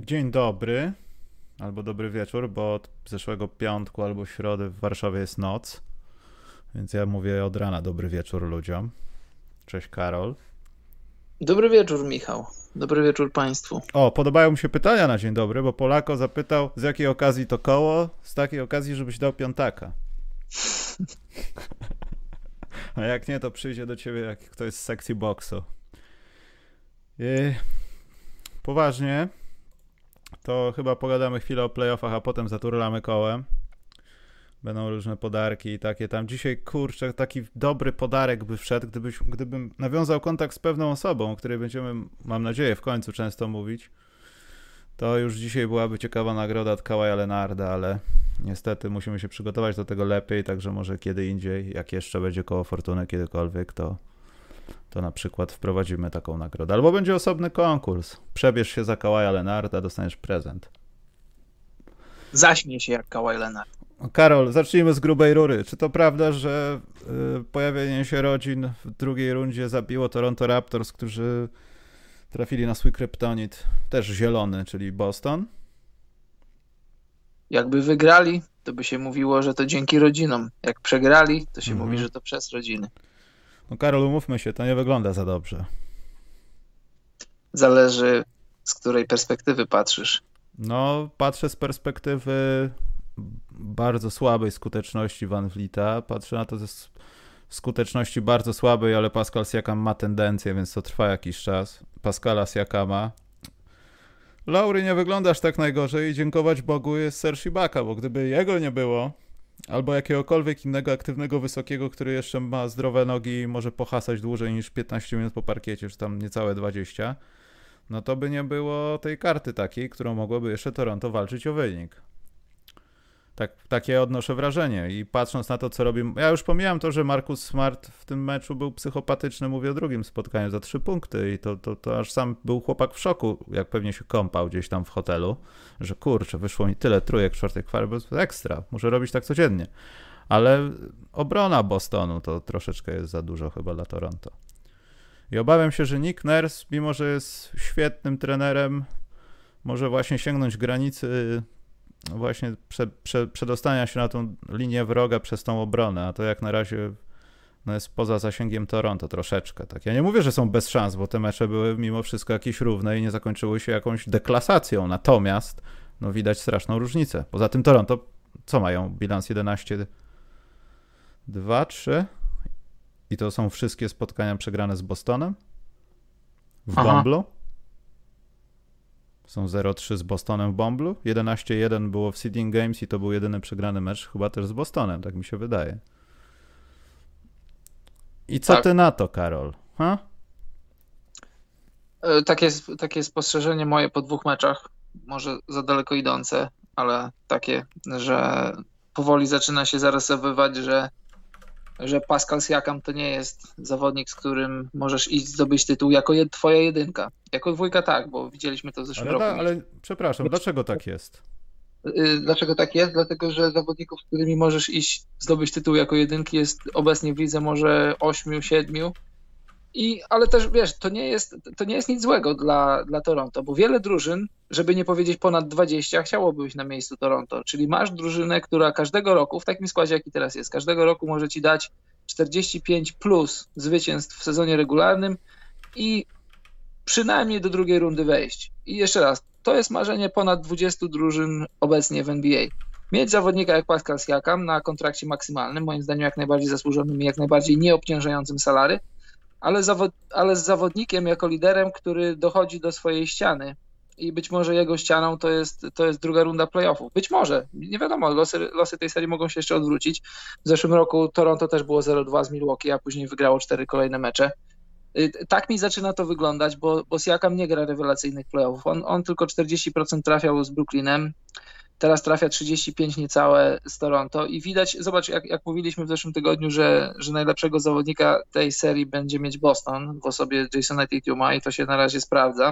Dzień dobry, albo dobry wieczór, bo od zeszłego piątku albo środy w Warszawie jest noc, więc ja mówię od rana dobry wieczór ludziom. Cześć Karol. Dobry wieczór, Michał. Dobry wieczór Państwu. O, podobają mi się pytania na dzień dobry, bo Polako zapytał, z jakiej okazji to koło? Z takiej okazji, żebyś dał piątaka. A jak nie, to przyjdzie do ciebie jak ktoś z sekcji boksu. Poważnie, to chyba pogadamy chwilę o playoffach, a potem zaturlamy kołem. Będą różne podarki i takie tam. Dzisiaj, kurczę, taki dobry podarek by wszedł, gdybym nawiązał kontakt z pewną osobą, o której będziemy, mam nadzieję, w końcu często mówić. To już dzisiaj byłaby ciekawa nagroda od Kawaja Leonarda, ale niestety musimy się przygotować do tego lepiej, także może kiedy indziej, jak jeszcze będzie koło fortuny kiedykolwiek, to na przykład wprowadzimy taką nagrodę. Albo będzie osobny konkurs. Przebierz się za Kawaja Leonarda, dostaniesz prezent. Zaśmiej się jak Kawhi Leonard. Karol, zacznijmy z grubej rury. Czy to prawda, że pojawienie się rodzin w drugiej rundzie zabiło Toronto Raptors, którzy trafili na swój kryptonit, też zielony, czyli Boston? Jakby wygrali, to by się mówiło, że to dzięki rodzinom. Jak przegrali, to się mówi, że to przez rodziny. No Karol, umówmy się, to nie wygląda za dobrze. Zależy, z której perspektywy patrzysz. No, patrzę z perspektywy bardzo słabej skuteczności Van Vlieta. Patrzę na to ze skuteczności bardzo słabej, ale Pascal Siakam ma tendencję, więc to trwa jakiś czas. Pascala Siakama. Lauri nie wyglądasz tak najgorzej i dziękować Bogu jest Serge Ibaka, bo gdyby jego nie było, albo jakiegokolwiek innego aktywnego wysokiego, który jeszcze ma zdrowe nogi i może pohasać dłużej niż 15 minut po parkiecie, czy tam niecałe 20, no to by nie było tej karty takiej, którą mogłoby jeszcze Toronto walczyć o wynik. Takie odnoszę wrażenie i patrząc na to, co robi... Ja już pomijam to, że Marcus Smart w tym meczu był psychopatyczny, mówię o drugim spotkaniu, za 3 punkty i to aż sam był chłopak w szoku, jak pewnie się kąpał gdzieś tam w hotelu, że kurczę, wyszło mi tyle trójek w czwartej kwarcie, bo to ekstra, muszę robić tak codziennie. Ale obrona Bostonu to troszeczkę jest za dużo chyba dla Toronto. I obawiam się, że Nick Nurse, mimo że jest świetnym trenerem, może właśnie sięgnąć granicy właśnie przedostania się na tą linię wroga przez tą obronę, a to jak na razie no jest poza zasięgiem Toronto troszeczkę. Tak. Ja nie mówię, że są bez szans, bo te mecze były mimo wszystko jakieś równe i nie zakończyły się jakąś deklasacją, natomiast no widać straszną różnicę. Poza tym Toronto, co mają? Bilans 11-2-3 i to są wszystkie spotkania przegrane z Bostonem w Bomblu. Są 0-3 z Bostonem w Bomblu. 11-1 było w Seeding Games i to był jedyny przegrany mecz chyba też z Bostonem, tak mi się wydaje. I co ty na to, Karol? Ha? Takie spostrzeżenie moje po 2 meczach, może za daleko idące, ale takie, że powoli zaczyna się zarysowywać, że Pascal Siakam to nie jest zawodnik, z którym możesz iść zdobyć tytuł jako twoja jedynka. Jako dwójka tak, bo widzieliśmy to w zeszłym roku. Ale przepraszam, dlaczego tak jest? Dlaczego tak jest? Dlatego, że zawodników, z którymi możesz iść zdobyć tytuł jako jedynki jest obecnie w lidze może 8, 7. Ale też wiesz, to nie jest nic złego dla Toronto, bo wiele drużyn, żeby nie powiedzieć ponad 20, chciałoby być na miejscu Toronto. Czyli masz drużynę, która każdego roku, w takim składzie jaki teraz jest, każdego roku może ci dać 45 plus zwycięstw w sezonie regularnym i przynajmniej do drugiej rundy wejść. I jeszcze raz, to jest marzenie ponad 20 drużyn obecnie w NBA. Mieć zawodnika jak Pascal Siakam na kontrakcie maksymalnym, moim zdaniem jak najbardziej zasłużonym i jak najbardziej nieobciążającym salary, ale z zawodnikiem jako liderem, który dochodzi do swojej ściany i być może jego ścianą to jest druga runda playoffów. Być może, nie wiadomo, losy tej serii mogą się jeszcze odwrócić. W zeszłym roku Toronto też było 0-2 z Milwaukee, a później wygrało 4 kolejne mecze. Tak mi zaczyna to wyglądać, bo Siakam nie gra rewelacyjnych playoffów. On tylko 40% trafiał z Brooklynem. Teraz trafia 35 niecałe z Toronto i widać, zobacz, jak mówiliśmy w zeszłym tygodniu, że najlepszego zawodnika tej serii będzie mieć Boston w osobie Jasona Tatuma i to się na razie sprawdza.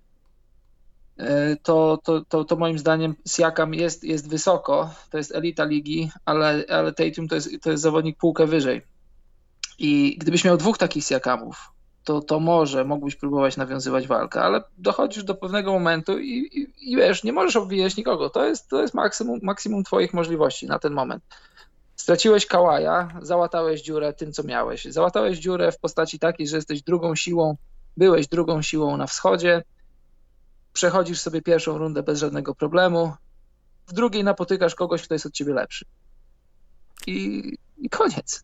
To moim zdaniem Siakam jest wysoko, to jest elita ligi, ale Tatum to jest zawodnik półkę wyżej. I gdybyś miał 2 takich Siakamów, to może mógłbyś próbować nawiązywać walkę, ale dochodzisz do pewnego momentu i wiesz, nie możesz obwijać nikogo. To jest maksimum twoich możliwości na ten moment. Straciłeś Kałaja, załatałeś dziurę tym, co miałeś. Załatałeś dziurę w postaci takiej, że jesteś byłeś drugą siłą na wschodzie, przechodzisz sobie pierwszą rundę bez żadnego problemu, w drugiej napotykasz kogoś, kto jest od ciebie lepszy. I koniec.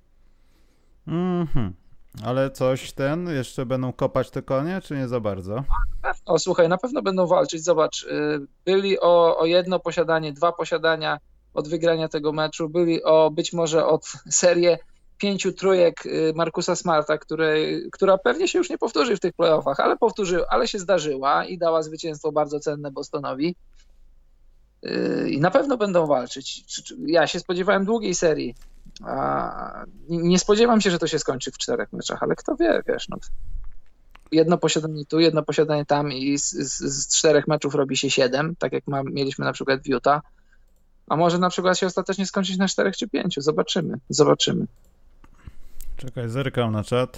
Ale jeszcze będą kopać te konie, czy nie za bardzo? Słuchaj, na pewno będą walczyć. Zobacz, byli o jedno posiadanie, 2 posiadania od wygrania tego meczu, byli być może od serię 5 trójek Marcusa Smarta, która pewnie się już nie powtórzy w tych playoffach, ale się zdarzyła i dała zwycięstwo bardzo cenne Bostonowi. I na pewno będą walczyć. Ja się spodziewałem długiej serii. Nie spodziewam się, że to się skończy w 4 meczach, ale kto wie, wiesz, no. Jedno posiadanie tu, jedno posiadanie tam i z 4 meczów robi się 7, tak jak mieliśmy na przykład w Utah. A może na przykład się ostatecznie skończyć na 4 czy 5. Zobaczymy. Czekaj, zerkam na czat.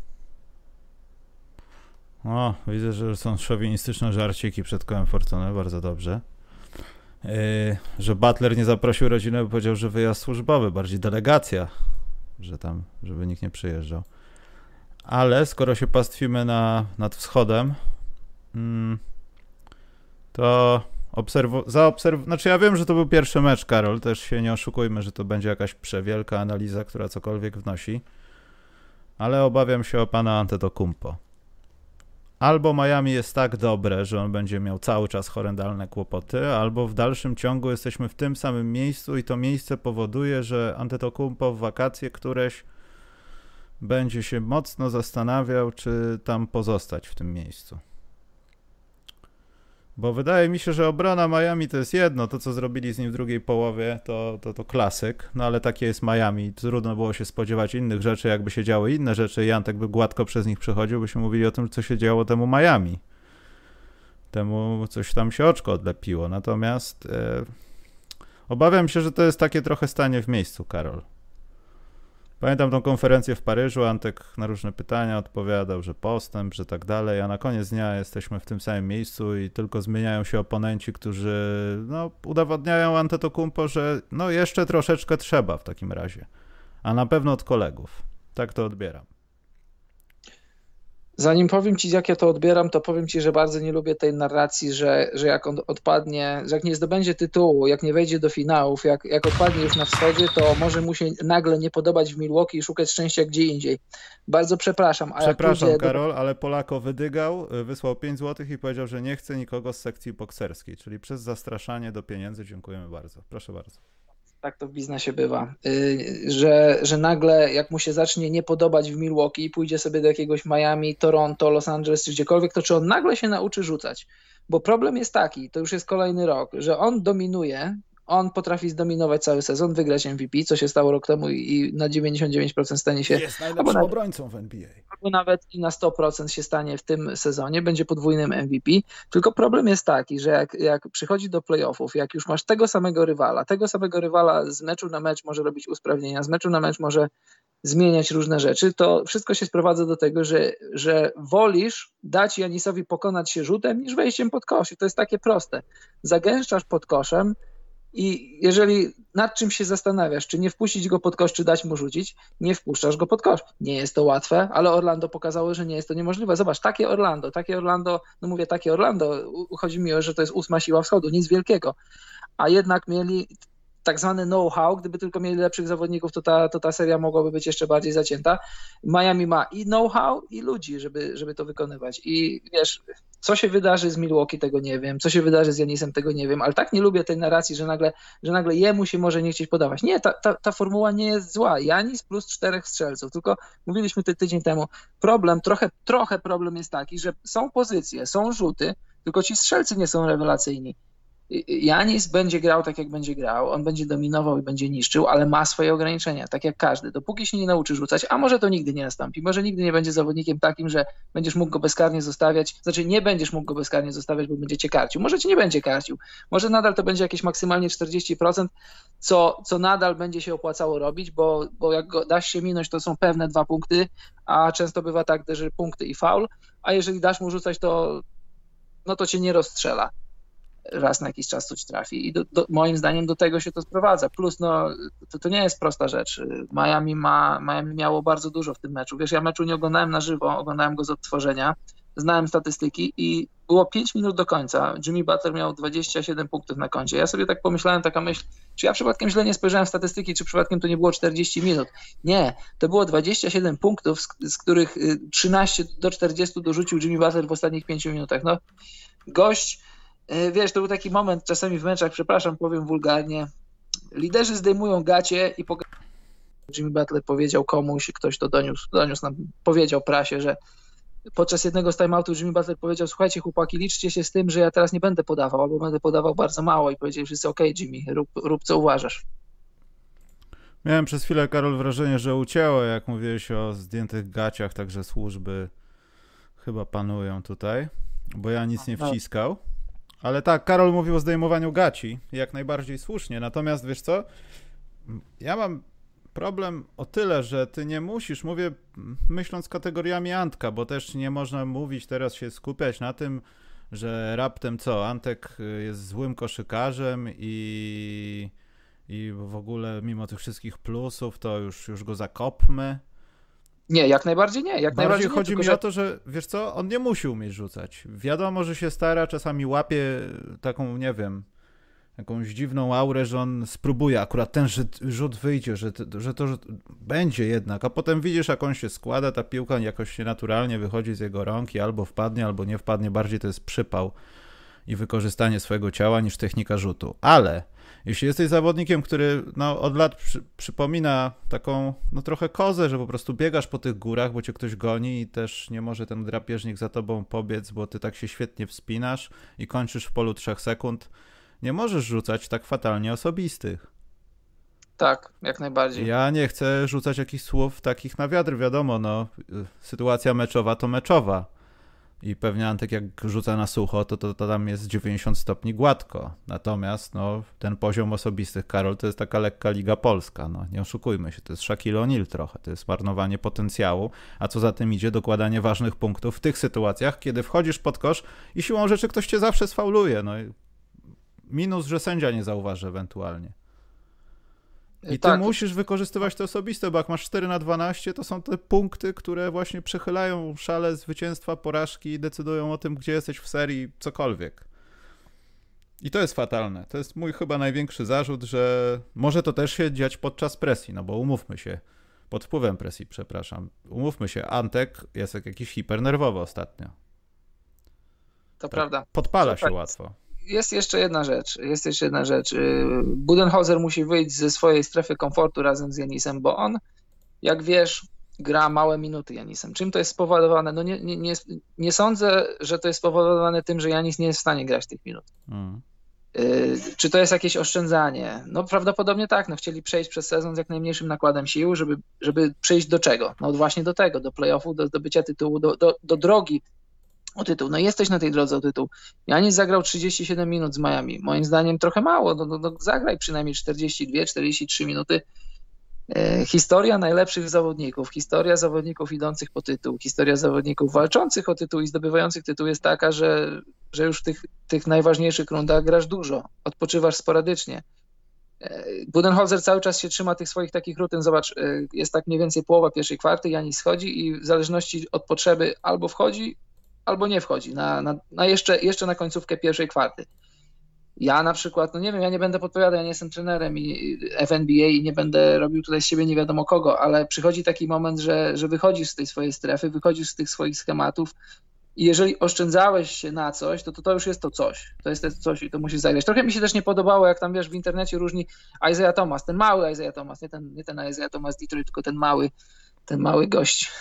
O, widzę, że są szowinistyczne żarciki przed kołem Fortuny, bardzo dobrze. Że Butler nie zaprosił rodziny, bo powiedział, że wyjazd służbowy, bardziej delegacja, że tam, żeby nikt nie przyjeżdżał. Ale skoro się pastwimy nad wschodem, to znaczy ja wiem, że to był pierwszy mecz, Karol, też się nie oszukujmy, że to będzie jakaś przewielka analiza, która cokolwiek wnosi, ale obawiam się o pana Antetokounmpo. Albo Miami jest tak dobre, że on będzie miał cały czas horrendalne kłopoty, albo w dalszym ciągu jesteśmy w tym samym miejscu i to miejsce powoduje, że Antetokounmpo w wakacje któreś będzie się mocno zastanawiał, czy tam pozostać w tym miejscu. Bo wydaje mi się, że obrona Miami to jest jedno, to co zrobili z nim w drugiej połowie, to klasyk, no ale takie jest Miami, trudno było się spodziewać innych rzeczy, jakby się działy inne rzeczy i Antek by gładko przez nich przechodził, byśmy mówili o tym, co się działo temu Miami. Temu coś tam się oczko odlepiło, natomiast obawiam się, że to jest takie trochę stanie w miejscu, Karol. Pamiętam tą konferencję w Paryżu, Antek na różne pytania odpowiadał, że postęp, że tak dalej, a na koniec dnia jesteśmy w tym samym miejscu i tylko zmieniają się oponenci, którzy udowadniają Antetokounmpo, że jeszcze troszeczkę trzeba w takim razie, a na pewno od kolegów. Tak to odbieram. Zanim powiem ci, jak ja to odbieram, to powiem ci, że bardzo nie lubię tej narracji, że jak on odpadnie, że jak nie zdobędzie tytułu, jak nie wejdzie do finałów, jak odpadnie już na wschodzie, to może mu się nagle nie podobać w Milwaukee i szukać szczęścia gdzie indziej. Bardzo przepraszam. Przepraszam, Karol, ale Polako wydygał, wysłał 5 zł i powiedział, że nie chce nikogo z sekcji bokserskiej, czyli przez zastraszanie do pieniędzy dziękujemy bardzo. Proszę bardzo. Tak to w biznesie bywa, że nagle jak mu się zacznie nie podobać w Milwaukee i pójdzie sobie do jakiegoś Miami, Toronto, Los Angeles czy gdziekolwiek, to czy on nagle się nauczy rzucać? Bo problem jest taki, to już jest kolejny rok, że on dominuje, on potrafi zdominować cały sezon, wygrać MVP, co się stało rok temu i na 99% stanie się... Jest najlepszym obrońcą w NBA. Albo nawet i na 100% się stanie w tym sezonie, będzie podwójnym MVP. Tylko problem jest taki, że jak przychodzi do playoffów, jak już masz tego samego rywala z meczu na mecz może robić usprawnienia, z meczu na mecz może zmieniać różne rzeczy, to wszystko się sprowadza do tego, że wolisz dać Janisowi pokonać się rzutem niż wejściem pod kosz. I to jest takie proste. Zagęszczasz pod koszem, i jeżeli nad czym się zastanawiasz, czy nie wpuścić go pod kosz, czy dać mu rzucić, nie wpuszczasz go pod kosz. Nie jest to łatwe, ale Orlando pokazało, że nie jest to niemożliwe. Zobacz, takie Orlando, chodzi mi o, że to jest 8. siła wschodu, nic wielkiego, a jednak mieli tak zwany know-how, gdyby tylko mieli lepszych zawodników, to ta seria mogłaby być jeszcze bardziej zacięta. Miami ma i know-how, i ludzi, żeby to wykonywać. I wiesz, co się wydarzy z Milwaukee, tego nie wiem, co się wydarzy z Janisem, tego nie wiem, ale tak nie lubię tej narracji, że nagle jemu się może nie chcieć podawać. Nie, ta formuła nie jest zła. Janis plus 4 strzelców, tylko mówiliśmy tydzień temu, trochę problem jest taki, że są pozycje, są rzuty, tylko ci strzelcy nie są rewelacyjni. Janis będzie grał tak, jak będzie grał, on będzie dominował i będzie niszczył, ale ma swoje ograniczenia, tak jak każdy. Dopóki się nie nauczy rzucać, a może to nigdy nie nastąpi, może nigdy nie będzie zawodnikiem takim, że będziesz mógł go bezkarnie zostawiać, znaczy nie będziesz mógł go bezkarnie zostawiać, bo będzie cię karcił. Może cię nie będzie karcił, może nadal to będzie jakieś maksymalnie 40%, co nadal będzie się opłacało robić, bo jak go dasz się minąć, to są pewne 2 punkty, a często bywa tak, że punkty i faul, a jeżeli dasz mu rzucać, to cię nie rozstrzela. Raz na jakiś czas coś trafi i moim zdaniem do tego się to sprowadza. Plus to nie jest prosta rzecz. Miami miało bardzo dużo w tym meczu. Wiesz, ja meczu nie oglądałem na żywo, oglądałem go z odtworzenia, znałem statystyki i było 5 minut do końca. Jimmy Butler miał 27 punktów na koncie. Ja sobie tak pomyślałem, taka myśl, czy ja przypadkiem źle nie spojrzałem w statystyki, czy przypadkiem to nie było 40 minut. Nie, to było 27 punktów, z których 13 do 40 dorzucił Jimmy Butler w ostatnich 5 minutach. No, gość, wiesz, to był taki moment czasami w meczach, przepraszam, powiem wulgarnie, liderzy zdejmują gacie i Jimmy Butler powiedział komuś, ktoś to doniósł nam, powiedział prasie, że podczas jednego z timeoutów Jimmy Butler powiedział: słuchajcie chłopaki, liczcie się z tym, że ja teraz nie będę podawał, albo będę podawał bardzo mało, i powiedzieli wszyscy: okej, Jimmy, rób co uważasz. Miałem przez chwilę, Karol, wrażenie, że ucięło, jak mówiłeś o zdjętych gaciach, także służby chyba panują tutaj, bo ja nic nie wciskał. Ale tak, Karol mówił o zdejmowaniu gaci, jak najbardziej słusznie, natomiast wiesz co, ja mam problem o tyle, że ty nie musisz, mówię myśląc kategoriami Antka, bo też nie można mówić teraz, się skupiać na tym, że raptem Antek jest złym koszykarzem i w ogóle mimo tych wszystkich plusów to już go zakopmy. Nie, jak najbardziej nie. Bardziej chodzi mi o to, że wiesz co, on nie musi umieć rzucać. Wiadomo, że się stara, czasami łapie taką, nie wiem, jakąś dziwną aurę, że on spróbuje, akurat ten rzut wyjdzie, że to będzie jednak, a potem widzisz, jak on się składa, ta piłka jakoś naturalnie wychodzi z jego rąk i albo wpadnie, albo nie wpadnie, bardziej to jest przypał i wykorzystanie swojego ciała niż technika rzutu. Ale jeśli jesteś zawodnikiem, który od lat przypomina taką trochę kozę, że po prostu biegasz po tych górach, bo cię ktoś goni i też nie może ten drapieżnik za tobą pobiec, bo ty tak się świetnie wspinasz i kończysz w polu 3 sekund, nie możesz rzucać tak fatalnie osobistych. Tak, jak najbardziej. Ja nie chcę rzucać jakichś słów takich na wiatr, wiadomo, sytuacja meczowa to meczowa. I pewnie Antek jak rzuca na sucho, to tam jest 90 stopni gładko. Natomiast ten poziom osobistych, Karol, to jest taka lekka Liga Polska. Nie oszukujmy się, to jest Shaquille O'Neal trochę, to jest marnowanie potencjału, a co za tym idzie, dokładanie ważnych punktów w tych sytuacjach, kiedy wchodzisz pod kosz i siłą rzeczy ktoś cię zawsze sfauluje. Minus, że sędzia nie zauważy ewentualnie. I ty musisz wykorzystywać to osobiste, bo jak masz 4/12, to są te punkty, które właśnie przechylają szale zwycięstwa, porażki i decydują o tym, gdzie jesteś w serii, cokolwiek. I to jest fatalne. To jest mój chyba największy zarzut, że może to też się dziać podczas presji, bo umówmy się, pod wpływem presji, umówmy się, Antek jest jakiś hipernerwowy ostatnio. To prawda. Podpala się łatwo. Jest jeszcze jedna rzecz. Budenholzer musi wyjść ze swojej strefy komfortu razem z Janisem, bo on, jak wiesz, gra małe minuty Janisem. Czym to jest spowodowane? Nie sądzę, że to jest spowodowane tym, że Janis nie jest w stanie grać tych minut. Czy to jest jakieś oszczędzanie? Prawdopodobnie tak. Chcieli przejść przez sezon z jak najmniejszym nakładem sił, żeby przejść do czego? Właśnie do tego, do play-offu, do zdobycia tytułu, do drogi o tytuł. Jesteś na tej drodze o tytuł. Janis zagrał 37 minut z Miami. Moim zdaniem trochę mało. Zagraj przynajmniej 42-43 minuty. Historia najlepszych zawodników, historia zawodników idących po tytuł, historia zawodników walczących o tytuł i zdobywających tytuł jest taka, że już w tych najważniejszych rundach grasz dużo, odpoczywasz sporadycznie. Budenholzer cały czas się trzyma tych swoich takich rutyn. Zobacz, jest tak mniej więcej połowa pierwszej kwarty, Janis schodzi i w zależności od potrzeby albo wchodzi, albo nie wchodzi jeszcze na końcówkę pierwszej kwarty. Ja na przykład, nie wiem, ja nie będę podpowiadał, ja nie jestem trenerem w NBA i nie będę robił tutaj z siebie nie wiadomo kogo, ale przychodzi taki moment, że wychodzisz z tej swojej strefy, wychodzisz z tych swoich schematów i jeżeli oszczędzałeś się na coś, to już jest to coś. To jest to coś i to musisz zagrać. Trochę mi się też nie podobało, jak tam, wiesz, w internecie różni Isaiah Thomas, ten mały Isaiah Thomas, nie ten Isaiah Thomas Detroit, tylko ten mały, ten mały gość.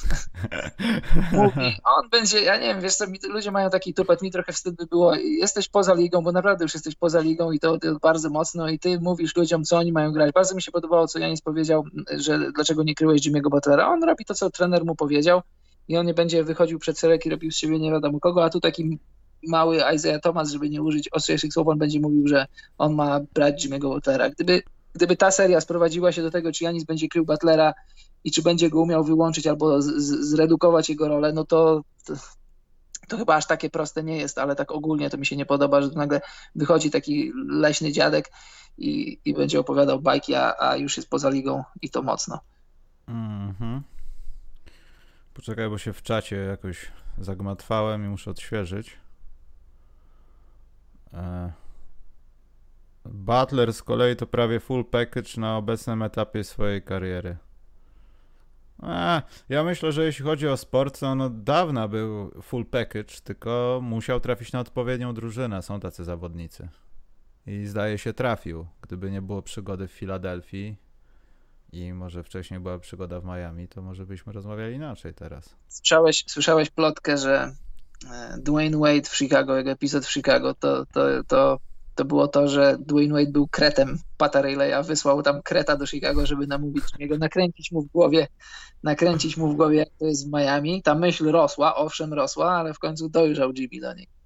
Mówi, on będzie, ja nie wiem, wiesz co, ludzie mają taki tupet, mi trochę wstyd by było, jesteś poza ligą, bo naprawdę już jesteś poza ligą i to bardzo mocno i ty mówisz ludziom, co oni mają grać. Bardzo mi się podobało, co Janis powiedział, że dlaczego nie kryłeś Jimmy'ego Butlera. On robi to, co trener mu powiedział i on nie będzie wychodził przed szereg i robił z siebie nie wiadomo kogo, a tu taki mały Isaiah Thomas, żeby nie użyć ostrzejszych słów, on będzie mówił, że on ma brać Jimmy'ego Butlera. Gdyby ta seria sprowadziła się do tego, czy Janis będzie krył Butlera i czy będzie go umiał wyłączyć albo zredukować jego rolę, no to chyba aż takie proste nie jest, ale tak ogólnie to mi się nie podoba, że nagle wychodzi taki leśny dziadek i będzie opowiadał bajki, a już jest poza ligą i to mocno. Mhm. Poczekaj, bo się w czacie jakoś zagmatwałem i muszę odświeżyć. Butler z kolei to prawie full package na obecnym etapie swojej kariery. Ja myślę, że jeśli chodzi o sport, to on od dawna był full package, tylko musiał trafić na odpowiednią drużynę. Są tacy zawodnicy. I zdaje się trafił. Gdyby nie było przygody w Filadelfii i może wcześniej była przygoda w Miami, to może byśmy rozmawiali inaczej teraz. Słyszałeś plotkę, że Dwayne Wade w Chicago, jego epizod w Chicago, to było to, że Dwayne Wade był kretem Pata Rileya, wysłał tam kreta do Chicago, żeby namówić niego, nakręcić mu w głowie, jak to jest w Miami. Ta myśl rosła, owszem rosła, ale w końcu dojrzał GB do niej.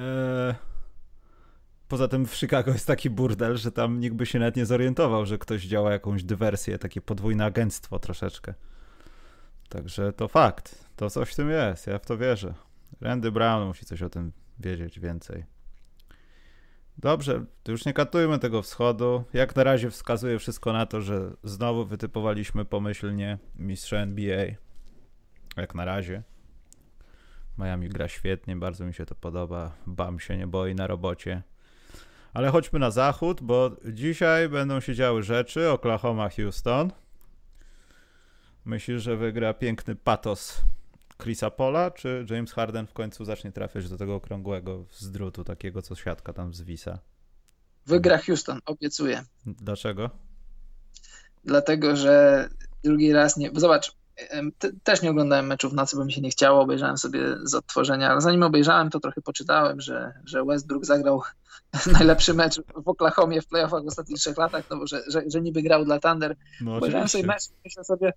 Poza tym w Chicago jest taki burdel, że tam nikt by się nawet nie zorientował, że ktoś działa jakąś dywersję, takie podwójne agentstwo troszeczkę. Także to fakt, to coś w tym jest, ja w to wierzę. Randy Brown musi coś o tym wiedzieć więcej. Dobrze, to już nie katujmy tego wschodu. Jak na razie wskazuje wszystko na to, że znowu wytypowaliśmy pomyślnie mistrza NBA. Jak na razie. Miami gra świetnie, bardzo mi się to podoba. Bam się nie boi na robocie. Ale chodźmy na zachód, bo dzisiaj będą się działy rzeczy. Oklahoma, Houston. Myślisz, że wygra piękny patos Chrisa Paula, czy James Harden w końcu zacznie trafiać do tego okrągłego z drutu, takiego co siatka tam zwisa? Wygra Houston, obiecuję. Dlaczego? Dlatego, że drugi raz nie... Zobacz, też nie oglądałem meczów w nocy, bo mi się nie chciało, obejrzałem sobie z odtworzenia, ale zanim obejrzałem, to trochę poczytałem, że Westbrook zagrał najlepszy mecz w Oklahomie w playoffach w ostatnich 3 latach, no bo że niby grał dla Thunder. No, obejrzałem sobie mecz i myślę sobie,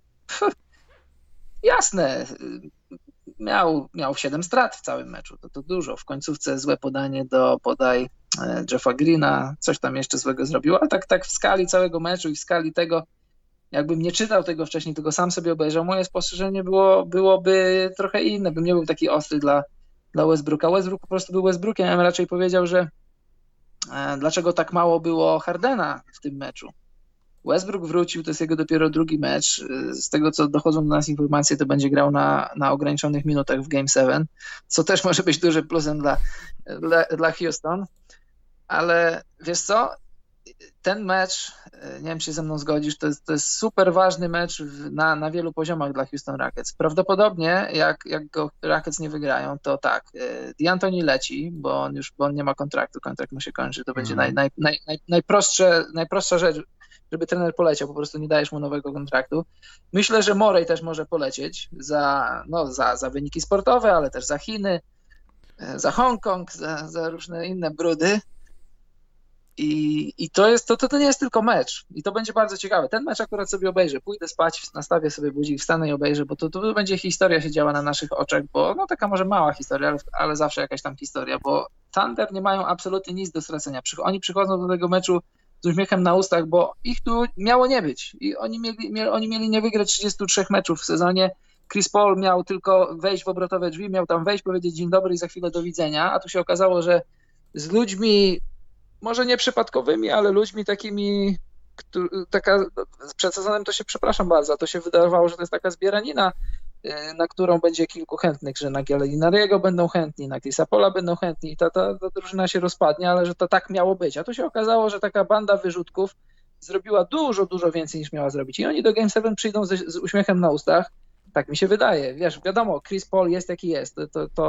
jasne, miał 7 strat w całym meczu, to dużo. W końcówce złe podanie do Jeffa Greena, coś tam jeszcze złego zrobił, ale tak w skali całego meczu i w skali tego, jakbym nie czytał tego wcześniej, tylko sam sobie obejrzał, moje spostrzeżenie byłoby trochę inne, bym nie był taki ostry dla Westbrooka. Westbrook po prostu był Westbrookiem, ja bym raczej powiedział, że dlaczego tak mało było Hardena w tym meczu. Westbrook wrócił, to jest jego dopiero drugi mecz. Z tego, co dochodzą do nas informacje, to będzie grał na ograniczonych minutach w Game 7, co też może być dużym plusem dla Houston. Ale wiesz co? Ten mecz, nie wiem, czy się ze mną zgodzisz, to jest super ważny mecz na wielu poziomach dla Houston Rockets. Prawdopodobnie, jak go Rockets nie wygrają, to tak, D'Antoni leci, bo on nie ma kontraktu, kontrakt mu się kończy, to będzie najprostsza rzecz, żeby trener poleciał, po prostu nie dajesz mu nowego kontraktu. Myślę, że Morey też może polecieć za wyniki sportowe, ale też za Chiny, za Hongkong, za różne inne brudy. I to nie jest tylko mecz. I to będzie bardzo ciekawe. Ten mecz akurat sobie obejrzę. Pójdę spać, nastawię sobie budzik, wstanę i obejrzę, bo to będzie historia się działa na naszych oczach, bo taka może mała historia, ale zawsze jakaś tam historia, bo Thunder nie mają absolutnie nic do stracenia. Oni przychodzą do tego meczu z uśmiechem na ustach, bo ich tu miało nie być. I oni mieli nie wygrać 33 meczów w sezonie. Chris Paul miał tylko wejść w obrotowe drzwi, miał tam wejść, powiedzieć dzień dobry i za chwilę do widzenia, a tu się okazało, że z ludźmi może nie przypadkowymi, ale ludźmi takimi, przed sezonem to się, przepraszam bardzo, to się wydawało, że to jest taka zbieranina, na którą będzie kilku chętnych, że na Gallinariego będą chętni, na Chrisa Paula będą chętni i ta drużyna się rozpadnie, ale że to tak miało być. A tu się okazało, że taka banda wyrzutków zrobiła dużo, dużo więcej niż miała zrobić. I oni do Game 7 przyjdą z uśmiechem na ustach. Tak mi się wydaje. Wiesz, wiadomo, Chris Paul jest jaki jest.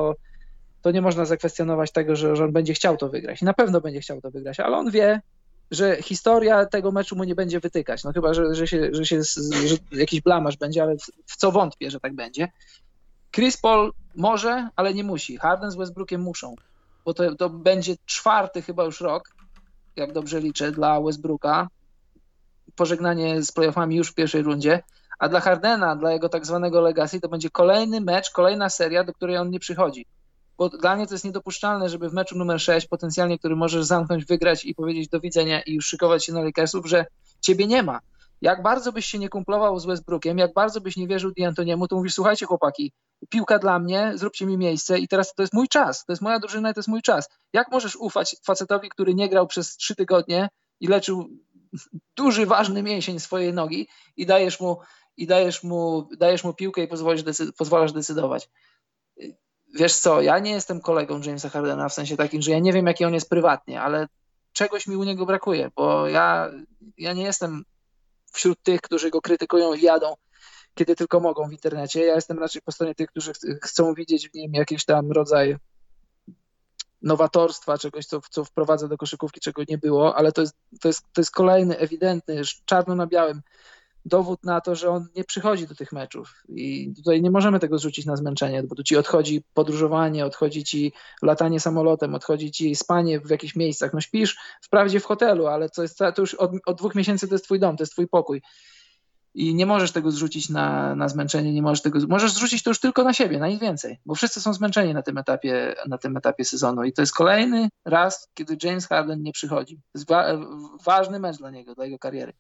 To nie można zakwestionować tego, że on będzie chciał to wygrać. I na pewno będzie chciał to wygrać, ale on wie, że historia tego meczu mu nie będzie wytykać. No chyba, że jakiś blamaż będzie, ale w co wątpię, że tak będzie. Chris Paul może, ale nie musi. Harden z Westbrookiem muszą, bo to będzie 4. chyba już rok, jak dobrze liczę, dla Westbrooka. Pożegnanie z playoffami już w pierwszej rundzie, a dla Hardena, dla jego tak zwanego legacy, to będzie kolejny mecz, kolejna seria, do której on nie przychodzi. Bo dla mnie to jest niedopuszczalne, żeby w meczu numer 6 potencjalnie, który możesz zamknąć, wygrać i powiedzieć do widzenia i już szykować się na Lakersów, że ciebie nie ma. Jak bardzo byś się nie kumplował z Westbrookiem, jak bardzo byś nie wierzył D'Antoniemu, to mówisz, słuchajcie chłopaki, piłka dla mnie, zróbcie mi miejsce i teraz to jest mój czas, to jest moja drużyna i to jest mój czas. Jak możesz ufać facetowi, który nie grał przez 3 tygodnie i leczył duży, ważny mięsień swojej nogi i dajesz mu piłkę i pozwalasz decydować? Wiesz co, ja nie jestem kolegą Jamesa Hardena w sensie takim, że ja nie wiem, jaki on jest prywatnie, ale czegoś mi u niego brakuje, bo ja nie jestem wśród tych, którzy go krytykują i jadą, kiedy tylko mogą w internecie. Ja jestem raczej po stronie tych, którzy chcą widzieć w nim jakiś tam rodzaj nowatorstwa, czegoś, co wprowadza do koszykówki, czego nie było, ale to jest kolejny, ewidentny, czarno na białym dowód na to, że on nie przychodzi do tych meczów i tutaj nie możemy tego zrzucić na zmęczenie, bo tu ci odchodzi podróżowanie, odchodzi ci latanie samolotem, odchodzi ci spanie w jakichś miejscach. No śpisz wprawdzie w hotelu, ale to już od 2 miesięcy to jest twój dom, to jest twój pokój i nie możesz tego zrzucić na zmęczenie, możesz zrzucić to już tylko na siebie, na nic więcej, bo wszyscy są zmęczeni na tym etapie sezonu i to jest kolejny raz, kiedy James Harden nie przychodzi. To jest ważny mecz dla niego, dla jego kariery.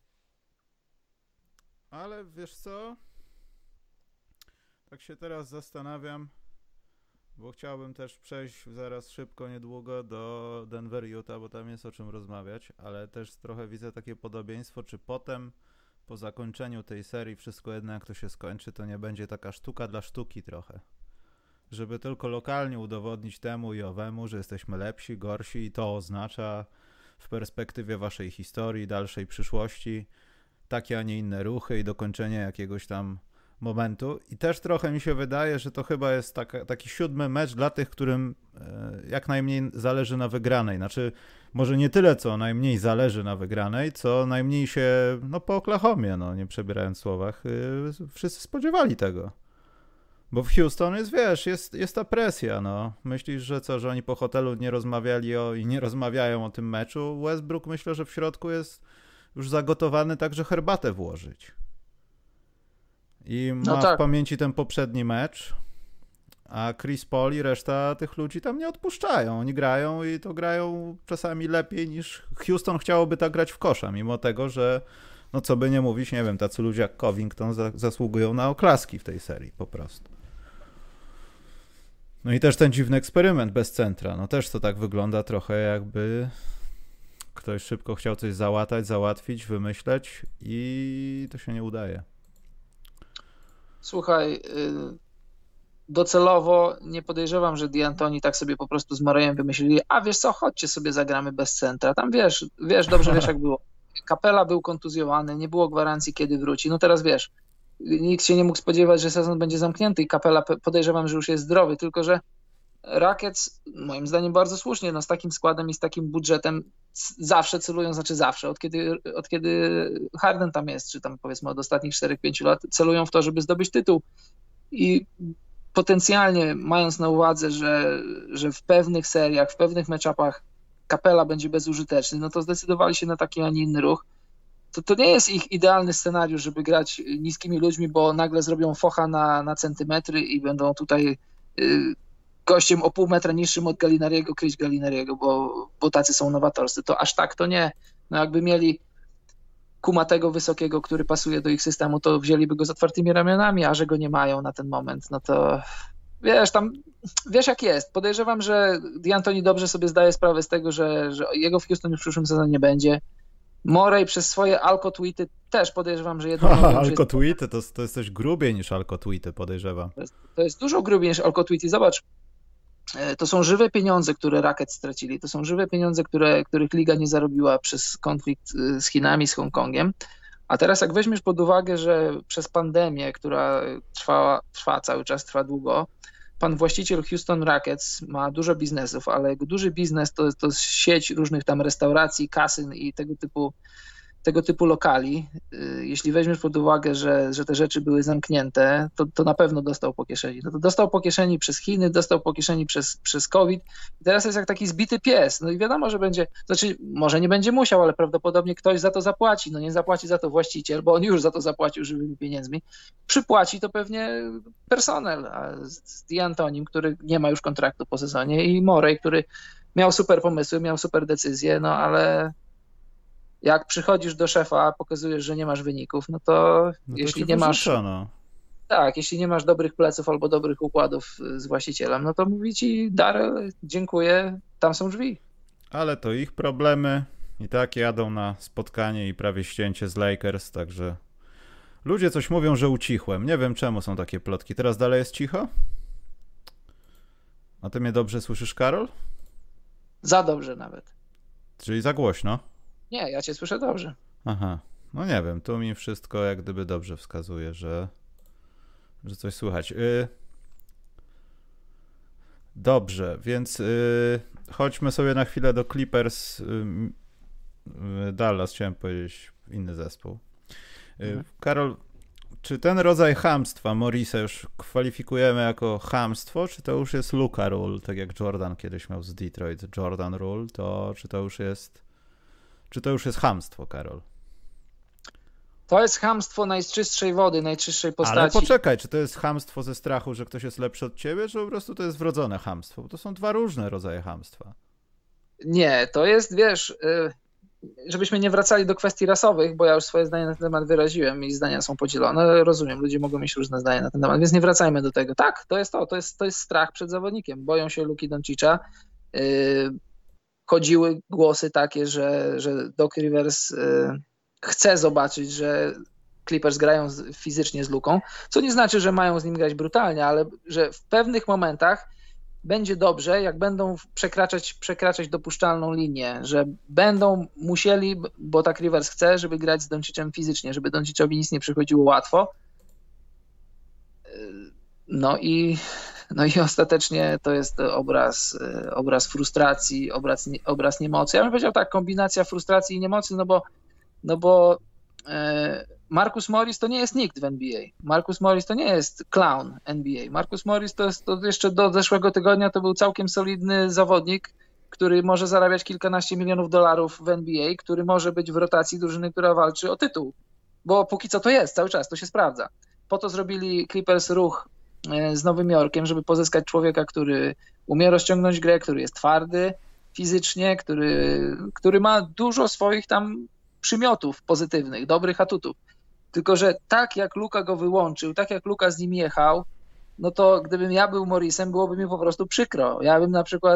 Ale wiesz co? Tak się teraz zastanawiam, bo chciałbym też przejść zaraz szybko, niedługo do Denver, Utah, bo tam jest o czym rozmawiać, ale też trochę widzę takie podobieństwo, czy potem po zakończeniu tej serii wszystko jedno jak to się skończy, to nie będzie taka sztuka dla sztuki trochę. Żeby tylko lokalnie udowodnić temu i owemu, że jesteśmy lepsi, gorsi i to oznacza w perspektywie waszej historii, dalszej przyszłości takie, a nie inne ruchy i dokończenie jakiegoś tam momentu. I też trochę mi się wydaje, że to chyba jest taki 7. mecz dla tych, którym jak najmniej zależy na wygranej. Znaczy, może nie tyle, co najmniej zależy na wygranej, co najmniej się, po Oklahomie, nie przebierając w słowach, wszyscy spodziewali tego. Bo w Houston jest ta presja, Myślisz, że że oni po hotelu nie rozmawiali i nie rozmawiają o tym meczu? Westbrook myślę, że w środku jest już zagotowany tak, że herbatę włożyć. I ma w pamięci ten poprzedni mecz, a Chris Paul i reszta tych ludzi tam nie odpuszczają. Oni grają i to grają czasami lepiej niż Houston chciałoby tak grać w kosza, mimo tego, że co by nie mówić, nie wiem, tacy ludzie jak Covington zasługują na oklaski w tej serii po prostu. No i też ten dziwny eksperyment bez centra, też to tak wygląda trochę jakby ktoś szybko chciał coś załatwić, wymyśleć i to się nie udaje. Słuchaj, docelowo nie podejrzewam, że D'Antoni tak sobie po prostu z Murrayem wymyślili, a wiesz co, chodźcie sobie zagramy bez centra. Tam dobrze wiesz jak było. Capela był kontuzjowany, nie było gwarancji kiedy wróci. No teraz wiesz, nikt się nie mógł spodziewać, że sezon będzie zamknięty i Capela podejrzewam, że już jest zdrowy, tylko że Rockets, moim zdaniem bardzo słusznie, z takim składem i z takim budżetem zawsze celują, od kiedy Harden tam jest, czy tam powiedzmy od ostatnich 4-5 lat, celują w to, żeby zdobyć tytuł i potencjalnie mając na uwadze, że w pewnych seriach, w pewnych matchupach Capela będzie bezużyteczny, to zdecydowali się na taki, a nie inny ruch. To nie jest ich idealny scenariusz, żeby grać niskimi ludźmi, bo nagle zrobią focha na centymetry i będą tutaj gościem o pół metra niższym od Gallinariego, kryć Gallinariego, bo tacy są nowatorscy. To aż tak to nie. Jakby mieli Kumatego wysokiego, który pasuje do ich systemu, to wzięliby go z otwartymi ramionami, a że go nie mają na ten moment, to wiesz jak jest. Podejrzewam, że D'Antoni dobrze sobie zdaje sprawę z tego, że jego w Houston już w przyszłym sezonie nie będzie. Murray przez swoje alko-tweety też podejrzewam, że jedno... Alko-tweety to jest coś grubiej niż alko-tweety, podejrzewam. To jest dużo grubiej niż alko-tweety. Zobacz, to są żywe pieniądze, które Rockets stracili. To są żywe pieniądze, których liga nie zarobiła przez konflikt z Chinami, z Hongkongiem. A teraz jak weźmiesz pod uwagę, że przez pandemię, która trwa cały czas, trwa długo, pan właściciel Houston Rockets ma dużo biznesów, ale jego duży biznes to jest sieć różnych tam restauracji, kasyn i tego typu lokali. Jeśli weźmiesz pod uwagę, że te rzeczy były zamknięte, to na pewno dostał po kieszeni. No to dostał po kieszeni przez Chiny, dostał po kieszeni przez COVID i teraz jest jak taki zbity pies. No i wiadomo, że będzie, znaczy może nie będzie musiał, ale prawdopodobnie ktoś za to zapłaci. No nie zapłaci za to właściciel, bo on już za to zapłacił żywymi pieniędzmi. Przypłaci to pewnie personel. A D'Antonim, który nie ma już kontraktu po sezonie, i Morey, który miał super pomysły, miał super decyzje, no ale jak przychodzisz do szefa, pokazujesz, że nie masz wyników, no to jeśli nie masz. Tak, jeśli nie masz dobrych pleców albo dobrych układów z właścicielem, no to mówi ci: Darrell, dziękuję, tam są drzwi. Ale to ich problemy. I tak jadą na spotkanie i prawie ścięcie z Lakers, także ludzie coś mówią, że ucichłem. Nie wiem, czemu są takie plotki. Teraz dalej jest cicho? A ty mnie dobrze słyszysz, Karol? Za dobrze nawet. Czyli za głośno? Nie, ja cię słyszę dobrze. Aha, no nie wiem, tu mi wszystko jak gdyby dobrze wskazuje, że coś słychać. Dobrze, więc chodźmy sobie na chwilę do Clippers. Dallas, chciałem powiedzieć, inny zespół. Karol, czy ten rodzaj chamstwa Morrisa już kwalifikujemy jako chamstwo, czy to już jest Luka Rule, tak jak Jordan kiedyś miał z Detroit, Jordan Rule, to czy to już jest chamstwo, Karol? To jest chamstwo najczystszej wody, najczystszej postaci. Ale poczekaj, czy to jest chamstwo ze strachu, że ktoś jest lepszy od ciebie, czy po prostu to jest wrodzone chamstwo? Bo to są dwa różne rodzaje chamstwa. Nie, to jest, wiesz, żebyśmy nie wracali do kwestii rasowych, bo ja już swoje zdanie na ten temat wyraziłem i zdania są podzielone. Rozumiem, ludzie mogą mieć różne zdania na ten temat, więc nie wracajmy do tego. Tak, to jest strach przed zawodnikiem. Boją się Luki Doncicza. Chodziły głosy takie, że Doc Rivers chce zobaczyć, że Clippers grają fizycznie z Luką, co nie znaczy, że mają z nim grać brutalnie, ale że w pewnych momentach będzie dobrze, jak będą przekraczać dopuszczalną linię, że będą musieli, bo tak Rivers chce, żeby grać z Doncicem fizycznie, żeby Donciczowi nic nie przychodziło łatwo. No i ostatecznie to jest obraz frustracji, obraz niemocy. Ja bym powiedział tak, kombinacja frustracji i niemocy, no bo Marcus Morris to nie jest nikt w NBA. Marcus Morris to nie jest clown NBA. Marcus Morris to jeszcze do zeszłego tygodnia to był całkiem solidny zawodnik, który może zarabiać kilkanaście milionów dolarów w NBA, który może być w rotacji drużyny, która walczy o tytuł. Bo póki co to jest, cały czas, to się sprawdza. Po to zrobili Clippers ruch z Nowym Jorkiem, żeby pozyskać człowieka, który umie rozciągnąć grę, który jest twardy fizycznie, który ma dużo swoich tam przymiotów pozytywnych, dobrych atutów. Tylko że tak jak Luka go wyłączył, tak jak Luka z nim jechał, no to gdybym ja był Morrisem, byłoby mi po prostu przykro. Ja bym na przykład...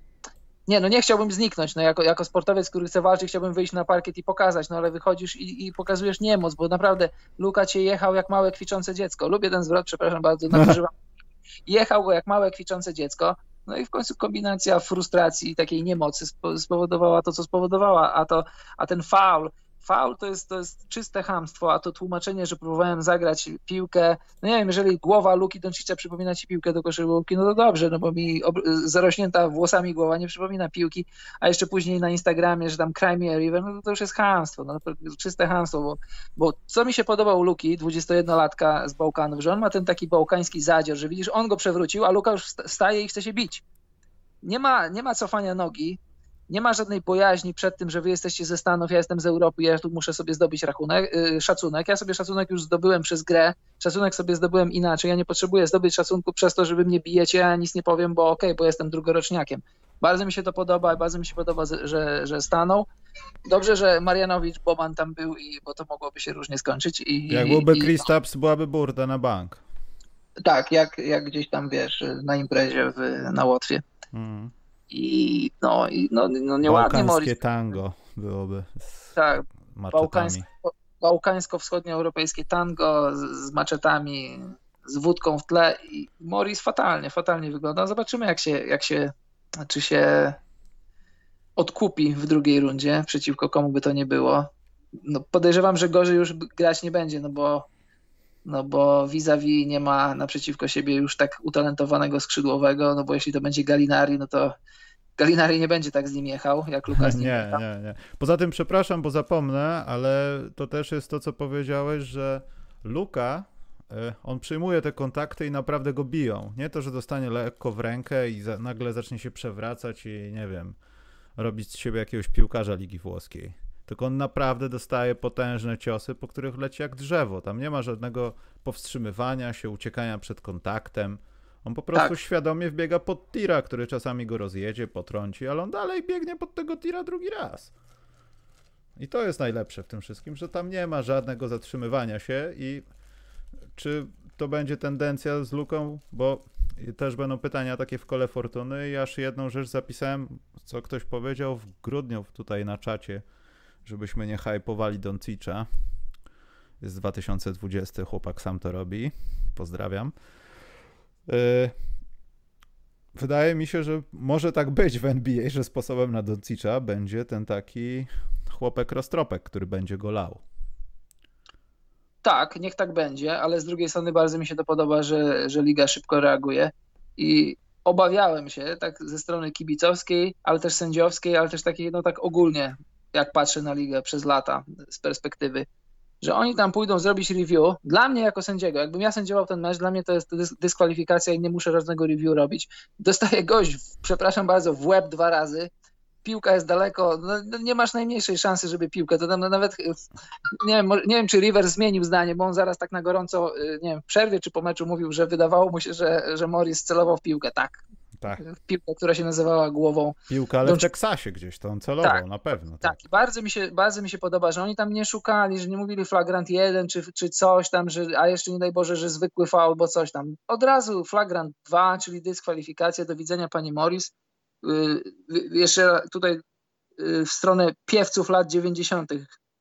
nie chciałbym zniknąć. No jako sportowiec, który chce walczyć, chciałbym wyjść na parkiet i pokazać, no ale wychodzisz i pokazujesz niemoc, bo naprawdę Luka cię jechał jak małe kwiczące dziecko. Lubię ten zwrot, przepraszam bardzo, nadużywam. Jechał go jak małe kwiczące dziecko. No i w końcu kombinacja frustracji i takiej niemocy spowodowała to, co spowodowała, a ten faul to jest czyste chamstwo, a to tłumaczenie, że próbowałem zagrać piłkę, no nie wiem, jeżeli głowa Luki Doncicza przypomina ci piłkę do koszykówki, no to dobrze, no bo mi zarośnięta włosami głowa nie przypomina piłki, a jeszcze później na Instagramie, że tam cry me a river, no to już jest chamstwo, no czyste chamstwo, bo co mi się podoba u Luki, 21-latka z Bałkanów, że on ma ten taki bałkański zadzior, że widzisz, on go przewrócił, a Luka już wstaje i chce się bić. Nie ma cofania nogi, nie ma żadnej bojaźni przed tym, że wy jesteście ze Stanów, ja jestem z Europy, ja tu muszę sobie zdobyć szacunek. Ja sobie szacunek już zdobyłem przez grę, szacunek sobie zdobyłem inaczej. Ja nie potrzebuję zdobyć szacunku przez to, że wy mnie bijecie, a nic nie powiem, bo bo jestem drugoroczniakiem. Bardzo mi się to podoba, bardzo mi się podoba, że stanął. Dobrze, że Marjanowicz, Boban tam był, bo to mogłoby się różnie skończyć. Jak byłby Kristaps, byłaby burda na bank. Tak, jak gdzieś tam, wiesz, na imprezie na Łotwie. I nieładnie Morris. Tango byłoby z tak, maczetami. Bałkańsko-wschodnioeuropejskie tango z maczetami, z wódką w tle i Morris fatalnie wygląda. Zobaczymy czy się odkupi w drugiej rundzie, przeciwko komu by to nie było. No, podejrzewam, że gorzej już grać nie będzie, no no bo vis-a-vis nie ma naprzeciwko siebie już tak utalentowanego skrzydłowego, no bo jeśli to będzie Gallinari, no to Gallinari nie będzie tak z nim jechał, jak Luka z nim jechał. Nie. Poza tym, przepraszam, bo zapomnę, ale to też jest to, co powiedziałeś, że Luka, on przyjmuje te kontakty i naprawdę go biją. Nie to, że dostanie lekko w rękę i nagle zacznie się przewracać i nie wiem, robić z siebie jakiegoś piłkarza Ligi Włoskiej. Tylko on naprawdę dostaje potężne ciosy, po których leci jak drzewo. Tam nie ma żadnego powstrzymywania się, uciekania przed kontaktem. On po prostu świadomie wbiega pod tira, który czasami go rozjedzie, potrąci, ale on dalej biegnie pod tego tira drugi raz. I to jest najlepsze w tym wszystkim, że tam nie ma żadnego zatrzymywania się i czy to będzie tendencja z Luką, bo też będą pytania takie w kole fortuny i aż jedną rzecz zapisałem, co ktoś powiedział w grudniu tutaj na czacie, żebyśmy nie hypowali Doncicza. Jest 2020, chłopak sam to robi. Pozdrawiam. Wydaje mi się, że może tak być w NBA, że sposobem na Doncicza będzie ten taki chłopek roztropek, który będzie go lał. Tak, niech tak będzie, ale z drugiej strony bardzo mi się to podoba, że liga szybko reaguje i obawiałem się tak ze strony kibicowskiej, ale też sędziowskiej, ale też takiej, no tak ogólnie, jak patrzę na ligę przez lata z perspektywy, że oni tam pójdą zrobić review. Dla mnie jako sędziego, jakbym ja sędziował ten mecz, dla mnie to jest dyskwalifikacja i nie muszę żadnego review robić. Dostaje gość, przepraszam bardzo, w łeb 2 razy, piłka jest daleko, no nie masz najmniejszej szansy, żeby piłkę, to tam nawet, nie wiem, czy Rivers zmienił zdanie, bo on zaraz tak na gorąco, nie wiem, w przerwie czy po meczu mówił, że wydawało mu się, że Morris celował w piłkę, tak. W piłkę, która się nazywała głową. Piłka, ale w Teksasie gdzieś to on celował, na pewno. Tak. I bardzo mi się podoba, że oni tam nie szukali, że nie mówili flagrant 1 czy coś tam, a jeszcze nie daj Boże, że zwykły faul, bo coś tam. Od razu flagrant 2, czyli dyskwalifikacja, do widzenia pani Morris. Jeszcze tutaj w stronę piewców lat 90.,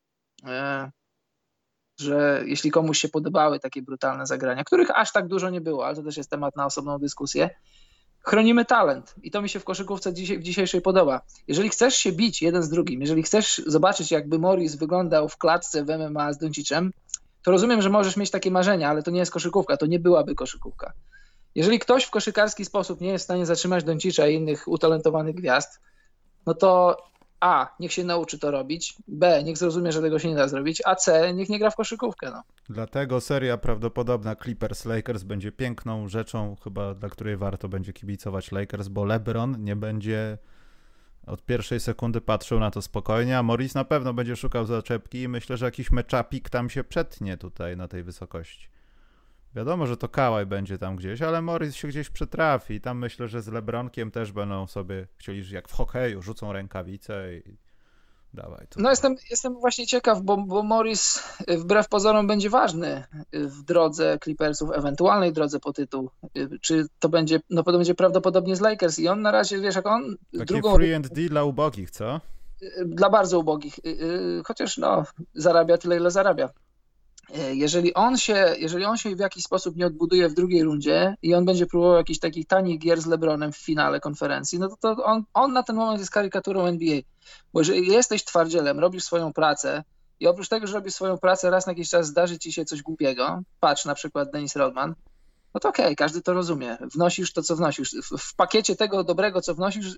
że jeśli komuś się podobały takie brutalne zagrania, których aż tak dużo nie było, ale to też jest temat na osobną dyskusję, chronimy talent i to mi się w koszykówce w dzisiejszej podoba. Jeżeli chcesz się bić jeden z drugim, jeżeli chcesz zobaczyć, jakby Morris wyglądał w klatce w MMA z Doncicem, to rozumiem, że możesz mieć takie marzenia, ale to nie jest koszykówka, to nie byłaby koszykówka. Jeżeli ktoś w koszykarski sposób nie jest w stanie zatrzymać Doncicza i innych utalentowanych gwiazd, no to A, niech się nauczy to robić, B, niech zrozumie, że tego się nie da zrobić, a C, niech nie gra w koszykówkę. No. Dlatego seria prawdopodobna Clippers-Lakers będzie piękną rzeczą, chyba dla której warto będzie kibicować Lakers, bo LeBron nie będzie od pierwszej sekundy patrzył na to spokojnie, a Morris na pewno będzie szukał zaczepki i myślę, że jakiś meczapik tam się przetnie tutaj na tej wysokości. Wiadomo, że to Kawhi będzie tam gdzieś, ale Morris się gdzieś przytrafi i tam myślę, że z LeBronkiem też będą sobie chcieli, jak w hokeju, rzucą rękawice i dawaj. No jestem właśnie ciekaw, bo Morris wbrew pozorom będzie ważny w drodze Clippersów, ewentualnej drodze po tytuł. Czy to będzie, no to będzie prawdopodobnie z Lakers i on na razie, wiesz, jak on... Taki free and D dla ubogich, co? Dla bardzo ubogich, chociaż no zarabia tyle, ile zarabia. Jeżeli on się w jakiś sposób nie odbuduje w drugiej rundzie i on będzie próbował jakichś takich tanich gier z LeBronem w finale konferencji, no to on na ten moment jest karykaturą NBA. Bo jeżeli jesteś twardzielem, robisz swoją pracę i oprócz tego, że robisz swoją pracę, raz na jakiś czas zdarzy ci się coś głupiego, patrz na przykład Dennis Rodman, no to okej, każdy to rozumie. Wnosisz to, co wnosisz. W pakiecie tego dobrego, co wnosisz,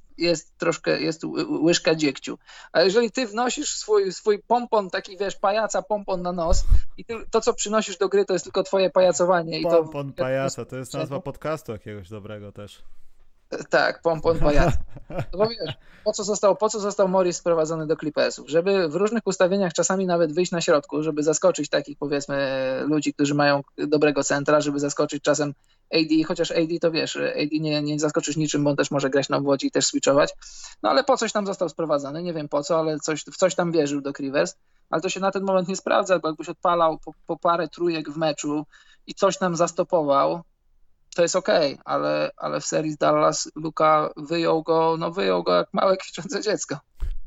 jest łyżka dziegciu. A jeżeli ty wnosisz swój pompon, taki wiesz, pajaca pompon na nos i to, co przynosisz do gry, to jest tylko twoje pajacowanie. Pompon pajaca, to jest nazwa podcastu jakiegoś dobrego też. Tak, pompon pajaca. Bo wiesz, po co został Morris sprowadzony do Clippersów? Żeby w różnych ustawieniach czasami nawet wyjść na środku, żeby zaskoczyć takich, powiedzmy, ludzi, którzy mają dobrego centra, żeby zaskoczyć czasem AD, chociaż AD to wiesz, AD nie zaskoczysz niczym, bo on też może grać na obwodzie i też switchować. No ale po coś tam został sprowadzony, nie wiem po co, ale w coś tam wierzył do Clippers, ale to się na ten moment nie sprawdza, bo jakbyś odpalał po parę trójek w meczu i coś tam zastopował, to jest okej, ale w serii z Dallas Luka wyjął go jak małe kwiczące dziecko.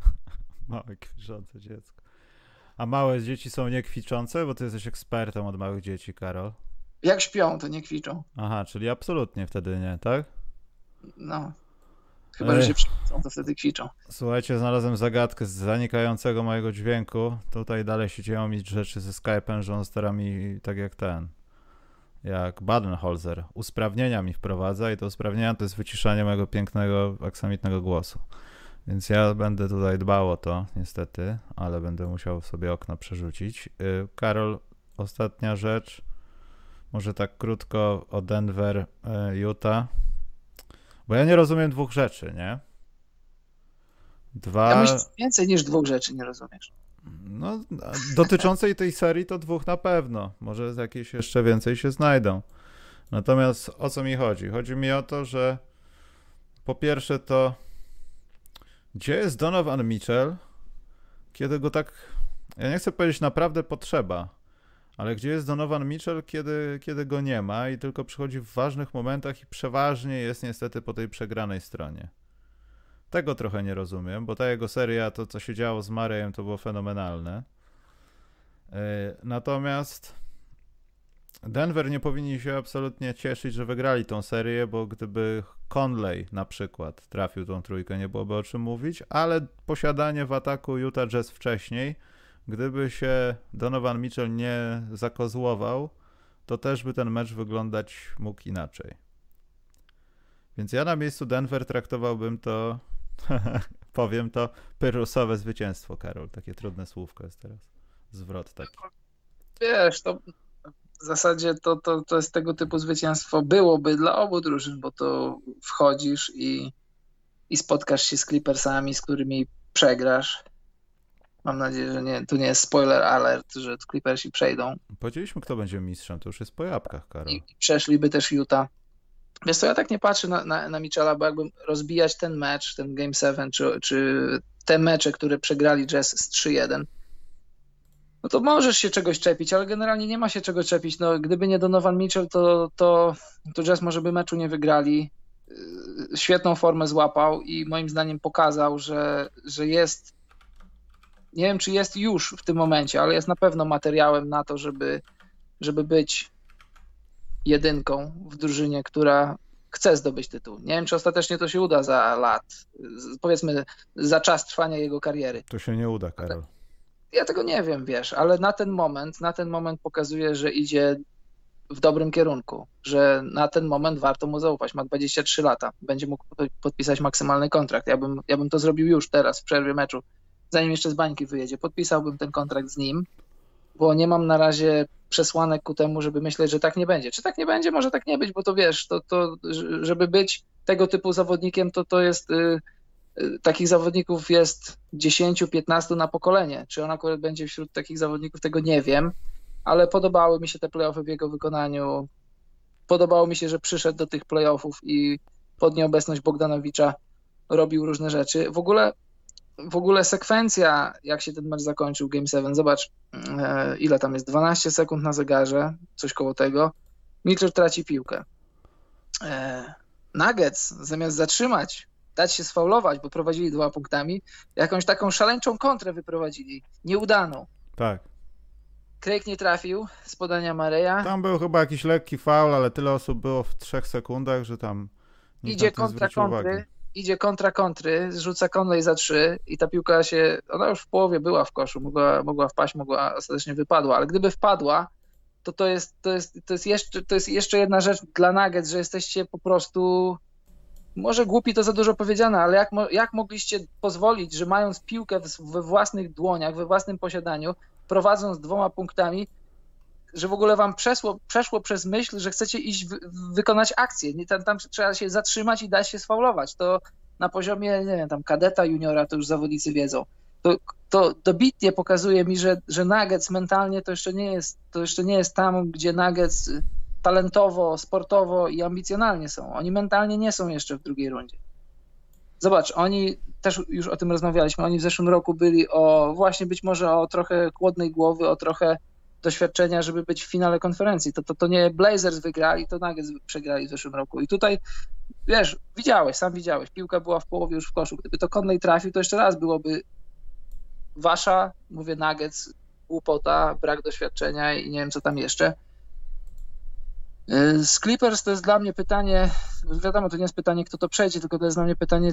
Małe kwiczące dziecko. A małe dzieci są niekwiczące? Bo ty jesteś ekspertem od małych dzieci, Karol. Jak śpią, to nie kwiczą. Aha, czyli absolutnie wtedy nie, tak? No. Chyba, że się przyjdą, to wtedy kwiczą. Słuchajcie, znalazłem zagadkę z zanikającego mojego dźwięku. Tutaj dalej się dzieją mi rzeczy ze Skype'em, że on stara mi tak jak Badenholzer. Usprawnienia mi wprowadza i to usprawnienia to jest wyciszanie mojego pięknego, aksamitnego głosu. Więc ja będę tutaj dbał o to, niestety, ale będę musiał sobie okno przerzucić. Karol, ostatnia rzecz. Może tak krótko o Denver, Utah. Bo ja nie rozumiem dwóch rzeczy, nie? Ja myślę, że więcej niż dwóch rzeczy nie rozumiesz. No, dotyczącej tej serii to dwóch na pewno. Może jakieś jeszcze więcej się znajdą. Natomiast o co mi chodzi? Chodzi mi o to, że po pierwsze to gdzie jest Donovan Mitchell, kiedy go tak, ja nie chcę powiedzieć naprawdę potrzeba, ale gdzie jest Donovan Mitchell, kiedy go nie ma i tylko przychodzi w ważnych momentach i przeważnie jest niestety po tej przegranej stronie. Tego trochę nie rozumiem, bo ta jego seria, to co się działo z Murrayem, to było fenomenalne. Natomiast Denver nie powinni się absolutnie cieszyć, że wygrali tą serię, bo gdyby Conley na przykład trafił tą trójkę, nie byłoby o czym mówić, ale posiadanie w ataku Utah Jazz wcześniej, gdyby się Donovan Mitchell nie zakozłował, to też by ten mecz wyglądać mógł inaczej. Więc ja na miejscu Denver traktowałbym to, powiem to, pyrrusowe zwycięstwo, Karol. Takie trudne słówko jest teraz. Zwrot taki. Wiesz, to w zasadzie to jest tego typu zwycięstwo byłoby dla obu drużyn, bo to wchodzisz i spotkasz się z Clippersami, z którymi przegrasz. Mam nadzieję, że to nie jest spoiler alert, że Clippersi przejdą. Powiedzieliśmy, kto będzie mistrzem, to już jest po jabłkach, Karol. I przeszliby też Utah. Wiesz co, ja tak nie patrzę na Mitchella, bo jakbym rozbijać ten mecz, ten Game 7, czy te mecze, które przegrali Jazz z 3-1, no to możesz się czegoś czepić, ale generalnie nie ma się czego czepić. No, gdyby nie Donovan Mitchell, to Jazz może by meczu nie wygrali. Świetną formę złapał i moim zdaniem pokazał, że jest, nie wiem czy jest już w tym momencie, ale jest na pewno materiałem na to, żeby być jedynką w drużynie, która chce zdobyć tytuł. Nie wiem, czy ostatecznie to się uda za lat, powiedzmy za czas trwania jego kariery. To się nie uda, Karol. Ja tego nie wiem, wiesz, ale na ten moment pokazuje, że idzie w dobrym kierunku, że na ten moment warto mu zaufać. Ma 23 lata, będzie mógł podpisać maksymalny kontrakt. Ja bym to zrobił już teraz, w przerwie meczu, zanim jeszcze z bańki wyjedzie. Podpisałbym ten kontrakt z nim, bo nie mam na razie przesłanek ku temu, żeby myśleć, że tak nie będzie. Czy tak nie będzie? Może tak nie być, bo to wiesz, to żeby być tego typu zawodnikiem, to jest... Takich zawodników jest 10-15 na pokolenie. Czy on akurat będzie wśród takich zawodników, tego nie wiem, ale podobały mi się te playoffy w jego wykonaniu. Podobało mi się, że przyszedł do tych playoffów i pod nieobecność Bogdanowicza robił różne rzeczy. W ogóle sekwencja, jak się ten mecz zakończył, Game 7, zobacz, ile tam jest, 12 sekund na zegarze, coś koło tego. Mitchell traci piłkę. Nuggets zamiast zatrzymać, dać się sfaulować, bo prowadzili 2 punktami, jakąś taką szaleńczą kontrę wyprowadzili, nieudaną. Tak. Craig nie trafił z podania Murraya. Tam był chyba jakiś lekki faul, ale tyle osób było w 3 sekundach, że tam idzie kontra kontry, zrzuca Conley za 3 i ta piłka ona już w połowie była w koszu, mogła wpaść, ostatecznie wypadła, ale gdyby wpadła, to jest jeszcze jedna rzecz dla Nuggets, że jesteście po prostu... Może głupi to za dużo powiedziane, ale jak mogliście pozwolić, że mając piłkę we własnych dłoniach, we własnym posiadaniu, prowadząc 2 punktami, że w ogóle wam przeszło przez myśl, że chcecie iść wykonać akcję. Tam trzeba się zatrzymać i dać się sfaulować. To na poziomie, nie wiem, tam kadeta, juniora, to już zawodnicy wiedzą. To dobitnie pokazuje mi, że Nuggets mentalnie to jeszcze nie jest tam, gdzie Nuggets talentowo, sportowo i ambicjonalnie są. Oni mentalnie nie są jeszcze w drugiej rundzie. Zobacz, oni też już o tym rozmawialiśmy, oni w zeszłym roku byli właśnie być może o trochę chłodnej głowy, o trochę doświadczenia, żeby być w finale konferencji. To nie Blazers wygrali, to Nuggets przegrali w zeszłym roku. I tutaj, wiesz, sam widziałeś, piłka była w połowie już w koszu. Gdyby to Conley trafił, to jeszcze raz byłoby wasza, mówię Nuggets, głupota, brak doświadczenia i nie wiem co tam jeszcze. Z Clippers to jest dla mnie pytanie, wiadomo, to nie jest pytanie, kto to przejdzie, tylko to jest dla mnie pytanie,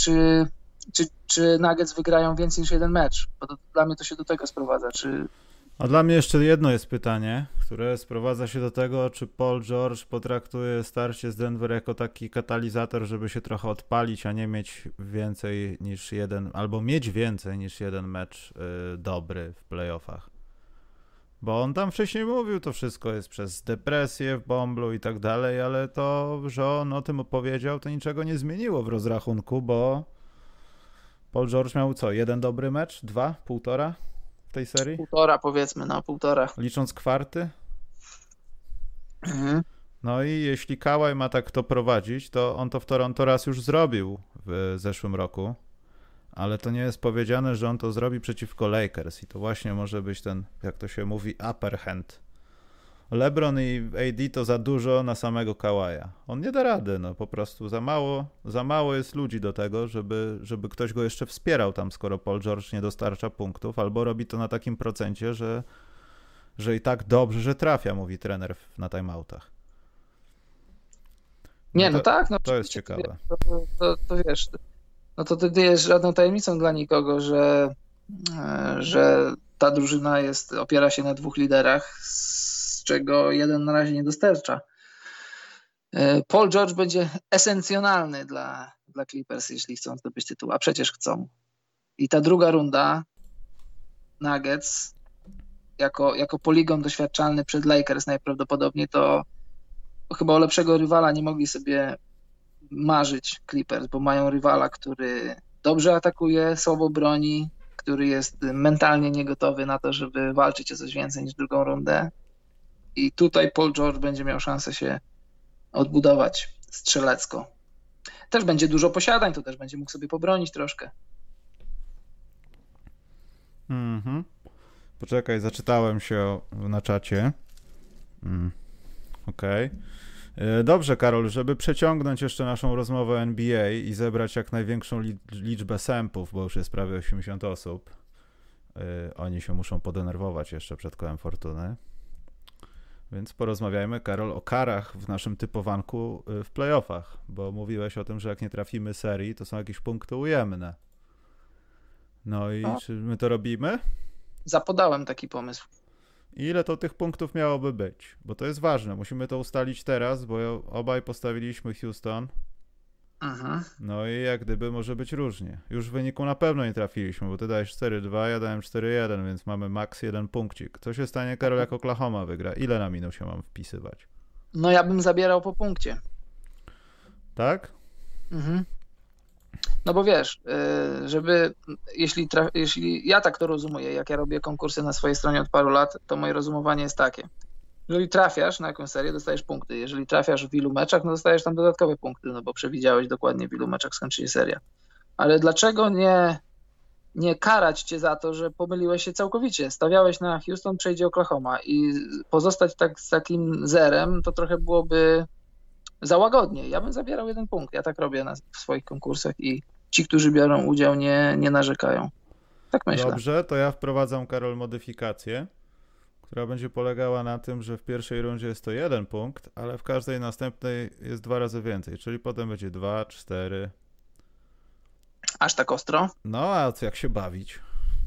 czy Nuggets wygrają więcej niż jeden mecz, bo dla mnie to się do tego sprowadza, A dla mnie jeszcze jedno jest pytanie, które sprowadza się do tego, czy Paul George potraktuje starcie z Denver jako taki katalizator, żeby się trochę odpalić, a nie mieć więcej niż jeden, albo mieć więcej niż jeden mecz dobry w playoffach. Bo on tam wcześniej mówił, to wszystko jest przez depresję w bąblu i tak dalej, ale to, że on o tym opowiedział, to niczego nie zmieniło w rozrachunku, bo Paul George miał co, jeden dobry mecz? Dwa? Półtora w tej serii? Półtora powiedzmy, półtora. Licząc kwarty? Mhm. No i jeśli Kawhi ma tak to prowadzić, to on to w Toronto raz już zrobił w zeszłym roku, ale to nie jest powiedziane, że on to zrobi przeciwko Lakers i to właśnie może być ten, jak to się mówi, upper hand. LeBron i AD to za dużo na samego Kawhi'a. On nie da rady, no po prostu za mało jest ludzi do tego, żeby ktoś go jeszcze wspierał tam, skoro Paul George nie dostarcza punktów, albo robi to na takim procencie, że i tak dobrze, że trafia, mówi trener na timeoutach. To jest ciekawe. To wiesz, no to nie jest żadną tajemnicą dla nikogo, że ta drużyna opiera się na dwóch liderach, z czego jeden na razie nie dostarcza. Paul George będzie esencjonalny dla Clippers, jeśli chcą zdobyć tytuł, a przecież chcą. I ta druga runda Nuggets jako poligon doświadczalny przed Lakers najprawdopodobniej, to chyba o lepszego rywala nie mogli sobie marzyć Clippers, bo mają rywala, który dobrze atakuje, słabo broni, który jest mentalnie niegotowy na to, żeby walczyć o coś więcej niż drugą rundę. I tutaj Paul George będzie miał szansę się odbudować strzelecko. Też będzie dużo posiadań, to też będzie mógł sobie pobronić troszkę. Poczekaj, zaczytałem się na czacie. Okej. Dobrze, Karol, żeby przeciągnąć jeszcze naszą rozmowę o NBA i zebrać jak największą liczbę sępów, bo już jest prawie 80 osób. Oni się muszą podenerwować jeszcze przed kołem Fortuny. Więc porozmawiajmy, Karol, o karach w naszym typowanku w playoffach, bo mówiłeś o tym, że jak nie trafimy serii, to są jakieś punkty ujemne. No i czy my to robimy? Zapodałem taki pomysł. Ile to tych punktów miałoby być? Bo to jest ważne. Musimy to ustalić teraz, bo obaj postawiliśmy Houston. Mhm. No i jak gdyby może być różnie. Już w wyniku na pewno nie trafiliśmy, bo ty dajesz 4-2, ja dałem 4-1, więc mamy maks 1 punkcik. Co się stanie, Karol, jak Oklahoma wygra? Ile na minusie mam wpisywać? No ja bym zabierał po punkcie. Tak? Mhm. No bo wiesz, jeśli ja tak to rozumuję, jak ja robię konkursy na swojej stronie od paru lat, to moje rozumowanie jest takie. Jeżeli trafiasz na jakąś serię, dostajesz punkty. Jeżeli trafiasz w ilu meczach, no dostajesz tam dodatkowe punkty, no bo przewidziałeś dokładnie w ilu meczach skończy się seria. Ale dlaczego nie karać cię za to, że pomyliłeś się całkowicie? Stawiałeś na Houston, przejdzie Oklahoma i pozostać tak z takim zerem, to trochę byłoby za łagodnie. Ja bym zabierał 1 punkt. Ja tak robię w swoich konkursach i ci, którzy biorą udział, nie narzekają. Tak myślę. Dobrze, to ja wprowadzam, Karol, modyfikację, która będzie polegała na tym, że w pierwszej rundzie jest to 1 punkt, ale w każdej następnej jest 2 razy więcej, czyli potem będzie 2, 4. Aż tak ostro? No, a co, jak się bawić?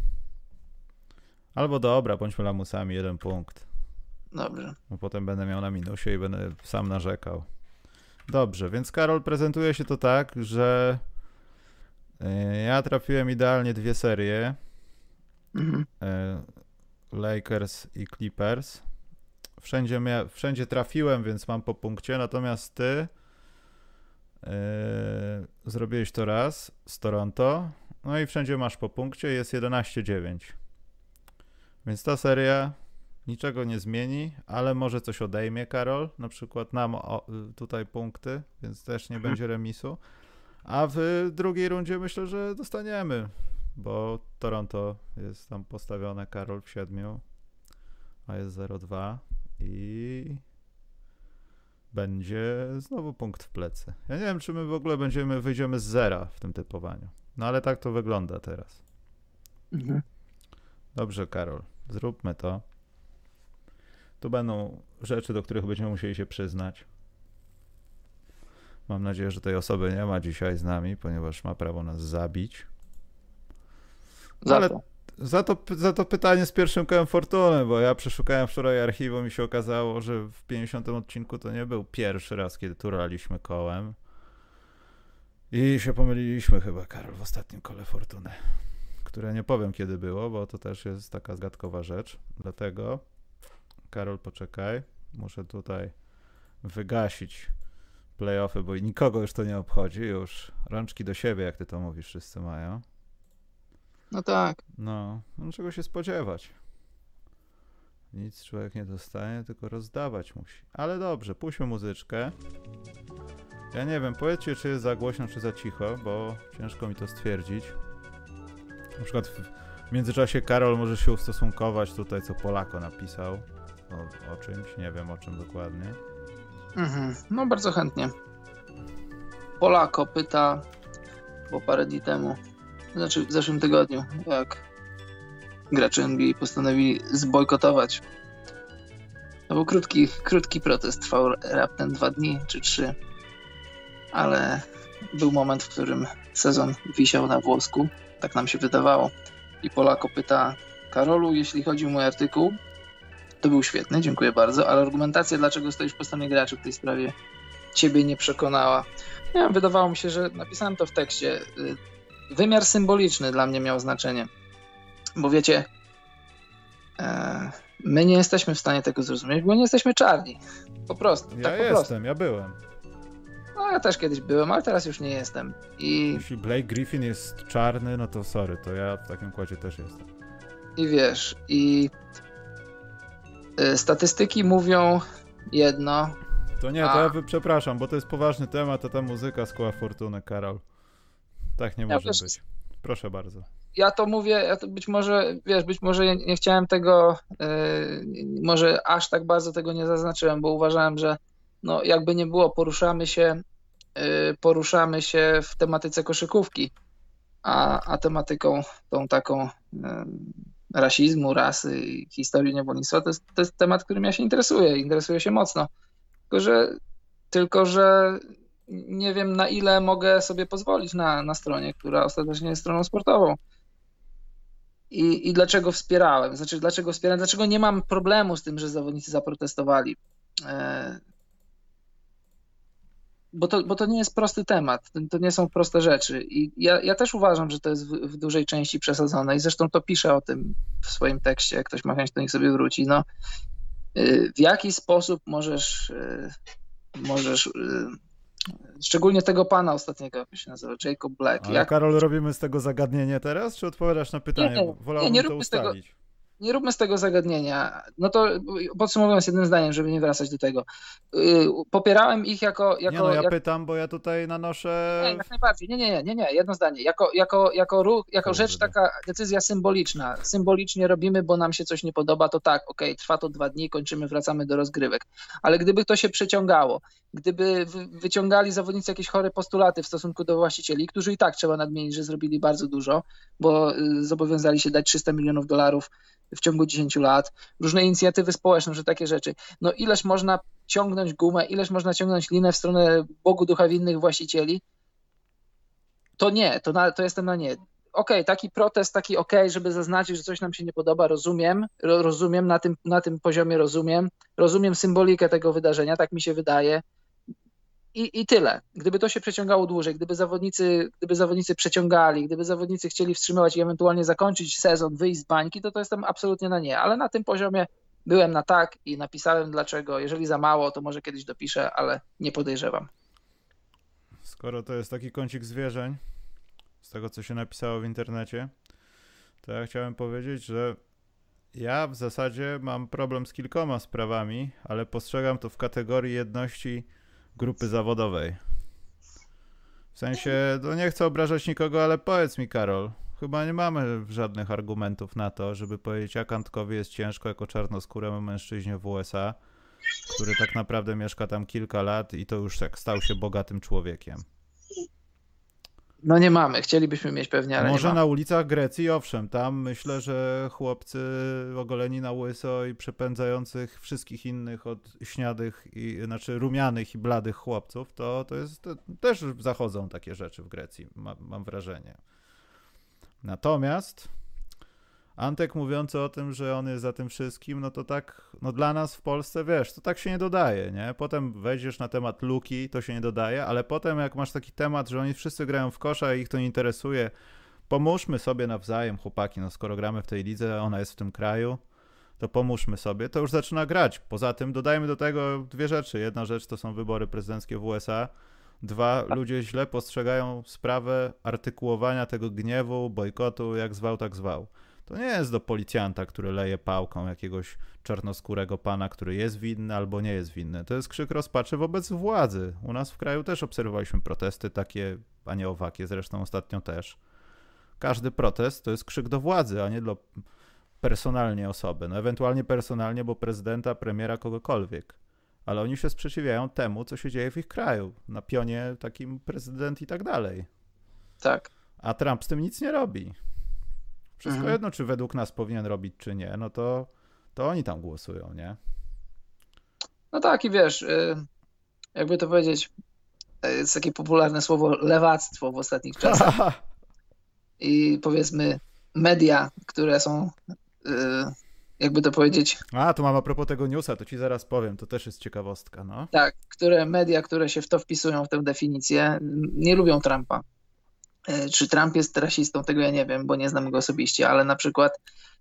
Albo dobra, bądźmy lamusami, 1 punkt. Dobrze. Bo potem będę miał na minusie i będę sam narzekał. Dobrze, więc Karol, prezentuje się to tak, że ja trafiłem idealnie 2 serie. Mhm. Lakers i Clippers. Wszędzie trafiłem, więc mam po punkcie, natomiast ty zrobiłeś to raz z Toronto, no i wszędzie masz po punkcie, jest 11-9. Więc ta seria niczego nie zmieni, ale może coś odejmie, Karol, na przykład nam tutaj punkty, więc też nie będzie remisu. A w drugiej rundzie myślę, że dostaniemy, bo Toronto jest tam postawione, Karol, w 7, a jest 0-2 i będzie znowu punkt w plecy. Ja nie wiem, czy my w ogóle wyjdziemy z zera w tym typowaniu. No ale tak to wygląda teraz. Mhm. Dobrze, Karol, zróbmy to. To będą rzeczy, do których będziemy musieli się przyznać. Mam nadzieję, że tej osoby nie ma dzisiaj z nami, ponieważ ma prawo nas zabić. Ale za to pytanie z pierwszym kołem fortuny, bo ja przeszukałem wczoraj archiwum i się okazało, że w 50. odcinku to nie był pierwszy raz, kiedy turlaliśmy kołem. I się pomyliliśmy chyba, Karol, w ostatnim kole fortuny, które nie powiem kiedy było, bo to też jest taka zagadkowa rzecz. Dlatego, Karol, poczekaj, muszę tutaj wygasić playoffy, bo nikogo już to nie obchodzi, już rączki do siebie, jak ty to mówisz, wszyscy mają. No tak. No czego się spodziewać. Nic człowiek nie dostanie, tylko rozdawać musi. Ale dobrze, puśćmy muzyczkę. Ja nie wiem, powiedzcie, czy jest za głośno, czy za cicho, bo ciężko mi to stwierdzić. Na przykład w międzyczasie Karol może się ustosunkować tutaj, co Polako napisał o czymś, nie wiem o czym dokładnie. No bardzo chętnie. Polako pyta, bo parę dni temu, znaczy w zeszłym tygodniu, jak gracze NBA postanowili zbojkotować. To był krótki protest, trwał raptem 2 dni czy 3, ale był moment, w którym sezon wisiał na włosku, tak nam się wydawało. I Polako pyta: Karolu, jeśli chodzi o mój artykuł, to był świetny, dziękuję bardzo, ale argumentacja, dlaczego stoisz po stronie graczy w tej sprawie, ciebie nie przekonała. Nie wiem, wydawało mi się, że napisałem to w tekście. Wymiar symboliczny dla mnie miał znaczenie, bo wiecie, my nie jesteśmy w stanie tego zrozumieć, bo nie jesteśmy czarni. Po prostu. Ja byłem. No ja też kiedyś byłem, ale teraz już nie jestem. Jeśli Blake Griffin jest czarny, no to sorry, to ja w takim układzie też jestem. I wiesz, statystyki mówią jedno. To nie, to ja przepraszam, bo to jest poważny temat, a ta muzyka z koła fortuny, Karol. Tak nie może być. Proszę bardzo. Ja to mówię, być może nie chciałem tego, może aż tak bardzo tego nie zaznaczyłem, bo uważałem, że no jakby nie było, poruszamy się w tematyce koszykówki, a tematyką tą taką rasizmu, rasy i historii niewolnictwa to jest temat, którym ja się interesuję się mocno. Tylko że nie wiem, na ile mogę sobie pozwolić na stronie, która ostatecznie jest stroną sportową. I dlaczego wspierałem? Dlaczego nie mam problemu z tym, że zawodnicy zaprotestowali? Bo to nie jest prosty temat, to nie są proste rzeczy. I ja też uważam, że to jest w dużej części przesadzone i zresztą to piszę o tym w swoim tekście, jak ktoś ma chęć, to niech sobie wróci. No, w jaki sposób możesz szczególnie tego pana ostatniego, jak się nazywa, Jacob Black. Ale Karol, robimy z tego zagadnienie teraz, czy odpowiadasz na pytanie? Wolałbym to ustalić. Nie róbmy z tego zagadnienia. No to podsumowując jednym zdaniem, żeby nie wracać do tego. Popierałem ich jako... ja pytam, bo ja tutaj nanoszę... Nie, jak najbardziej. Nie, jedno zdanie. Jako ruch, jako rzecz taka decyzja symboliczna. Symbolicznie robimy, bo nam się coś nie podoba, to tak, okej, trwa to 2 dni, kończymy, wracamy do rozgrywek. Ale gdyby to się przeciągało, gdyby wyciągali zawodnicy jakieś chore postulaty w stosunku do właścicieli, którzy i tak trzeba nadmienić, że zrobili bardzo dużo, bo zobowiązali się dać $300 milionów w ciągu 10 lat, różne inicjatywy społeczne, że takie rzeczy. No ileż można ciągnąć gumę, ileż można ciągnąć linę w stronę Bogu ducha winnych właścicieli? To nie, to jestem na nie. Okej, taki protest, żeby zaznaczyć, że coś nam się nie podoba, rozumiem, na tym poziomie rozumiem symbolikę tego wydarzenia, tak mi się wydaje. I tyle. Gdyby to się przeciągało dłużej, gdyby zawodnicy przeciągali, gdyby zawodnicy chcieli wstrzymywać i ewentualnie zakończyć sezon, wyjść z bańki, to jestem absolutnie na nie. Ale na tym poziomie byłem na tak i napisałem dlaczego. Jeżeli za mało, to może kiedyś dopiszę, ale nie podejrzewam. Skoro to jest taki kącik zwierzeń, z tego co się napisało w internecie, to ja chciałem powiedzieć, że ja w zasadzie mam problem z kilkoma sprawami, ale postrzegam to w kategorii jedności grupy zawodowej. W sensie, no nie chcę obrażać nikogo, ale powiedz mi, Karol, chyba nie mamy żadnych argumentów na to, żeby powiedzieć, jak Antkowi jest ciężko jako czarnoskóremu mężczyźnie w USA, który tak naprawdę mieszka tam kilka lat i to już tak stał się bogatym człowiekiem. No nie mamy, chcielibyśmy mieć pewnie, ale Może nie mamy. na ulicach Grecji, owszem, tam myślę, że chłopcy ogoleni na łyso i przepędzających wszystkich innych od śniadych, znaczy rumianych i bladych chłopców, to też zachodzą takie rzeczy w Grecji, mam wrażenie. Natomiast Antek mówiący o tym, że on jest za tym wszystkim, no to tak, no dla nas w Polsce, wiesz, to tak się nie dodaje, nie? Potem wejdziesz na temat luki, to się nie dodaje, ale potem jak masz taki temat, że oni wszyscy grają w kosza i ich to nie interesuje, pomóżmy sobie nawzajem, chłopaki, no skoro gramy w tej lidze, ona jest w tym kraju, to pomóżmy sobie, to już zaczyna grać. Poza tym dodajmy do tego dwie rzeczy. Jedna rzecz to są wybory prezydenckie w USA. Dwa, ludzie źle postrzegają sprawę artykułowania tego gniewu, bojkotu, jak zwał, tak zwał. To nie jest do policjanta, który leje pałką jakiegoś czarnoskórego pana, który jest winny albo nie jest winny. To jest krzyk rozpaczy wobec władzy. U nas w kraju też obserwowaliśmy protesty takie, a nie owakie, zresztą ostatnio też. Każdy protest to jest krzyk do władzy, a nie do personalnie osoby. No ewentualnie personalnie, bo prezydenta, premiera, kogokolwiek. Ale oni się sprzeciwiają temu, co się dzieje w ich kraju. Na pionie takim prezydent i tak dalej. Tak. A Trump z tym nic nie robi. Wszystko jedno, czy według nas powinien robić, czy nie, no to oni tam głosują, nie? No tak i wiesz, jakby to powiedzieć, jest takie popularne słowo lewactwo w ostatnich czasach. I powiedzmy media, które są, jakby to powiedzieć... A, tu mam a propos tego newsa, to ci zaraz powiem, to też jest ciekawostka, no. Tak, media, które się w to wpisują, w tę definicję, nie lubią Trumpa. Czy Trump jest rasistą, tego ja nie wiem, bo nie znam go osobiście, ale na przykład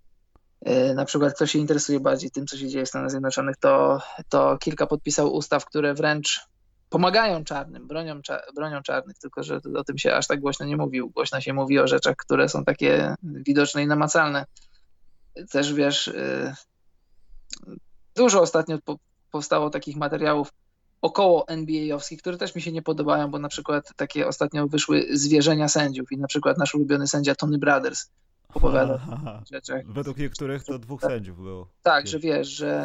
kto się interesuje bardziej tym, co się dzieje w Stanach Zjednoczonych, to kilka podpisał ustaw, które wręcz pomagają czarnym, bronią czarnych, tylko że o tym się aż tak głośno nie mówi. Głośno się mówi o rzeczach, które są takie widoczne i namacalne. Też wiesz, dużo ostatnio powstało takich materiałów około NBA-owskich, które też mi się nie podobają, bo na przykład takie ostatnio wyszły zwierzenia sędziów i na przykład nasz ulubiony sędzia Tony Brothers opowiada o rzeczach. Według niektórych to dwóch sędziów było. Tak, że wiesz,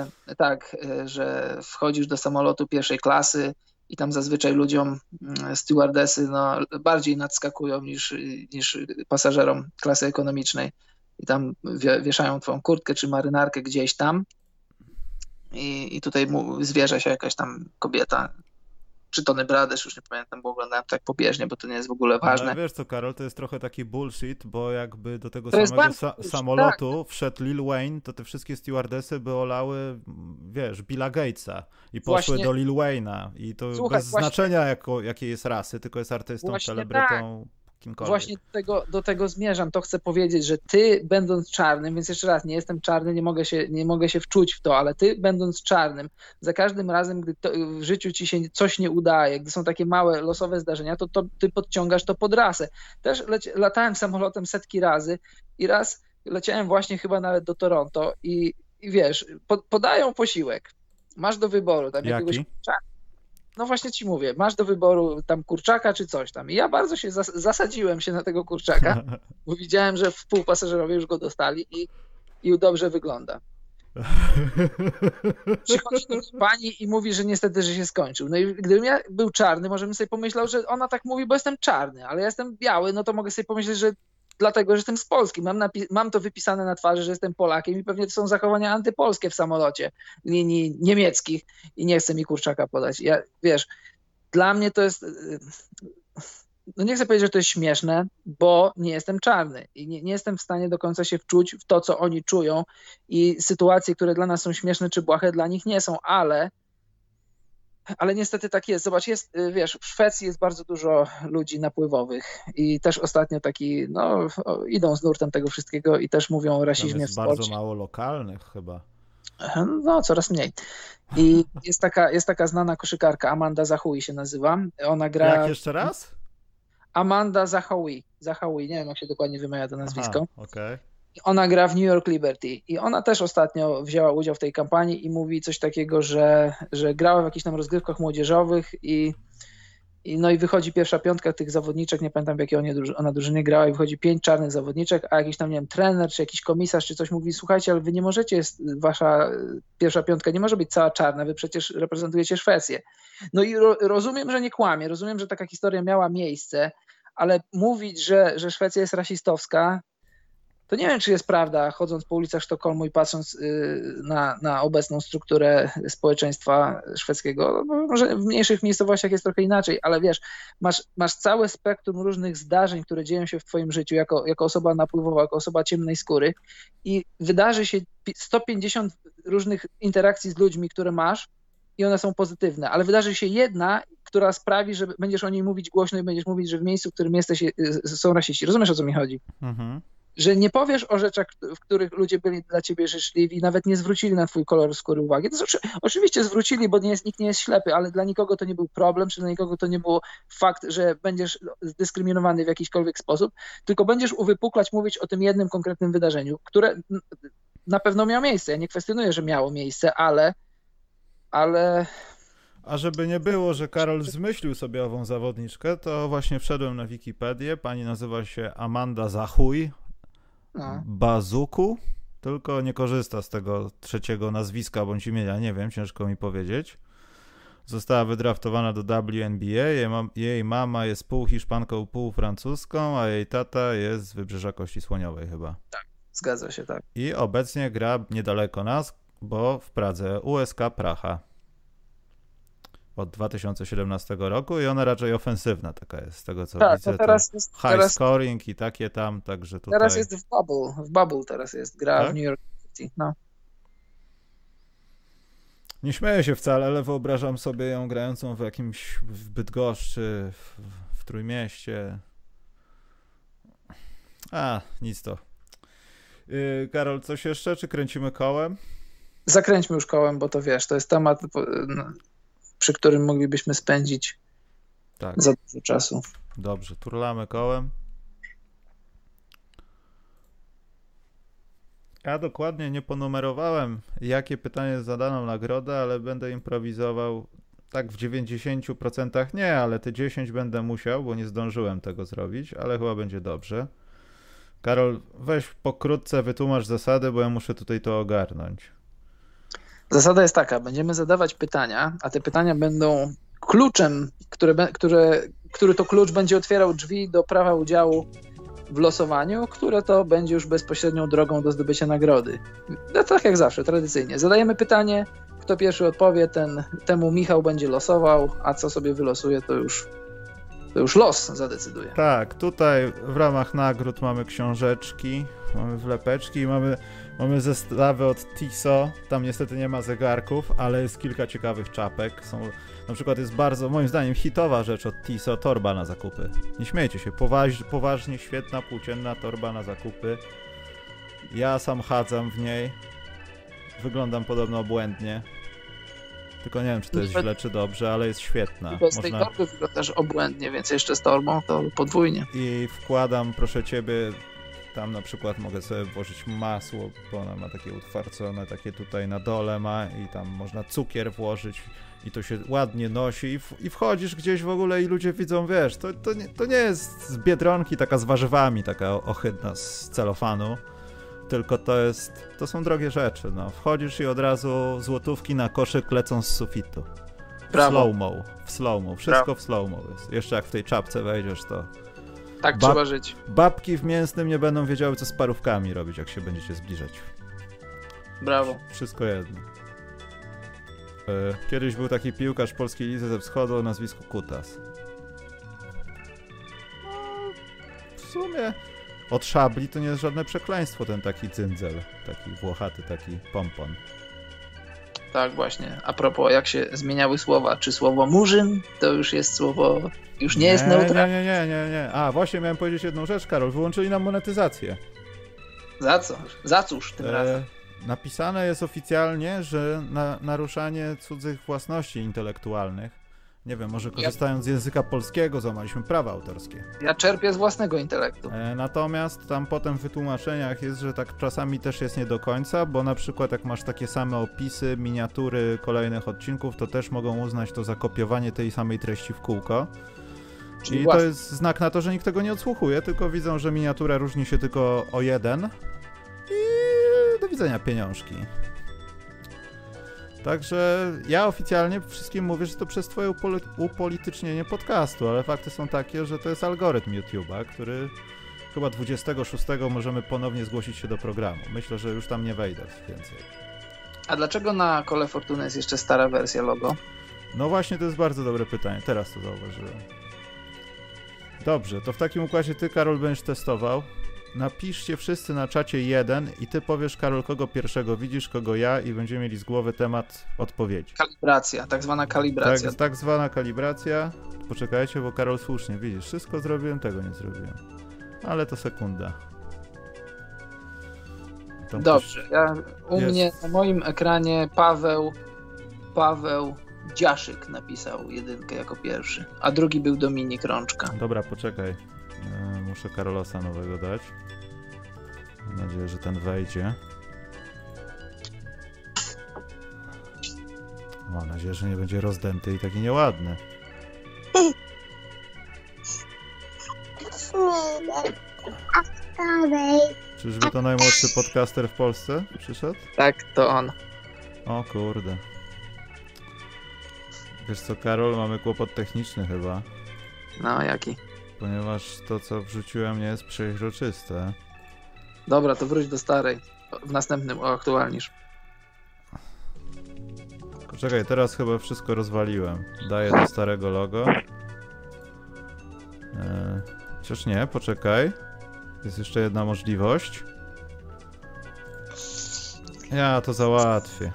że wchodzisz do samolotu pierwszej klasy i tam zazwyczaj ludziom stewardesy bardziej nadskakują niż pasażerom klasy ekonomicznej i tam wieszają twoją kurtkę czy marynarkę gdzieś tam i tutaj zwierza się jakaś tam kobieta, czy Tony Brothers, już nie pamiętam, bo oglądałem tak pobieżnie, bo to nie jest w ogóle ważne. Ale wiesz co, Karol, to jest trochę taki bullshit, bo jakby do tego samego samolotu wszedł Lil Wayne, to te wszystkie stewardesy by olały, wiesz, Billa Gatesa i poszły do Lil Wayne'a i to bez znaczenia jakiej jest rasy, tylko jest artystą, celebrytą, kimkolwiek. Właśnie do tego zmierzam, to chcę powiedzieć, że ty będąc czarnym, więc jeszcze raz, nie jestem czarny, nie mogę się wczuć w to, ale ty będąc czarnym, za każdym razem, gdy w życiu ci się coś nie udaje, gdy są takie małe losowe zdarzenia, to ty podciągasz to pod rasę. Też latałem samolotem setki razy i raz leciałem właśnie chyba nawet do Toronto i wiesz, podają posiłek, masz do wyboru tam jakiegoś kurczaka. No właśnie ci mówię, masz do wyboru tam kurczaka czy coś tam. I ja bardzo się zasadziłem się na tego kurczaka, bo widziałem, że współpasażerowie już go dostali i dobrze wygląda. Przychodzi do pani i mówi, że niestety, że się skończył. No i gdybym ja był czarny, może bym sobie pomyślał, że ona tak mówi, bo jestem czarny, ale ja jestem biały, no to mogę sobie pomyśleć, że dlatego, że jestem z Polski. Mam to wypisane na twarzy, że jestem Polakiem i pewnie to są zachowania antypolskie w samolocie linii niemieckich i nie chce mi kurczaka podać. Wiesz, dla mnie to jest... No nie chcę powiedzieć, że to jest śmieszne, bo nie jestem czarny i nie jestem w stanie do końca się wczuć w to, co oni czują i sytuacje, które dla nas są śmieszne czy błahe, dla nich nie są, ale niestety tak jest. Zobacz, wiesz, w Szwecji jest bardzo dużo ludzi napływowych i też ostatnio idą z nurtem tego wszystkiego i też mówią o rasizmie w sporcie. Jest bardzo mało lokalnych chyba. No, coraz mniej. I jest taka znana koszykarka, Amanda Zahui się nazywa. Ona gra... Jak jeszcze raz? Amanda Zahui. Zahui, nie wiem jak się dokładnie wymawia to nazwisko. Okay. Ona gra w New York Liberty i ona też ostatnio wzięła udział w tej kampanii i mówi coś takiego, że grała w jakichś tam rozgrywkach młodzieżowych i wychodzi pierwsza piątka tych zawodniczek, nie pamiętam w jakiej ona drużynie grała i wychodzi 5 czarnych zawodniczek, a jakiś tam, nie wiem, trener czy jakiś komisarz czy coś mówi, słuchajcie, ale wy nie możecie, wasza pierwsza piątka nie może być cała czarna, wy przecież reprezentujecie Szwecję. No i rozumiem, że nie kłamie, rozumiem, że taka historia miała miejsce, ale mówić, że Szwecja jest rasistowska, to nie wiem, czy jest prawda, chodząc po ulicach Sztokholmu i patrząc na obecną strukturę społeczeństwa szwedzkiego. Może w mniejszych miejscowościach jest trochę inaczej, ale wiesz, masz całe spektrum różnych zdarzeń, które dzieją się w twoim życiu jako osoba napływowa, jako osoba ciemnej skóry i wydarzy się 150 różnych interakcji z ludźmi, które masz i one są pozytywne, ale wydarzy się jedna, która sprawi, że będziesz o niej mówić głośno i będziesz mówić, że w miejscu, w którym jesteś, są rasiści. Rozumiesz, o co mi chodzi? Mhm. Że nie powiesz o rzeczach, w których ludzie byli dla ciebie życzliwi, nawet nie zwrócili na twój kolor skóry uwagi. To znaczy, oczywiście zwrócili, bo nikt nie jest ślepy, ale dla nikogo to nie był problem, czy dla nikogo to nie był fakt, że będziesz zdyskryminowany w jakikolwiek sposób, tylko będziesz uwypuklać, mówić o tym jednym konkretnym wydarzeniu, które na pewno miało miejsce. Ja nie kwestionuję, że miało miejsce, ale... A żeby nie było, że Karol zmyślił sobie ową zawodniczkę, to właśnie wszedłem na Wikipedię. Pani nazywa się Amanda Zachuj. Bazuku, tylko nie korzysta z tego trzeciego nazwiska bądź imienia, nie wiem, ciężko mi powiedzieć. Została wydraftowana do WNBA, jej mama jest pół Hiszpanką, pół francuską, a jej tata jest z Wybrzeża Kości Słoniowej chyba. Tak, zgadza się, tak. I obecnie gra niedaleko nas, bo w Pradze, USK Praha. Od 2017 roku i ona raczej ofensywna taka jest, z tego co widzę. No teraz to jest, high scoring i takie tam, także tutaj... Teraz jest w Bubble teraz jest, gra tak? W New York City, no. Nie śmieję się wcale, ale wyobrażam sobie ją grającą w jakimś, w Bydgoszczy, w Trójmieście. Nic to. Karol, coś jeszcze, czy kręcimy kołem? Zakręćmy już kołem, bo to wiesz, to jest temat... przy którym moglibyśmy spędzić za dużo czasu. Dobrze, turlamy kołem. Ja dokładnie nie ponumerowałem, jakie pytanie zadano nagrodę, ale będę improwizował tak w 90% nie, ale te 10 będę musiał, bo nie zdążyłem tego zrobić, ale chyba będzie dobrze. Karol, weź pokrótce wytłumacz zasady, bo ja muszę tutaj to ogarnąć. Zasada jest taka, będziemy zadawać pytania, a te pytania będą kluczem, który to klucz będzie otwierał drzwi do prawa udziału w losowaniu, które to będzie już bezpośrednią drogą do zdobycia nagrody. No, tak jak zawsze, tradycyjnie. Zadajemy pytanie, kto pierwszy odpowie, temu Michał będzie losował, a co sobie wylosuje, to już los zadecyduje. Tak, tutaj w ramach nagród mamy książeczki, mamy wlepeczki i mamy zestawy od Tissot. Tam niestety nie ma zegarków, ale jest kilka ciekawych czapek. Na przykład jest bardzo, moim zdaniem, hitowa rzecz od Tissot, torba na zakupy. Nie śmiejcie się, poważnie świetna, płócienna torba na zakupy. Ja sam chadzam w niej. Wyglądam podobno obłędnie. Tylko nie wiem, czy to jest źle, czy dobrze, ale jest świetna. Bez tej torby wyglądasz obłędnie, więc jeszcze z torbą to podwójnie. I wkładam, proszę ciebie, tam na przykład mogę sobie włożyć masło, bo ona ma takie utwardzone, takie tutaj na dole ma i tam można cukier włożyć i to się ładnie nosi i wchodzisz gdzieś w ogóle i ludzie widzą, wiesz, to nie jest z Biedronki taka z warzywami, taka ohydna z celofanu, tylko to są drogie rzeczy, no. Wchodzisz i od razu złotówki na koszyk lecą z sufitu. W slow-mo, wszystko w slow-mo jest. Jeszcze jak w tej czapce wejdziesz, to... Tak trzeba żyć. Babki w mięsnym nie będą wiedziały, co z parówkami robić, jak się będziecie zbliżać. Brawo. Wszystko jedno. Kiedyś był taki piłkarz polskiej lidze ze wschodu o nazwisku Kutas. No, w sumie od szabli to nie jest żadne przekleństwo, ten taki cyndzel, taki włochaty, taki pompon. Tak, właśnie. A propos, jak się zmieniały słowa, czy słowo murzyn to już jest słowo, już nie jest neutralne? Nie. A, właśnie miałem powiedzieć jedną rzecz, Karol. Wyłączyli nam monetyzację. Za co? Za cóż tym razem? Napisane jest oficjalnie, że naruszanie cudzych własności intelektualnych. Nie wiem, może korzystając z języka polskiego złamaliśmy prawa autorskie. Ja czerpię z własnego intelektu. Natomiast tam potem w wytłumaczeniach jest, że tak czasami też jest nie do końca, bo na przykład jak masz takie same opisy, miniatury kolejnych odcinków, to też mogą uznać to za kopiowanie tej samej treści w kółko. Czyli to jest znak na to, że nikt tego nie odsłuchuje, tylko widzą, że miniatura różni się tylko o 1 i do widzenia pieniążki. Także ja oficjalnie wszystkim mówię, że to przez twoje upolitycznienie podcastu, ale fakty są takie, że to jest algorytm YouTube'a, który chyba 26 możemy ponownie zgłosić się do programu. Myślę, że już tam nie wejdę więcej. A dlaczego na Kole Fortuny jest jeszcze stara wersja logo? No właśnie, to jest bardzo dobre pytanie. Teraz to zauważyłem. Dobrze, to w takim układzie ty, Karol, będziesz testował. Napiszcie wszyscy na czacie 1 i ty powiesz, Karol, kogo pierwszego widzisz, kogo ja i będziemy mieli z głowy temat odpowiedzi. Kalibracja, tak zwana kalibracja. Tak zwana kalibracja. Poczekajcie, bo Karol słusznie, widzisz, wszystko zrobiłem, tego nie zrobiłem. Ale to sekunda. Tam Dobrze, mnie na moim ekranie Paweł Dziaszyk napisał 1 jako pierwszy, a drugi był Dominik Rączka. Dobra, poczekaj. Muszę Karolosa nowego dać. Mam nadzieję, że ten wejdzie. Mam nadzieję, że nie będzie rozdęty i taki nieładny. Czyżby to najmłodszy podcaster w Polsce przyszedł? Tak, to on. O kurde. Wiesz co, Karol, mamy kłopot techniczny chyba. No, jaki? Ponieważ to, co wrzuciłem, nie jest przeźroczyste. Dobra, to wróć do starej. W następnym uaktualnisz. Poczekaj, teraz chyba wszystko rozwaliłem. Daję do starego logo. Chociaż nie, poczekaj. Jest jeszcze jedna możliwość. Ja to załatwię.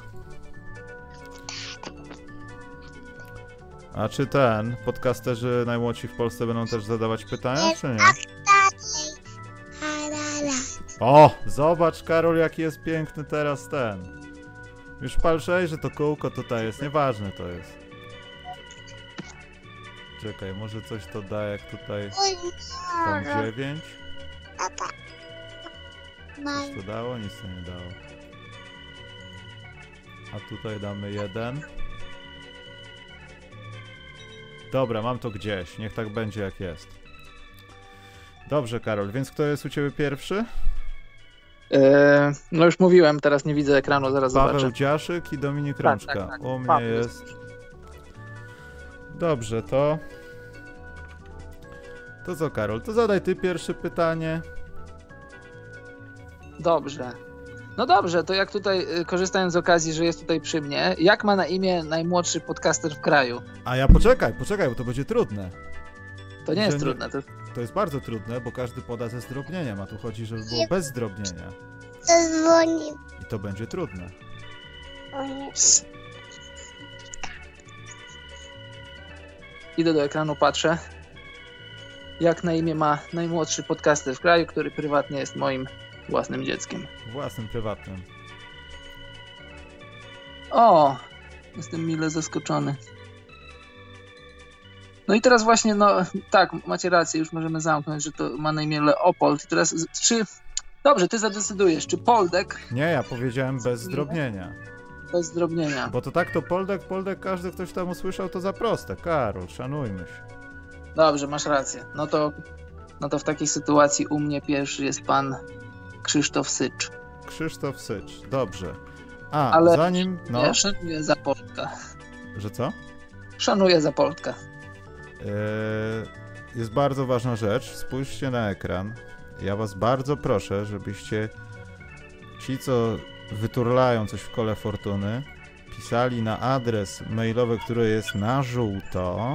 A czy podcasterzy najmłodsi w Polsce będą też zadawać pytania, czy nie? O! Zobacz, Karol, jaki jest piękny teraz Już palszej, że to kółko tutaj jest. Nieważne to jest. Czekaj, może coś to da, jak tutaj tam 9. Coś to dało? Nic to nie dało. A tutaj damy 1. Dobra, mam to gdzieś. Niech tak będzie, jak jest. Dobrze, Karol, więc kto jest u ciebie pierwszy? No już mówiłem, teraz nie widzę ekranu, zaraz Paweł zobaczę. Dziaszyk i Dominik Rączka. Tak. U mnie Paweł jest... Dobrze, to co, Karol? To zadaj ty pierwsze pytanie. Dobrze. No dobrze, to jak tutaj, korzystając z okazji, że jest tutaj przy mnie, jak ma na imię najmłodszy podcaster w kraju? A ja poczekaj, bo to będzie trudne. To nie jest trudne. To jest bardzo trudne, bo każdy poda ze zdrobnieniem, a tu chodzi, żeby było bez zdrobnienia. Zadzwonił. I to będzie trudne. Idę do ekranu, patrzę. Jak na imię ma najmłodszy podcaster w kraju, który prywatnie jest moim własnym dzieckiem. Własnym, prywatnym. O! Jestem mile zaskoczony. No i teraz właśnie, no tak, macie rację, już możemy zamknąć, że to ma na imię Leopold. I teraz, dobrze, ty zadecydujesz, czy Poldek? Nie, ja powiedziałem bez zdrobnienia. Bez zdrobnienia. Bo to tak to Poldek, każdy ktoś tam usłyszał, to za proste. Karol, szanujmy się. Dobrze, masz rację. No to w takiej sytuacji u mnie pierwszy jest pan Krzysztof Sycz. Krzysztof Sycz, dobrze. A, ale zanim... No, ja szanuję Zapoldka. że co? Szanuję Zapoldka. Jest bardzo ważna rzecz. Spójrzcie na ekran. Ja was bardzo proszę, żebyście ci, co wyturlają coś w Kole Fortuny, pisali na adres mailowy, który jest na żółto,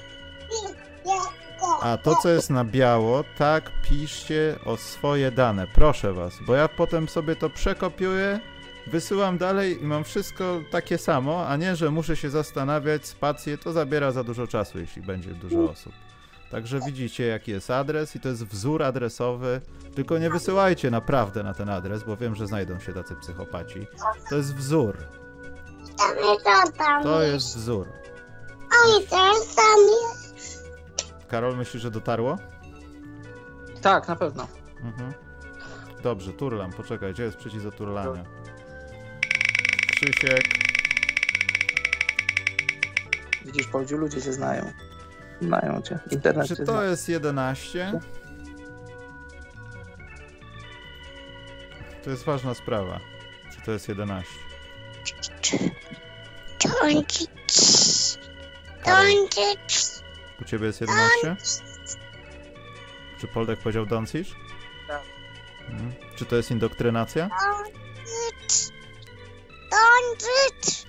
a to, co jest na biało, tak piszcie o swoje dane. Proszę was, bo ja potem sobie to przekopiuję, wysyłam dalej i mam wszystko takie samo, a nie, że muszę się zastanawiać, spację, to zabiera za dużo czasu, jeśli będzie dużo osób. Także widzicie, jaki jest adres i to jest wzór adresowy, tylko nie wysyłajcie naprawdę na ten adres, bo wiem, że znajdą się tacy psychopaci. To jest wzór. To jest wzór. Oj, teraz tam jest. Karol, myślisz, że dotarło? Tak, na pewno. Mhm. Dobrze, turlam, poczekaj, gdzie jest przycisk do turlania? Krzysiek. Widzisz, Poldziu, ludzie się znają. Znają cię, internet Czy cię to zna. jest 11? To jest ważna sprawa. Czy to jest 11? Doncic. U ciebie jest 11? Czy Poldek powiedział Doncic? Tak. Czy to jest indoktrynacja? Doncic.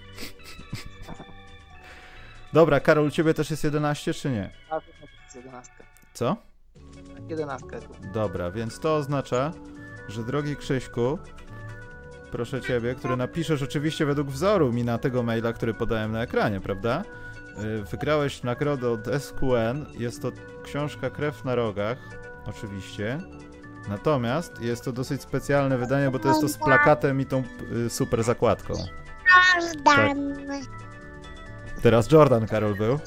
Dobra, Karol, u ciebie też jest 11, czy nie? A, to jest 11. Co? 11. Dobra, więc to oznacza, że drogi Krzyśku, proszę ciebie, który napiszesz oczywiście według wzoru mi na tego maila, który podałem na ekranie, prawda? Wygrałeś nagrodę od SQN, jest to książka Krew na rogach, oczywiście. Natomiast jest to dosyć specjalne wydanie, bo to jest to z plakatem i tą super zakładką. Jordan. Teraz Jordan, Karol, był.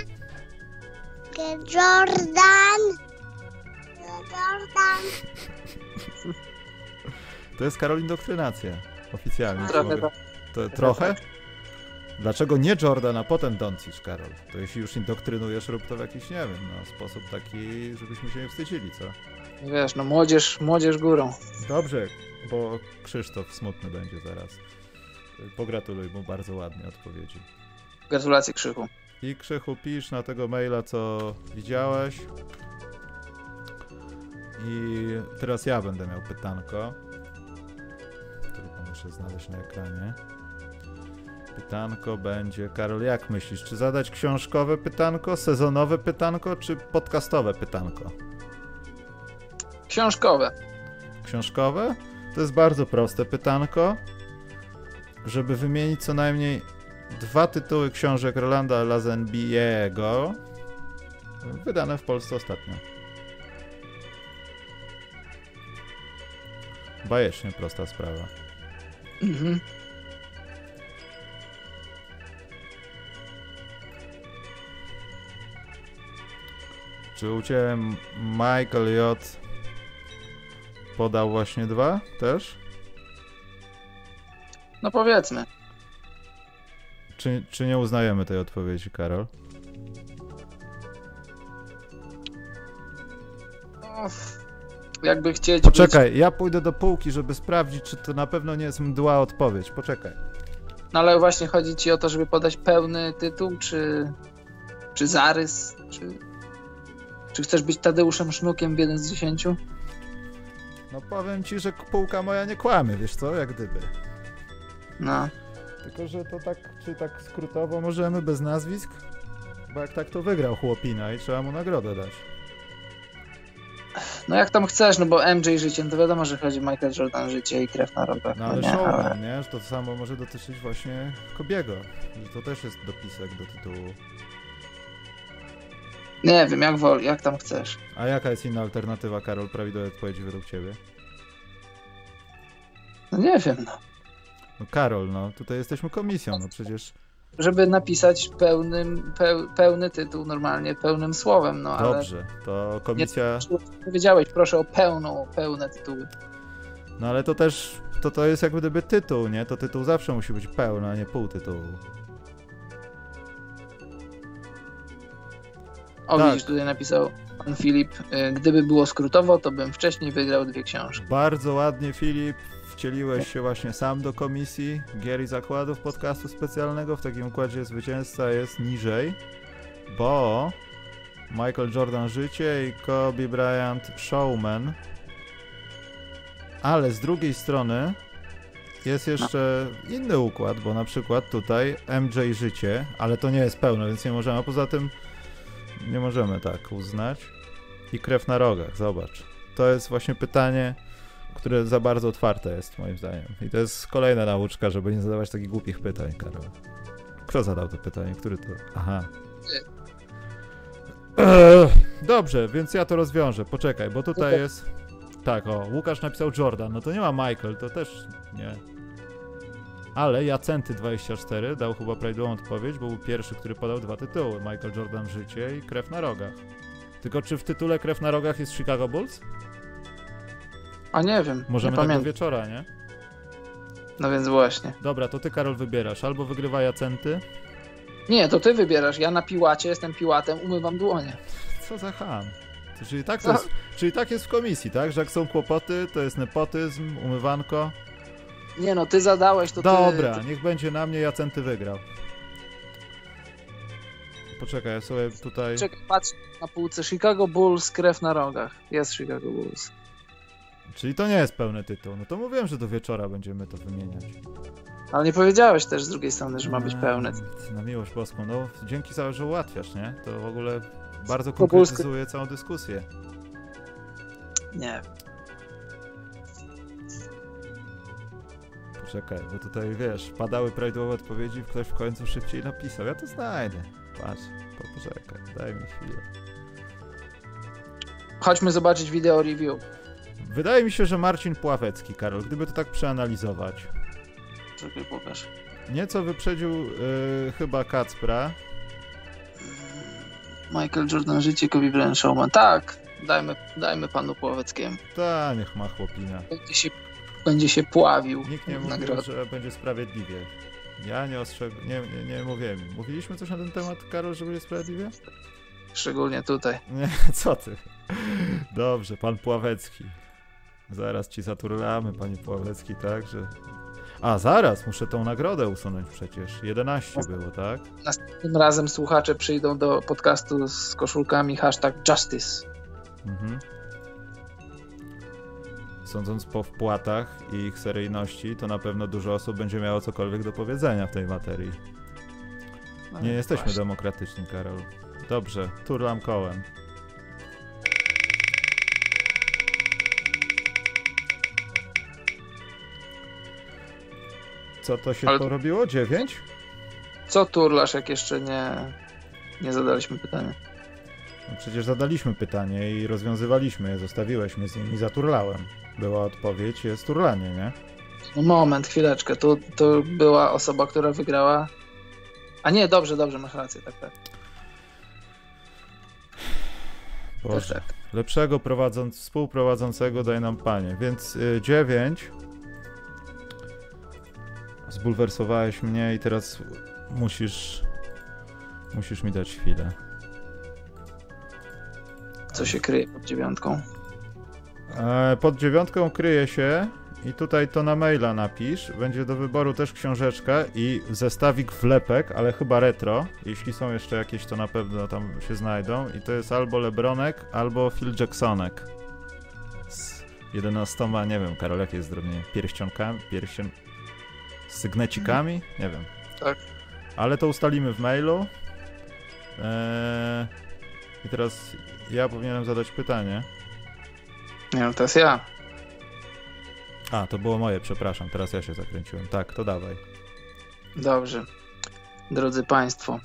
Jordan. To jest, Karol, indoktrynacja. Oficjalnie. Trochę mogę. Trochę? Dlaczego nie Jordan, a potem Doncic, Karol? To jeśli już indoktrynujesz, rób to w jakiś, nie wiem, sposób taki, żebyśmy się nie wstydzili, co? Wiesz, no młodzież górą. Dobrze, bo Krzysztof smutny będzie zaraz. Pogratuluj mu bardzo ładnie odpowiedzi. Gratulacje, Krzychu. I Krzychu, pisz na tego maila, co widziałeś. I teraz ja będę miał pytanko. Tylko muszę znaleźć na ekranie. Pytanko będzie, Karol, jak myślisz, czy zadać książkowe pytanko, sezonowe pytanko, czy podcastowe pytanko? Książkowe. Książkowe? To jest bardzo proste pytanko. Żeby wymienić co najmniej 2 tytuły książek Rolanda Lazenby'ego, wydane w Polsce ostatnio. Bajecznie prosta sprawa. Mhm. Czy u Ciebie Michael J. podał właśnie 2 też? No powiedzmy. Czy nie uznajemy tej odpowiedzi, Karol? Jakby chcieć Poczekaj, ja pójdę do półki, żeby sprawdzić, czy to na pewno nie jest mdła odpowiedź. Poczekaj. No ale właśnie chodzi ci o to, żeby podać pełny tytuł, czy zarys, czy chcesz być Tadeuszem Sznukiem w 1 z 10? No powiem ci, że półka moja nie kłamie, wiesz co, jak gdyby. No. Tylko, że to tak, czy tak skrótowo możemy, bez nazwisk? Bo jak tak, to wygrał chłopina i trzeba mu nagrodę dać. No jak tam chcesz, no bo MJ życie, no to wiadomo, że chodzi Michael Jordan życie i krew na rogach. No ale nie, showman, nie? Że to samo może dotyczyć właśnie Kobiego. Że to też jest dopisek do tytułu. Nie wiem, jak tam chcesz. A jaka jest inna alternatywa, Karol, prawidłowej odpowiedzi według ciebie? No nie wiem, no. No Karol, no tutaj jesteśmy komisją, no przecież... Żeby napisać pełny tytuł normalnie, pełnym słowem, no ale... Dobrze, to komisja... Nie powiedziałeś, proszę o pełne tytuły. No ale to też, to jest jak gdyby tytuł, nie? To tytuł zawsze musi być pełny, a nie pół tytułu. O, Tak. widzisz, tutaj napisał pan Filip, gdyby było skrótowo, to bym wcześniej wygrał 2 książki. Bardzo ładnie, Filip, wcieliłeś się właśnie sam do komisji gier i zakładów podcastu specjalnego. W takim układzie zwycięzca jest niżej, bo Michael Jordan życie i Kobe Bryant showman. Ale z drugiej strony jest jeszcze inny układ, bo na przykład tutaj MJ życie, ale to nie jest pełne, więc nie możemy, a poza tym nie możemy tak uznać. I krew na rogach, zobacz. To jest właśnie pytanie, które za bardzo otwarte jest moim zdaniem. I to jest kolejna nauczka, żeby nie zadawać takich głupich pytań, Karol. Kto zadał to pytanie? Który to? Aha. Dobrze, więc ja to rozwiążę. Poczekaj, bo tutaj jest... Tak, o, Łukasz napisał Jordan. No to nie ma Michael, to też nie. Ale Jacenty24 dał chyba prawidłową odpowiedź, bo był pierwszy, który podał 2 tytuły. Michael Jordan życie i krew na rogach. Tylko czy w tytule krew na rogach jest Chicago Bulls? A nie wiem, Możemy nie tak do pamiętam. wieczora, nie? No więc właśnie. Dobra, to ty, Karol, wybierasz. Albo wygrywa Jacenty. Nie, to ty wybierasz. Ja na piłacie jestem piłatem, umywam dłonie. Co za ham. To czyli tak jest w komisji, tak? Że jak są kłopoty, to jest nepotyzm, umywanko. Nie no, ty zadałeś, to Dobra, ty... niech będzie na mnie, Jacenty wygrał. Poczekaj, ja sobie tutaj... Czekaj, patrz na półce. Chicago Bulls, krew na rogach. Jest Chicago Bulls. Czyli to nie jest pełny tytuł. No to mówiłem, że do wieczora będziemy to wymieniać. Ale nie powiedziałeś też z drugiej strony, że ma być pełny. Na miłość boską. No dzięki za, że ułatwiasz, nie? To w ogóle bardzo Po polsku- konkretyzuje całą dyskusję. Nie. Poczekaj, bo tutaj wiesz, padały prawidłowe odpowiedzi, ktoś w końcu szybciej napisał. Ja to znajdę. Patrz, poczekaj, daj mi chwilę. Chodźmy zobaczyć wideo review. Wydaje mi się, że Marcin Pławecki, Karol, gdyby to tak przeanalizować. Czekaj, pokaż. Nieco wyprzedził chyba Kacpra. Michael Jordan, życie, Kobe Bryant, showman. Tak, dajmy panu Pławeckiemu. Ta, niech ma chłopina. Będzie się pławił. Nikt nie mówił, że będzie sprawiedliwie. Ja nie mówiłem. Mówiliśmy coś na ten temat, Karol, że będzie sprawiedliwie? Szczególnie tutaj. Nie, co ty? Dobrze, pan Pławecki. Zaraz ci zaturlamy, panie Pławecki, tak, że... A, zaraz, muszę tą nagrodę usunąć przecież. 11 było, tak? Następnym razem słuchacze przyjdą do podcastu z koszulkami #Justice. Mhm. Sądząc po wpłatach i ich seryjności, to na pewno dużo osób będzie miało cokolwiek do powiedzenia w tej materii. No, Nie jesteśmy właśnie. demokratyczni, Karol. Dobrze, turlam kołem. Co to się Ale- porobiło? 9? Co turlasz, jak jeszcze nie zadaliśmy pytania? No przecież zadaliśmy pytanie i rozwiązywaliśmy je, zostawiłeś mnie z nimi, zaturlałem. Była odpowiedź, jest turlanie, nie? No moment, chwileczkę. To była osoba, która wygrała. A nie, dobrze, masz rację, tak. Boże, Tak. lepszego współprowadzącego daj nam Panie. Więc 9. Zbulwersowałeś mnie i teraz musisz mi dać chwilę. Co się kryje pod 9? Pod 9 kryje się i tutaj to na maila napisz. Będzie do wyboru też książeczka i zestawik wlepek, ale chyba retro. Jeśli są jeszcze jakieś, to na pewno tam się znajdą. I to jest albo Lebronek, albo Phil Jacksonek. Z 11, nie wiem, Karol, jakie jest zdrobnienie? Pierścionkami? Z sygnecikami? Nie wiem. Tak. Ale to ustalimy w mailu. I teraz ja powinienem zadać pytanie. Nie, no to jest ja. A, to było moje, przepraszam, teraz ja się zakręciłem. Tak, to dawaj. Dobrze. Drodzy Państwo,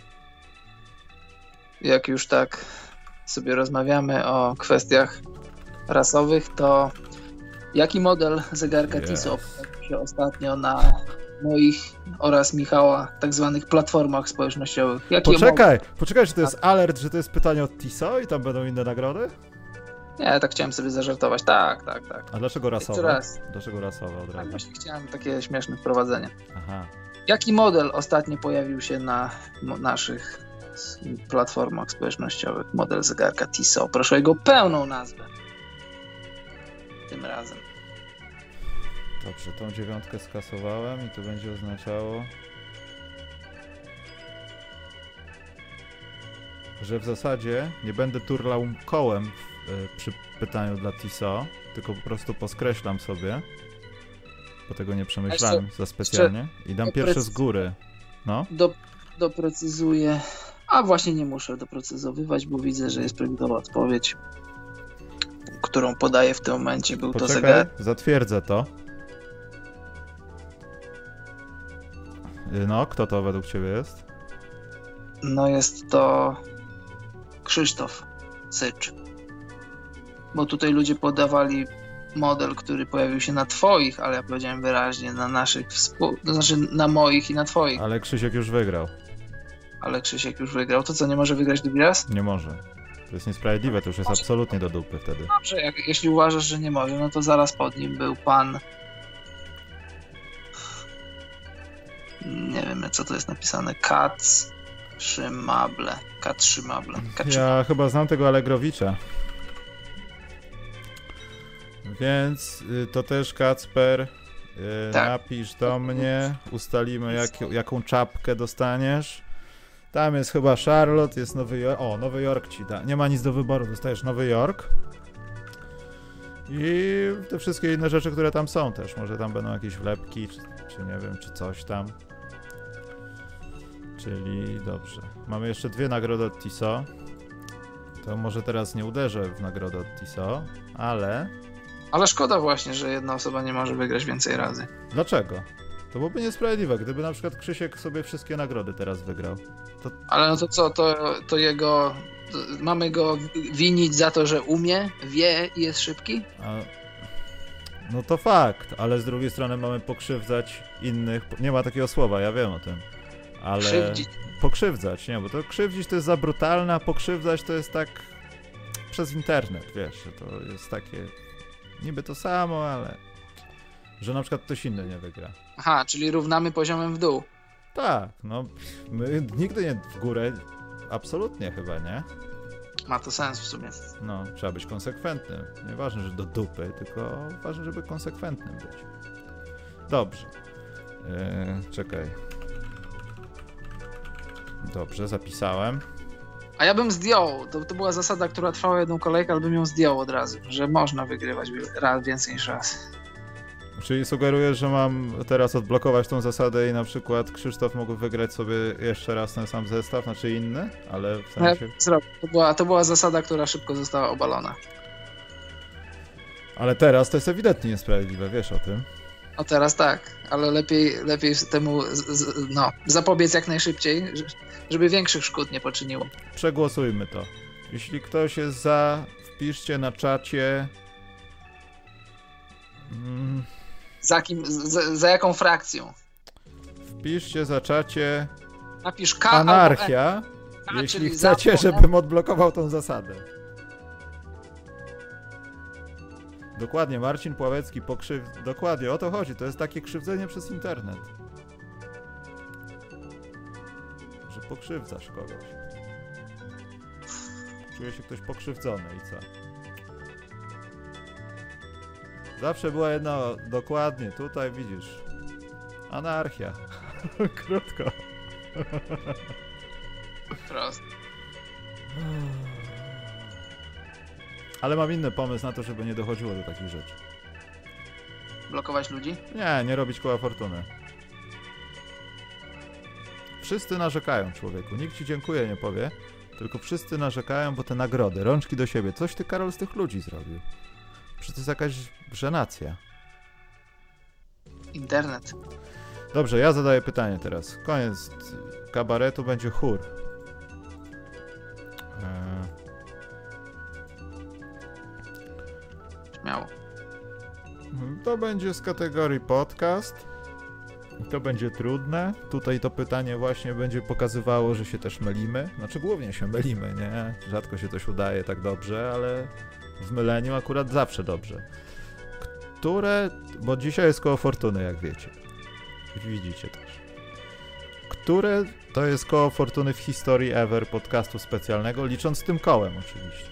jak już tak sobie rozmawiamy o kwestiach rasowych, to jaki model zegarka Tissot pojawił się ostatnio na moich oraz Michała tak zwanych platformach społecznościowych? Poczekaj, że to jest alert, że to jest pytanie od Tissot i tam będą inne nagrody? Nie, tak chciałem sobie zażartować. Tak. A dlaczego rasowe? Jeszcze raz. Dlaczego rasowe od Tak, razu? właśnie chciałem takie śmieszne wprowadzenie. Aha. Jaki model ostatnio pojawił się na naszych platformach społecznościowych? Model zegarka Tissot. Proszę o jego pełną nazwę. Tym razem. Dobrze, tą 9 skasowałem i to będzie oznaczało, że w zasadzie nie będę turlał kołem przy pytaniu dla Tissot, tylko po prostu poskreślam sobie, bo tego nie przemyślałem za specjalnie i dam pierwsze z góry. No. Doprecyzuję. A właśnie nie muszę doprecyzowywać, bo widzę, że jest prawidłowa odpowiedź, którą podaję w tym momencie. Był to zegar. Zatwierdzę to. No, kto to według ciebie jest? No jest to Krzysztof Sycz. Bo tutaj ludzie podawali model, który pojawił się na twoich, ale ja powiedziałem wyraźnie na naszych to znaczy na moich i na twoich. Ale Krzysiek już wygrał. Ale Krzysiek już wygrał. To co, nie może wygrać drugi raz? Nie może. To jest niesprawiedliwe, to już jest absolutnie do dupy wtedy. Dobrze, jeśli uważasz, że nie może, no to zaraz pod nim był pan... Nie wiem, co to jest napisane. Katrzymable. Ja chyba znam tego Allegrowicza. Więc to też Kacper, tak. Napisz do mnie, ustalimy jaką czapkę dostaniesz Tam jest chyba Charlotte, jest Nowy Jork. O, Nowy Jork ci da. Nie ma nic do wyboru, dostajesz Nowy Jork. I te wszystkie inne rzeczy, które tam są też. Może tam będą jakieś wlepki, czy nie wiem, czy coś tam. Czyli dobrze. Mamy jeszcze 2 nagrody od Tissot. To może teraz nie uderzę w nagrodę od Tissot, ale... Ale szkoda właśnie, że jedna osoba nie może wygrać więcej razy. Dlaczego? To byłoby niesprawiedliwe, gdyby na przykład Krzysiek sobie wszystkie nagrody teraz wygrał. To... Ale no to co, to jego... Mamy go winić za to, że umie, wie i jest szybki? No to fakt, ale z drugiej strony mamy pokrzywdzać innych. Nie ma takiego słowa, ja wiem o tym. Ale... Krzywdzić. Pokrzywdzać, nie, bo to krzywdzić to jest za brutalne, a pokrzywdzać to jest tak przez internet, wiesz, że to jest takie niby to samo, ale że na przykład ktoś inny nie wygra. Aha, czyli równamy poziomem w dół. Tak, no my nigdy nie w górę, absolutnie chyba, nie? Ma to sens w sumie. No, trzeba być konsekwentnym. Nieważne, że do dupy, tylko ważne, żeby konsekwentnym być. Dobrze. Czekaj. Dobrze, zapisałem. A ja bym zdjął. To była zasada, która trwała jedną kolejkę, ale bym ją zdjął od razu, że można wygrywać raz więcej niż raz. Czyli sugerujesz, że mam teraz odblokować tą zasadę i na przykład Krzysztof mógł wygrać sobie jeszcze raz ten sam zestaw, znaczy inny, ale w sensie... To była zasada, która szybko została obalona. Ale teraz to jest ewidentnie niesprawiedliwe, wiesz o tym. No teraz tak, ale lepiej temu zapobiec jak najszybciej, żeby większych szkód nie poczyniło. Przegłosujmy to. Jeśli ktoś jest za, wpiszcie na czacie... Za kim? Za jaką frakcją? Wpiszcie za czacie Napisz K anarchia, albo jeśli chcecie, żebym odblokował tą zasadę. Dokładnie, Marcin Pławecki Dokładnie, o to chodzi. To jest takie krzywdzenie przez internet. Że pokrzywdzasz kogoś. Czuje się ktoś pokrzywdzony i co? Zawsze była jedna, dokładnie, tutaj widzisz. Anarchia. Krótko. Prost. Ale mam inny pomysł na to, żeby nie dochodziło do takich rzeczy. Blokować ludzi? Nie robić koła fortuny. Wszyscy narzekają, człowieku. Nikt ci dziękuję nie powie, tylko wszyscy narzekają, bo te nagrody, rączki do siebie. Coś ty, Karol, z tych ludzi zrobił. Przecież to jest jakaś żenacja. Internet. Dobrze, ja zadaję pytanie teraz. Koniec kabaretu, będzie chór. Śmiało. To będzie z kategorii podcast. To będzie trudne. Tutaj to pytanie właśnie będzie pokazywało, że się też mylimy. Znaczy głównie się mylimy, nie? Rzadko się coś udaje tak dobrze, ale w myleniu akurat zawsze dobrze. Bo dzisiaj jest koło fortuny, jak wiecie. Widzicie też. Które to jest koło fortuny w historii ever podcastu specjalnego, licząc tym kołem oczywiście.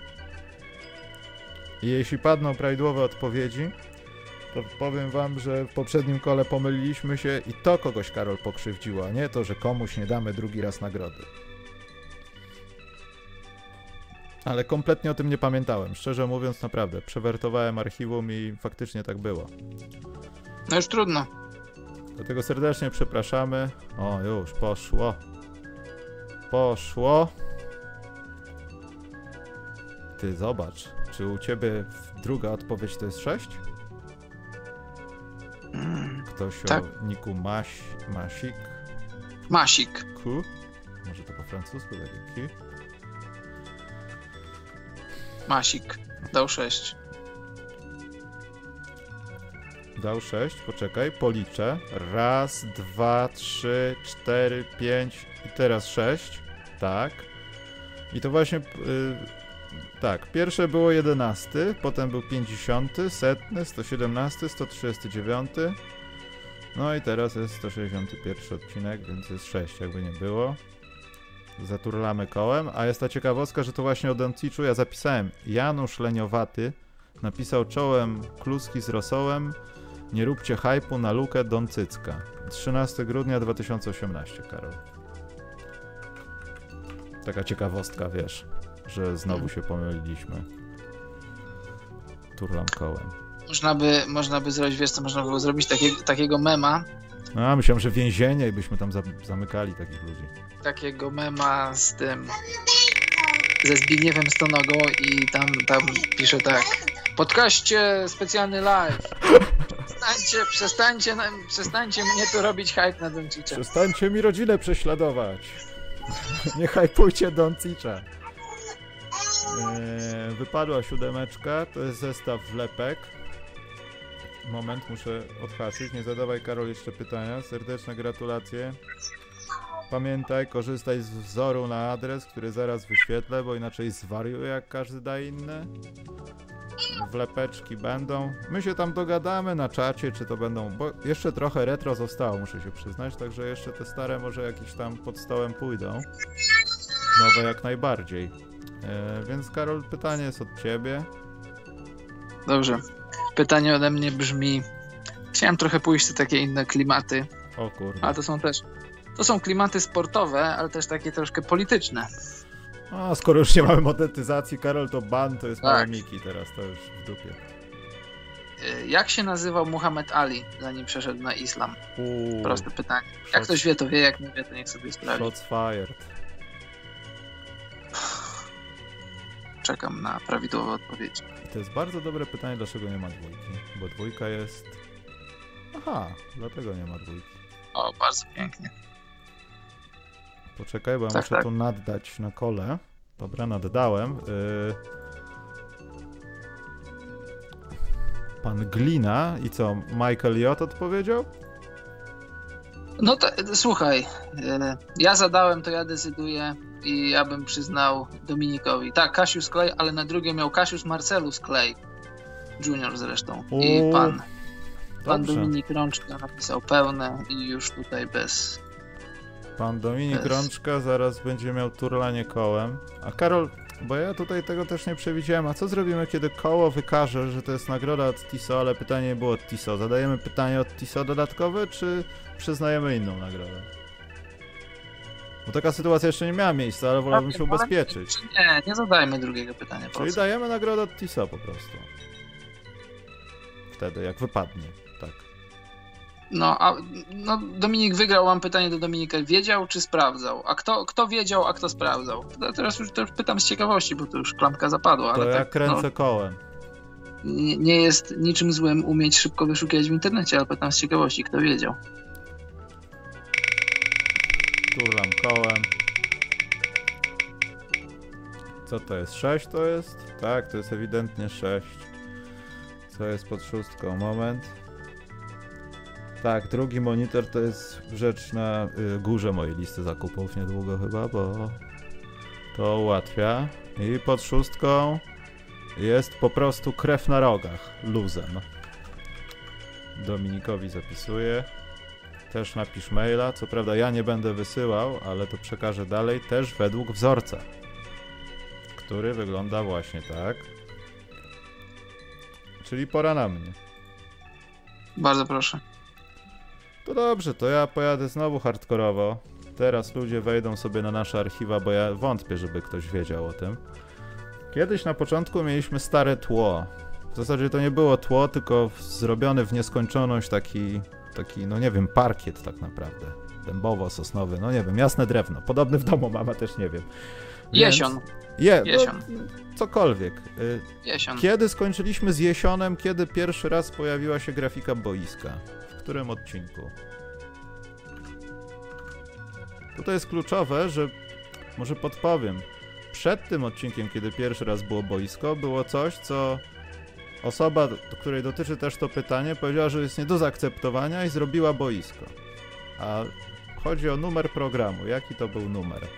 I jeśli padną prawidłowe odpowiedzi, to powiem wam, że w poprzednim kole pomyliliśmy się i to kogoś, Karol, pokrzywdziło, a nie to, że komuś nie damy drugi raz nagrody. Ale kompletnie o tym nie pamiętałem. Szczerze mówiąc, naprawdę. Przewertowałem archiwum i faktycznie tak było. No już trudno. Dlatego serdecznie przepraszamy. O, już poszło. Poszło. Ty, zobacz. Czy u ciebie druga odpowiedź to jest 6? Ktoś tak. O niku Masik? Masik. Ku? Może to po francusku taki ki? Masik. Dał 6. Dał 6, poczekaj, policzę. 1, 2, 3, 4, 5 i teraz 6. Tak. I to właśnie... tak, pierwsze było 11, potem był 50, 100, 117, 139. No i teraz jest 161 odcinek, więc jest 6, jakby nie było. Zaturlamy kołem, a jest ta ciekawostka, że to właśnie o Donciczu ja zapisałem. Janusz Leniowaty napisał czołem kluski z rosołem: nie róbcie hypu na Lukę Doncycka. 13 grudnia 2018, Karol. Taka ciekawostka, wiesz, że znowu się pomyliliśmy. Turlam kołem. Można by zrobić, wiesz co, można było zrobić takiego mema. A, myślałem, że więzienie i byśmy tam zamykali takich ludzi. Takiego mema z tym, ze Zbigniewem Stonogą i tam pisze tak. Podcaście specjalny live. Przestańcie mnie tu robić hype na Doncicza. Przestańcie mi rodzinę prześladować. Nie hypujcie Doncicza. Wypadła 7, to jest zestaw wlepek. Moment, muszę odhaczyć. Nie zadawaj, Karol, jeszcze pytania. Serdeczne gratulacje. Pamiętaj, korzystaj z wzoru na adres, który zaraz wyświetlę, bo inaczej zwariuję, jak każdy da inny. Wlepeczki będą. My się tam dogadamy na czacie, czy to będą... Bo jeszcze trochę retro zostało, muszę się przyznać, także jeszcze te stare może jakieś tam pod stołem pójdą. Nowe jak najbardziej. Więc Karol, pytanie jest od ciebie. Dobrze. Pytanie ode mnie brzmi... Chciałem trochę pójść w takie inne klimaty. O kurde. Ale to są klimaty sportowe, ale też takie troszkę polityczne. A skoro już nie mamy monetyzacji, Karol, to ban to jest tak. małe Miki teraz, to już w dupie. Jak się nazywał Muhammad Ali, zanim przeszedł na islam? Proste pytanie. Jak ktoś wie, to wie, jak nie wie, to niech sobie sprawdzi. Shots fired. Czekam na prawidłowe odpowiedzi. I to jest bardzo dobre pytanie, dlaczego nie ma dwójki, bo dwójka jest... Aha, dlatego nie ma dwójki. O, bardzo pięknie. Poczekaj, bo ja muszę tu naddać na kole. Dobra, naddałem. Pan Glina i co, Michael J. odpowiedział? No to słuchaj, ja zadałem, to ja decyduję i ja bym przyznał Dominikowi. Tak, Cassius Clay, ale na drugie miał Cassius Marcellus Clay Junior zresztą. I pan Dominik Rączka napisał pełne i już tutaj bez... Pan Dominik Rączka zaraz będzie miał turlanie kołem. A Karol, bo ja tutaj tego też nie przewidziałem, a co zrobimy, kiedy koło wykaże, że to jest nagroda od TISO, ale pytanie nie było od TISO. Zadajemy pytanie od TISO dodatkowe, czy przyznajemy inną nagrodę? Bo taka sytuacja jeszcze nie miała miejsca, ale wolałbym się ubezpieczyć. Nie zadajmy drugiego pytania. Czyli dajemy nagrodę od TISO po prostu. Wtedy, jak wypadnie, tak. No, Dominik wygrał, mam pytanie do Dominika. Wiedział czy sprawdzał? A kto wiedział, a kto sprawdzał? Teraz już pytam z ciekawości, bo to już klamka zapadła. To ale ja tak, kręcę kołem. Nie jest niczym złym umieć szybko wyszukiwać w internecie, ale pytam z ciekawości, kto wiedział. Turlam kołem. Co to jest? 6 to jest? Tak, to jest ewidentnie 6. Co jest pod 6? Moment. Tak, drugi monitor to jest rzecz na górze mojej listy zakupów niedługo chyba, bo to ułatwia. I pod 6 jest po prostu krew na rogach, luzem. Dominikowi zapisuję. Też napisz maila, co prawda ja nie będę wysyłał, ale to przekażę dalej, też według wzorca, który wygląda właśnie tak. Czyli pora na mnie. Bardzo proszę. To dobrze, to ja pojadę znowu hardkorowo. Teraz ludzie wejdą sobie na nasze archiwa, bo ja wątpię, żeby ktoś wiedział o tym. Kiedyś na początku mieliśmy stare tło. W zasadzie to nie było tło, tylko zrobiony w nieskończoność taki, no nie wiem, parkiet tak naprawdę. Dębowo-sosnowy, no nie wiem, jasne drewno. Podobny w domu mama, też nie wiem. Jesion. Jesion. No, cokolwiek. Jesion. Kiedy skończyliśmy z jesionem, kiedy pierwszy raz pojawiła się grafika boiska? W którym odcinku? Tutaj jest kluczowe, że może podpowiem. Przed tym odcinkiem, kiedy pierwszy raz było boisko, było coś, co osoba, której dotyczy też to pytanie, powiedziała, że jest nie do zaakceptowania i zrobiła boisko. A chodzi o numer programu. Jaki to był numer?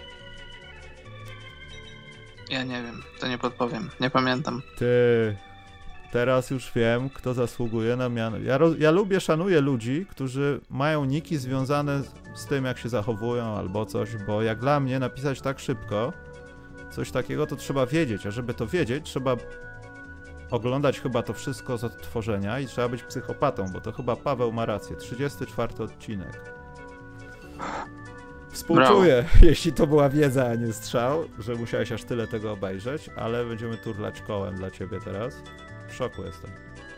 Ja nie wiem, to nie podpowiem, nie pamiętam. Teraz już wiem, kto zasługuje na miano. Ja lubię, szanuję ludzi, którzy mają niki związane z tym, jak się zachowują albo coś, bo jak dla mnie napisać tak szybko coś takiego, to trzeba wiedzieć, a żeby to wiedzieć, trzeba oglądać chyba to wszystko z odtworzenia i trzeba być psychopatą, bo to chyba Paweł ma rację. 34 odcinek. Współczuję, jeśli to była wiedza, a nie strzał, że musiałeś aż tyle tego obejrzeć, ale będziemy turlać kołem dla ciebie teraz. W szoku jestem.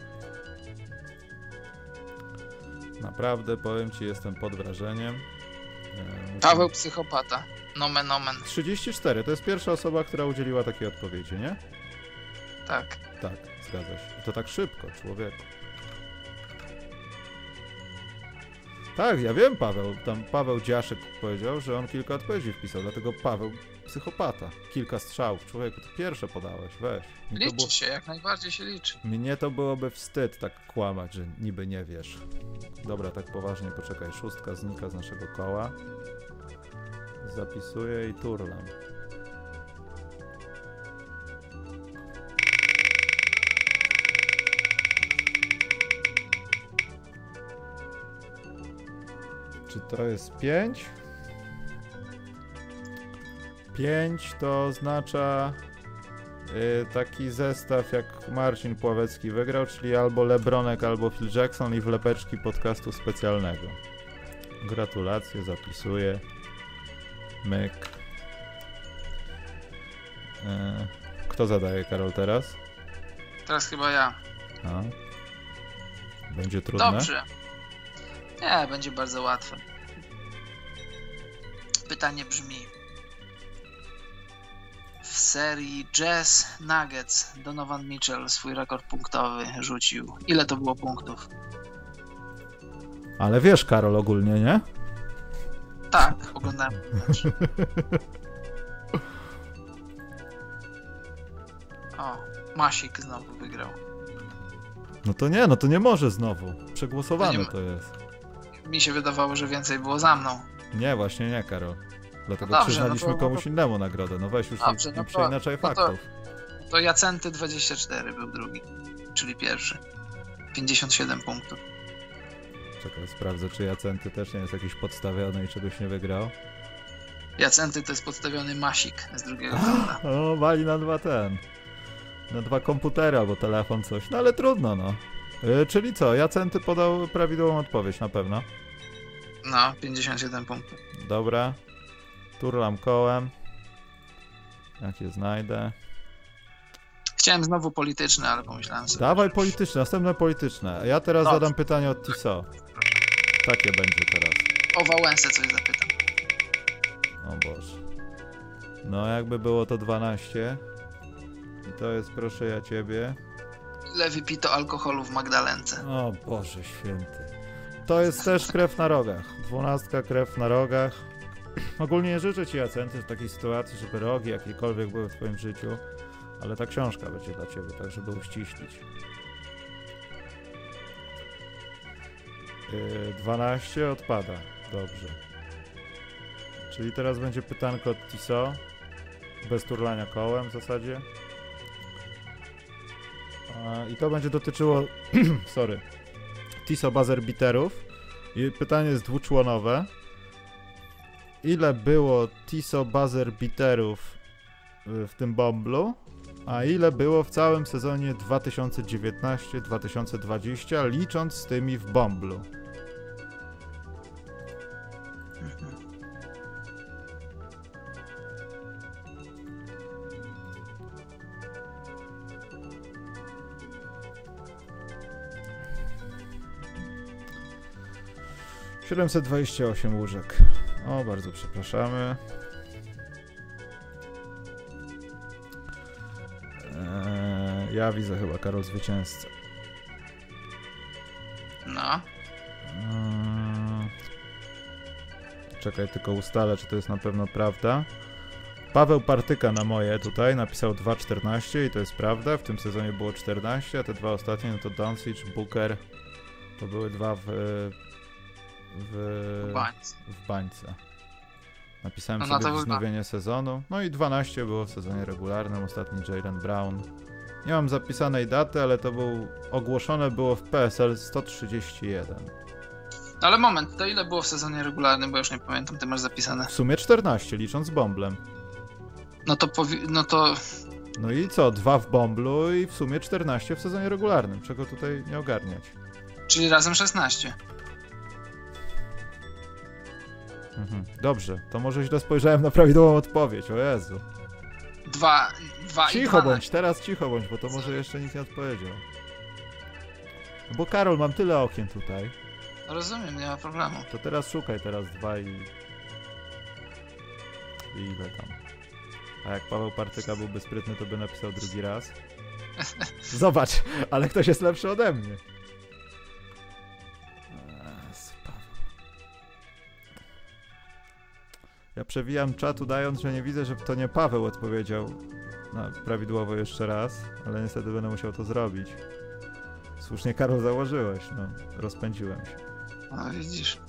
Naprawdę, powiem ci, jestem pod wrażeniem. Paweł psychopata. Nomen omen. 34, to jest pierwsza osoba, która udzieliła takiej odpowiedzi, nie? Tak. Tak, zgadza się. I to tak szybko, człowieku. Tak, ja wiem, Paweł. Tam Paweł Dziaszek powiedział, że on kilka odpowiedzi wpisał, dlatego Paweł psychopata. Kilka strzałów. Człowieku, ty pierwsze podałeś, weź. Liczy się, jak najbardziej się liczy. Mnie to byłoby wstyd tak kłamać, że niby nie wiesz. Dobra, tak poważnie, poczekaj. 6 znika z naszego koła. Zapisuję i turlam. Czy to jest 5? 5 to oznacza taki zestaw jak Marcin Pławecki wygrał, czyli albo LeBronek, albo Phil Jackson i wlepeczki podcastu specjalnego. Gratulacje, zapisuję. Myk. Kto zadaje, Karol, teraz? Teraz chyba ja. A. Będzie trudne? Dobrze. Nie, będzie bardzo łatwe. Pytanie brzmi: w serii Jazz Nuggets Donovan Mitchell swój rekord punktowy rzucił. Ile to było punktów? Ale wiesz, Karol, ogólnie, nie? Tak, oglądałem. O, Masik znowu wygrał. No to nie może znowu. Przegłosowane to jest. Mi się wydawało, że więcej było za mną. Nie, właśnie nie, Karol. Dlatego No dobrze, przyznaliśmy no to, komuś innemu nagrodę. No weź już dobrze, nie przeinaczaj no to- faktów. To Jacenty 24 był drugi, czyli pierwszy. 57 punktów. Czekaj, sprawdzę, czy Jacenty też nie jest jakiś podstawiony i czegoś nie wygrał. Jacenty to jest podstawiony Masik z drugiego rzędu. O, wali na na 2 komputery albo telefon, coś. No ale trudno, no. Czyli co, Jacenty podał prawidłową odpowiedź na pewno. No, 57 punktów. Dobra. Turlam kołem. Jak je znajdę. Chciałem znowu polityczne, ale pomyślałem sobie. Dawaj polityczne, następne polityczne. Ja teraz Dobrze. zadam pytanie od Tiso. Takie będzie teraz. O Wałęsę coś zapytam. O Boże. No jakby było to 12. I to jest, proszę ja ciebie. Ile wypito alkoholu w Magdalence? O Boże święty. To jest też krew na rogach. 12 krew na rogach. Ogólnie nie życzę ci, Jacenty, w takiej sytuacji, żeby rogi jakiekolwiek były w twoim życiu. Ale ta książka będzie dla ciebie, tak żeby uściślić. 12 odpada. Dobrze. Czyli teraz będzie pytanko od Tiso. Bez turlania kołem w zasadzie. I to będzie dotyczyło sorry, Tiso buzzer beaterów. I pytanie jest dwuczłonowe. Ile było Tiso buzzer beaterów w tym bąblu? A ile było w całym sezonie 2019-2020, licząc z tymi w bąblu? - 728 łóżek. O, bardzo przepraszamy. Ja widzę chyba, Karol, zwycięzcę. No. Czekaj, tylko ustalę, czy to jest na pewno prawda. Paweł Partyka na moje tutaj napisał 2,14 i to jest prawda. W tym sezonie było 14, a te dwa ostatnie, no to Doncic, Booker, to były dwa w bańce. Napisałem sobie wznowienie sezonu. No i 12 było w sezonie regularnym, ostatni Jaylen Brown. Nie mam zapisanej daty, ale to ogłoszone było w PSL 131. Ale moment, to ile było w sezonie regularnym, bo już nie pamiętam, ty masz zapisane. W sumie 14, licząc z bąblem. No i co? 2 w bąblu i w sumie 14 w sezonie regularnym. Czego tutaj nie ogarniać? Czyli razem 16. Dobrze, to może źle spojrzałem na prawidłową odpowiedź, o Jezu. 2 i Cicho 12. bądź, teraz cicho bądź, bo to może jeszcze nikt nie odpowiedział. Bo Karol, mam tyle okien tutaj, Rozumiem, nie ma problemu. to teraz szukaj teraz 2 i ile tam. A jak Paweł Partyka byłby sprytny, to by napisał drugi raz. Zobacz, ale ktoś jest lepszy ode mnie. Paweł. Ja przewijam czatu, dając, że nie widzę, że to nie Paweł odpowiedział prawidłowo jeszcze raz, ale niestety będę musiał to zrobić. Słusznie, Karol, założyłeś, no, rozpędziłem się. No widzisz.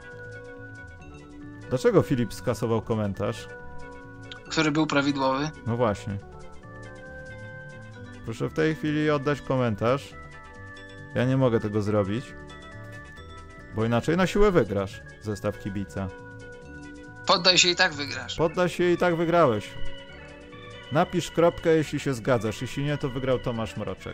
Dlaczego Filip skasował komentarz? Który był prawidłowy? No właśnie. Proszę w tej chwili oddać komentarz. Ja nie mogę tego zrobić, bo inaczej na siłę wygrasz zestaw kibica. Poddaj się i tak wygrasz. Poddaj się i tak wygrałeś. Napisz kropkę, jeśli się zgadzasz. Jeśli nie, to wygrał Tomasz Mroczek.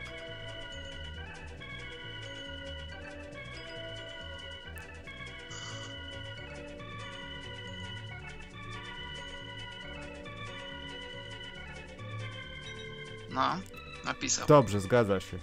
No, napisał. Dobrze, zgadza się.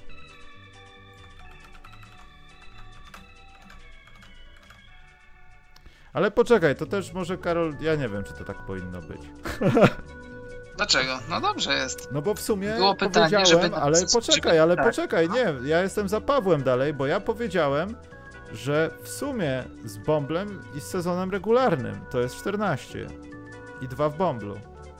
Ale poczekaj, to też może, Karol, ja nie wiem, czy to tak powinno być. Dlaczego? No dobrze jest. No bo w sumie Było pytanie, powiedziałem, żeby ale napisać, poczekaj, żeby- ale tak. poczekaj, nie, ja jestem za Pawłem dalej, bo ja powiedziałem, że w sumie z Bąblem i z sezonem regularnym to jest 14 i 2 w Bąblu.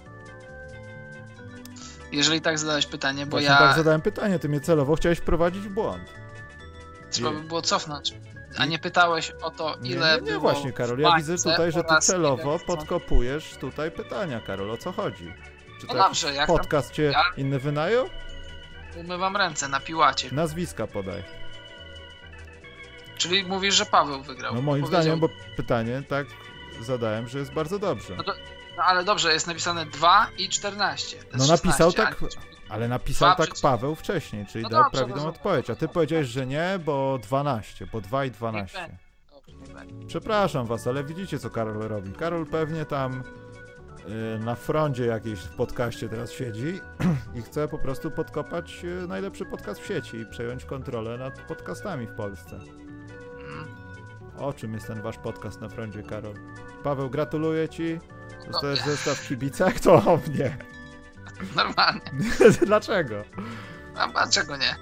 Jeżeli tak zadałeś pytanie, bo Właśnie ja... tak zadałem pytanie, ty mnie celowo chciałeś wprowadzić w błąd. Trzeba by było cofnąć. A nie pytałeś o to, ile Nie, było właśnie, Karol, w ja bańce widzę tutaj, że ty oraz celowo ile są- podkopujesz tutaj pytania, Karol, o co chodzi? Czy No to dobrze, jak tam podcast cię ja- inny wynajął? umywam ręce na piłacie. Nazwiska podaj. Czyli mówisz, że Paweł wygrał. No moim Powiedział- zdaniem, bo pytanie tak zadałem, że jest bardzo dobrze. No to, no ale dobrze, jest napisane 2 i 14. To jest No napisał 16, tak, ale napisał Dwa tak przeciw- Paweł wcześniej, czyli No dał dobrze, prawidłową rozumiem. odpowiedź, a ty powiedziałeś, że nie, bo 12, bo 2 i Niech 12. będzie. Dobrze, niech będzie. Przepraszam was, ale widzicie, co Karol robi. Karol pewnie tam na froncie jakiejś w podcaście teraz siedzi i chce po prostu podkopać najlepszy podcast w sieci i przejąć kontrolę nad podcastami w Polsce. Mm, O czym jest ten wasz podcast na froncie, Karol? Paweł, gratuluję ci. Dostajesz no, zestaw kibica? Kto o mnie? normalnie. Dlaczego? A dlaczego nie?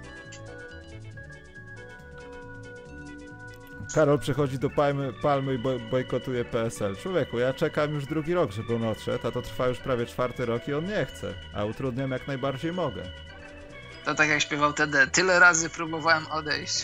Karol przychodzi do Palmy i bojkotuje PSL. Człowieku, ja czekam już drugi rok, żeby on odszedł, a to trwa już prawie 4. rok i on nie chce. A utrudniam jak najbardziej mogę. To tak jak śpiewał TD. Tyle razy próbowałem odejść.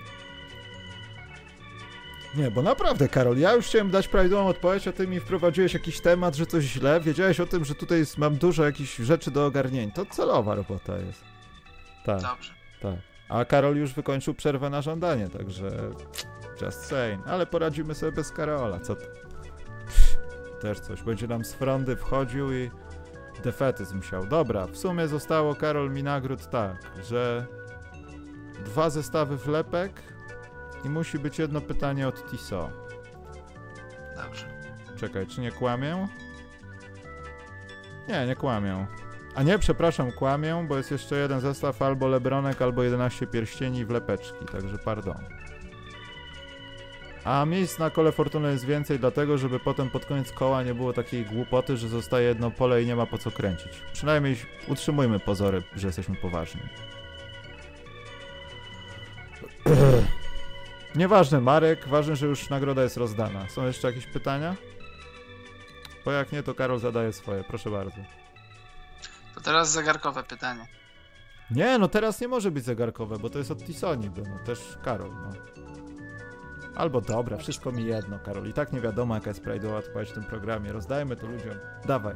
Nie, bo naprawdę, Karol, ja już chciałem dać prawidłową odpowiedź, a ty mi wprowadziłeś jakiś temat, że coś źle. Wiedziałeś o tym, że tutaj mam dużo jakichś rzeczy do ogarnięcia. To celowa robota jest. Tak, Dobrze. tak. A Karol już wykończył przerwę na żądanie, także just saying. Ale poradzimy sobie bez Karola, co to? Też coś. Będzie nam z frondy wchodził i defetyzm siał. Dobra, w sumie zostało, Karol, mi nagród tak, że 2 zestawy wlepek i musi być jedno pytanie od Tiso. Dobrze. Czekaj, czy nie kłamię? Nie, nie kłamię. A nie, przepraszam, kłamię, bo jest jeszcze jeden zestaw albo Lebronek, albo 11 pierścieni i wlepeczki, także pardon. A miejsc na kole fortuny jest więcej, dlatego żeby potem pod koniec koła nie było takiej głupoty, że zostaje jedno pole i nie ma po co kręcić. Przynajmniej utrzymujmy pozory, że jesteśmy poważni. Nieważne, Marek, ważne, że już nagroda jest rozdana. Są jeszcze jakieś pytania? Bo jak nie, to Karol zadaje swoje, proszę bardzo. To teraz zegarkowe pytanie. Nie, no teraz nie może być zegarkowe, bo to jest od Tisoni, no też Karol, no. Albo dobra, wszystko mi jedno, Karol. I tak nie wiadomo, jaka jest prawidłowa odpowiedź w tym programie. Rozdajmy to ludziom. Dawaj.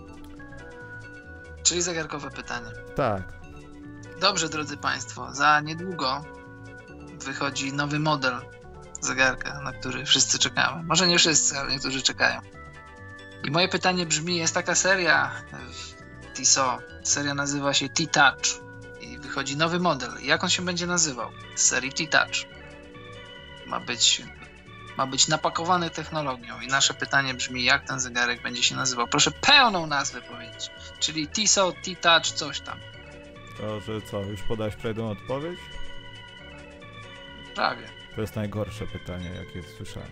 Czyli zegarkowe pytanie. Tak. Dobrze, drodzy Państwo, za niedługo wychodzi nowy model zegarka, na który wszyscy czekamy. Może nie wszyscy, ale niektórzy czekają. I moje pytanie brzmi, jest taka seria w Tissot, seria nazywa się T-Touch i wychodzi nowy model. Jak on się będzie nazywał z serii T-Touch? Ma być ma być napakowany technologią i nasze pytanie brzmi, jak ten zegarek będzie się nazywał. Proszę pełną nazwę powiedzieć, czyli Tissot, T-Touch, coś tam. To, że co, już podać prawidłową odpowiedź? Prawie. To jest najgorsze pytanie, jakie słyszałem.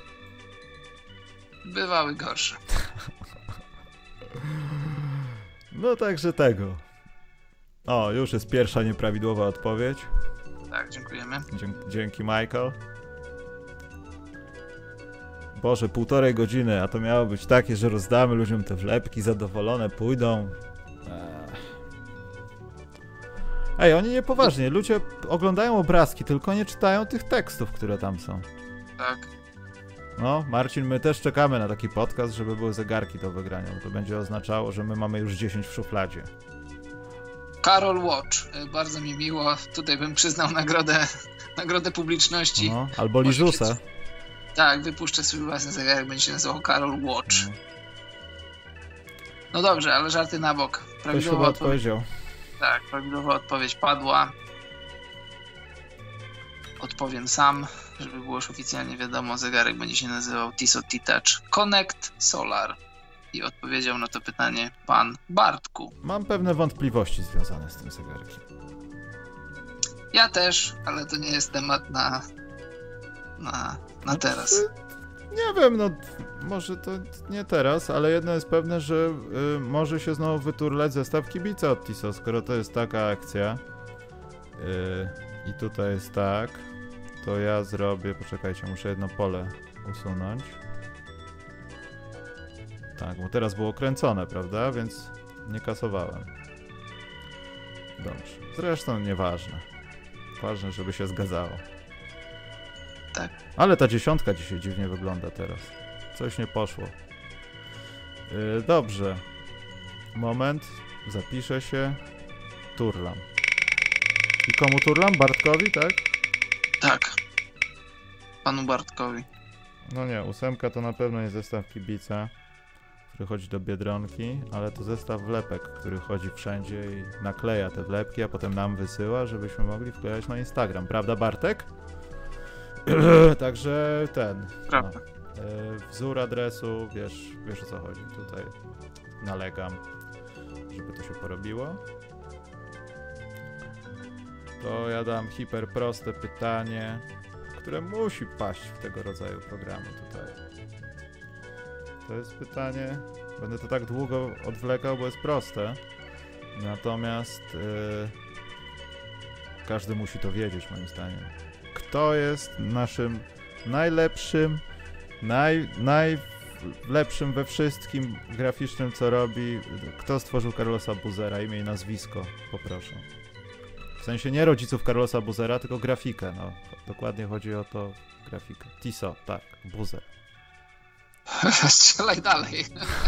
Bywały gorsze. No także tego. O, już jest pierwsza nieprawidłowa odpowiedź. Tak, dziękujemy. Dzięki, Michael. Boże, 1,5 godziny, a to miało być takie, że rozdamy ludziom te wlepki, zadowolone pójdą. Ej, oni niepoważnie, ludzie oglądają obrazki, tylko nie czytają tych tekstów, które tam są. Tak. No, Marcin, my też czekamy na taki podcast, żeby były zegarki do wygrania, bo to będzie oznaczało, że my mamy już 10 w szufladzie. Karol Watch, bardzo mi miło, tutaj bym przyznał nagrodę publiczności. No, albo Lizusa. Tak, wypuszczę swój własny zegarek, będzie się nazywał Karol Watch. No dobrze, ale żarty na bok. Ktoś chyba odpowiedział. Tak, prawidłowa odpowiedź padła. Odpowiem sam, żeby było już oficjalnie wiadomo, zegarek będzie się nazywał Tissot T-Touch Connect Solar. I odpowiedział na to pytanie pan Bartku. Mam pewne wątpliwości związane z tym zegarkiem. Ja też, ale to nie jest temat na teraz. Nie wiem, no może to nie teraz, ale jedno jest pewne, że może się znowu wyturlać zestaw kibica od Tissot, skoro to jest taka akcja. I tutaj jest tak, to ja zrobię, poczekajcie, muszę jedno pole usunąć. Tak, bo teraz było kręcone, prawda, więc nie kasowałem. Dobrze, zresztą nieważne. Ważne, żeby się zgadzało. Tak. Ale ta 10 dzisiaj dziwnie wygląda teraz. Coś nie poszło. Dobrze. Moment. Zapiszę się. Turlam. I komu turlam? Bartkowi, tak? Tak. Panu Bartkowi. No nie, 8 to na pewno jest zestaw kibica, który chodzi do Biedronki, ale to zestaw wlepek, który chodzi wszędzie i nakleja te wlepki, a potem nam wysyła, żebyśmy mogli wklejać na Instagram. Prawda, Bartek? Także ten. Prawda. No, wzór adresu, wiesz o co chodzi. Tutaj nalegam, żeby to się porobiło. To ja dam hiperproste pytanie, które musi paść w tego rodzaju programy tutaj. To jest pytanie, będę to tak długo odwlekał, bo jest proste. Natomiast każdy musi to wiedzieć, moim zdaniem. Kto jest naszym najlepszym, najlepszym we wszystkim graficznym, co robi? Kto stworzył Carlosa Boozera? Imię i nazwisko, poproszę. W sensie nie rodziców Carlosa Boozera, tylko grafikę, no. Dokładnie chodzi o to, grafikę. Tissot, tak, Boozer. Strzelaj dalej.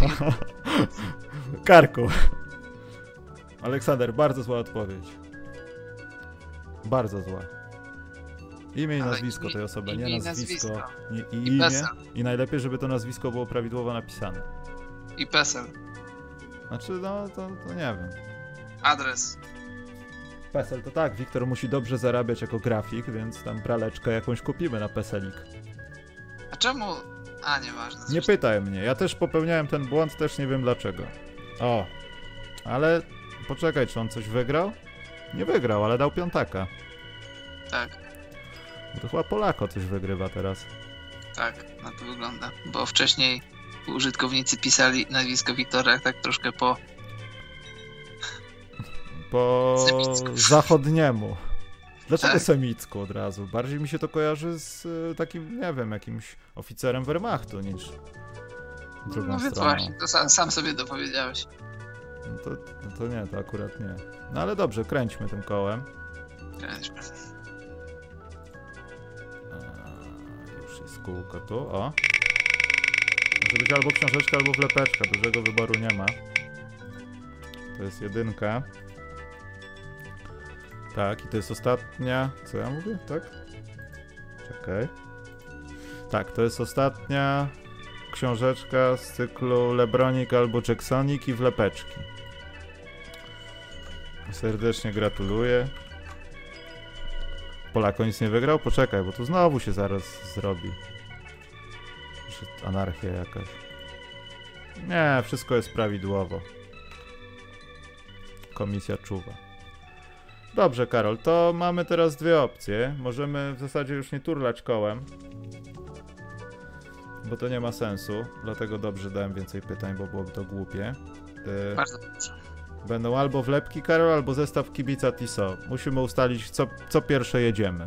Karku. Aleksander, bardzo zła odpowiedź. Bardzo zła. Imię i nazwisko tej osoby, nie nazwisko. Nie, i imię. I najlepiej, żeby to nazwisko było prawidłowo napisane. I PESEL. Znaczy, no, to nie wiem. Adres. PESEL to tak, Wiktor musi dobrze zarabiać jako grafik, więc tam praleczkę jakąś kupimy na PESELik. A czemu... A, nieważne. Nie pytaj mnie, ja też popełniałem ten błąd, też nie wiem dlaczego. O, ale poczekaj, czy on coś wygrał? Nie wygrał, ale dał piątaka. Tak. Bo to chyba Polako coś wygrywa teraz. Tak, na to wygląda. Bo wcześniej użytkownicy pisali nazwisko Wiktora tak troszkę po semicku. Zachodniemu. Dlaczego tak. semicku od razu? Bardziej mi się to kojarzy z takim, nie wiem, jakimś oficerem Wehrmachtu niż drugą no więc stroną. właśnie, to sam sobie dopowiedziałeś. No to nie, to akurat nie. No ale dobrze, kręćmy tym kołem. Kręćmy. Już jest kółko tu, o. Może być albo książeczka, albo wlepeczka, dużego wyboru nie ma. To jest 1. Tak, i to jest ostatnia... Co ja mówię? Tak? Czekaj. Tak, to jest ostatnia książeczka z cyklu Lebronik albo Jacksonik i wlepeczki. Serdecznie gratuluję. Polako nic nie wygrał? Poczekaj, bo tu znowu się zaraz zrobi. czy anarchia jakaś. Nie, wszystko jest prawidłowo. Komisja czuwa. Dobrze, Karol, to mamy teraz dwie opcje. Możemy w zasadzie już nie turlać kołem, bo to nie ma sensu. Dlatego dobrze dałem więcej pytań, bo byłoby to głupie. Bardzo dobrze. Będą albo wlepki, Karol, albo zestaw kibica Tiso. Musimy ustalić, co pierwsze jedziemy.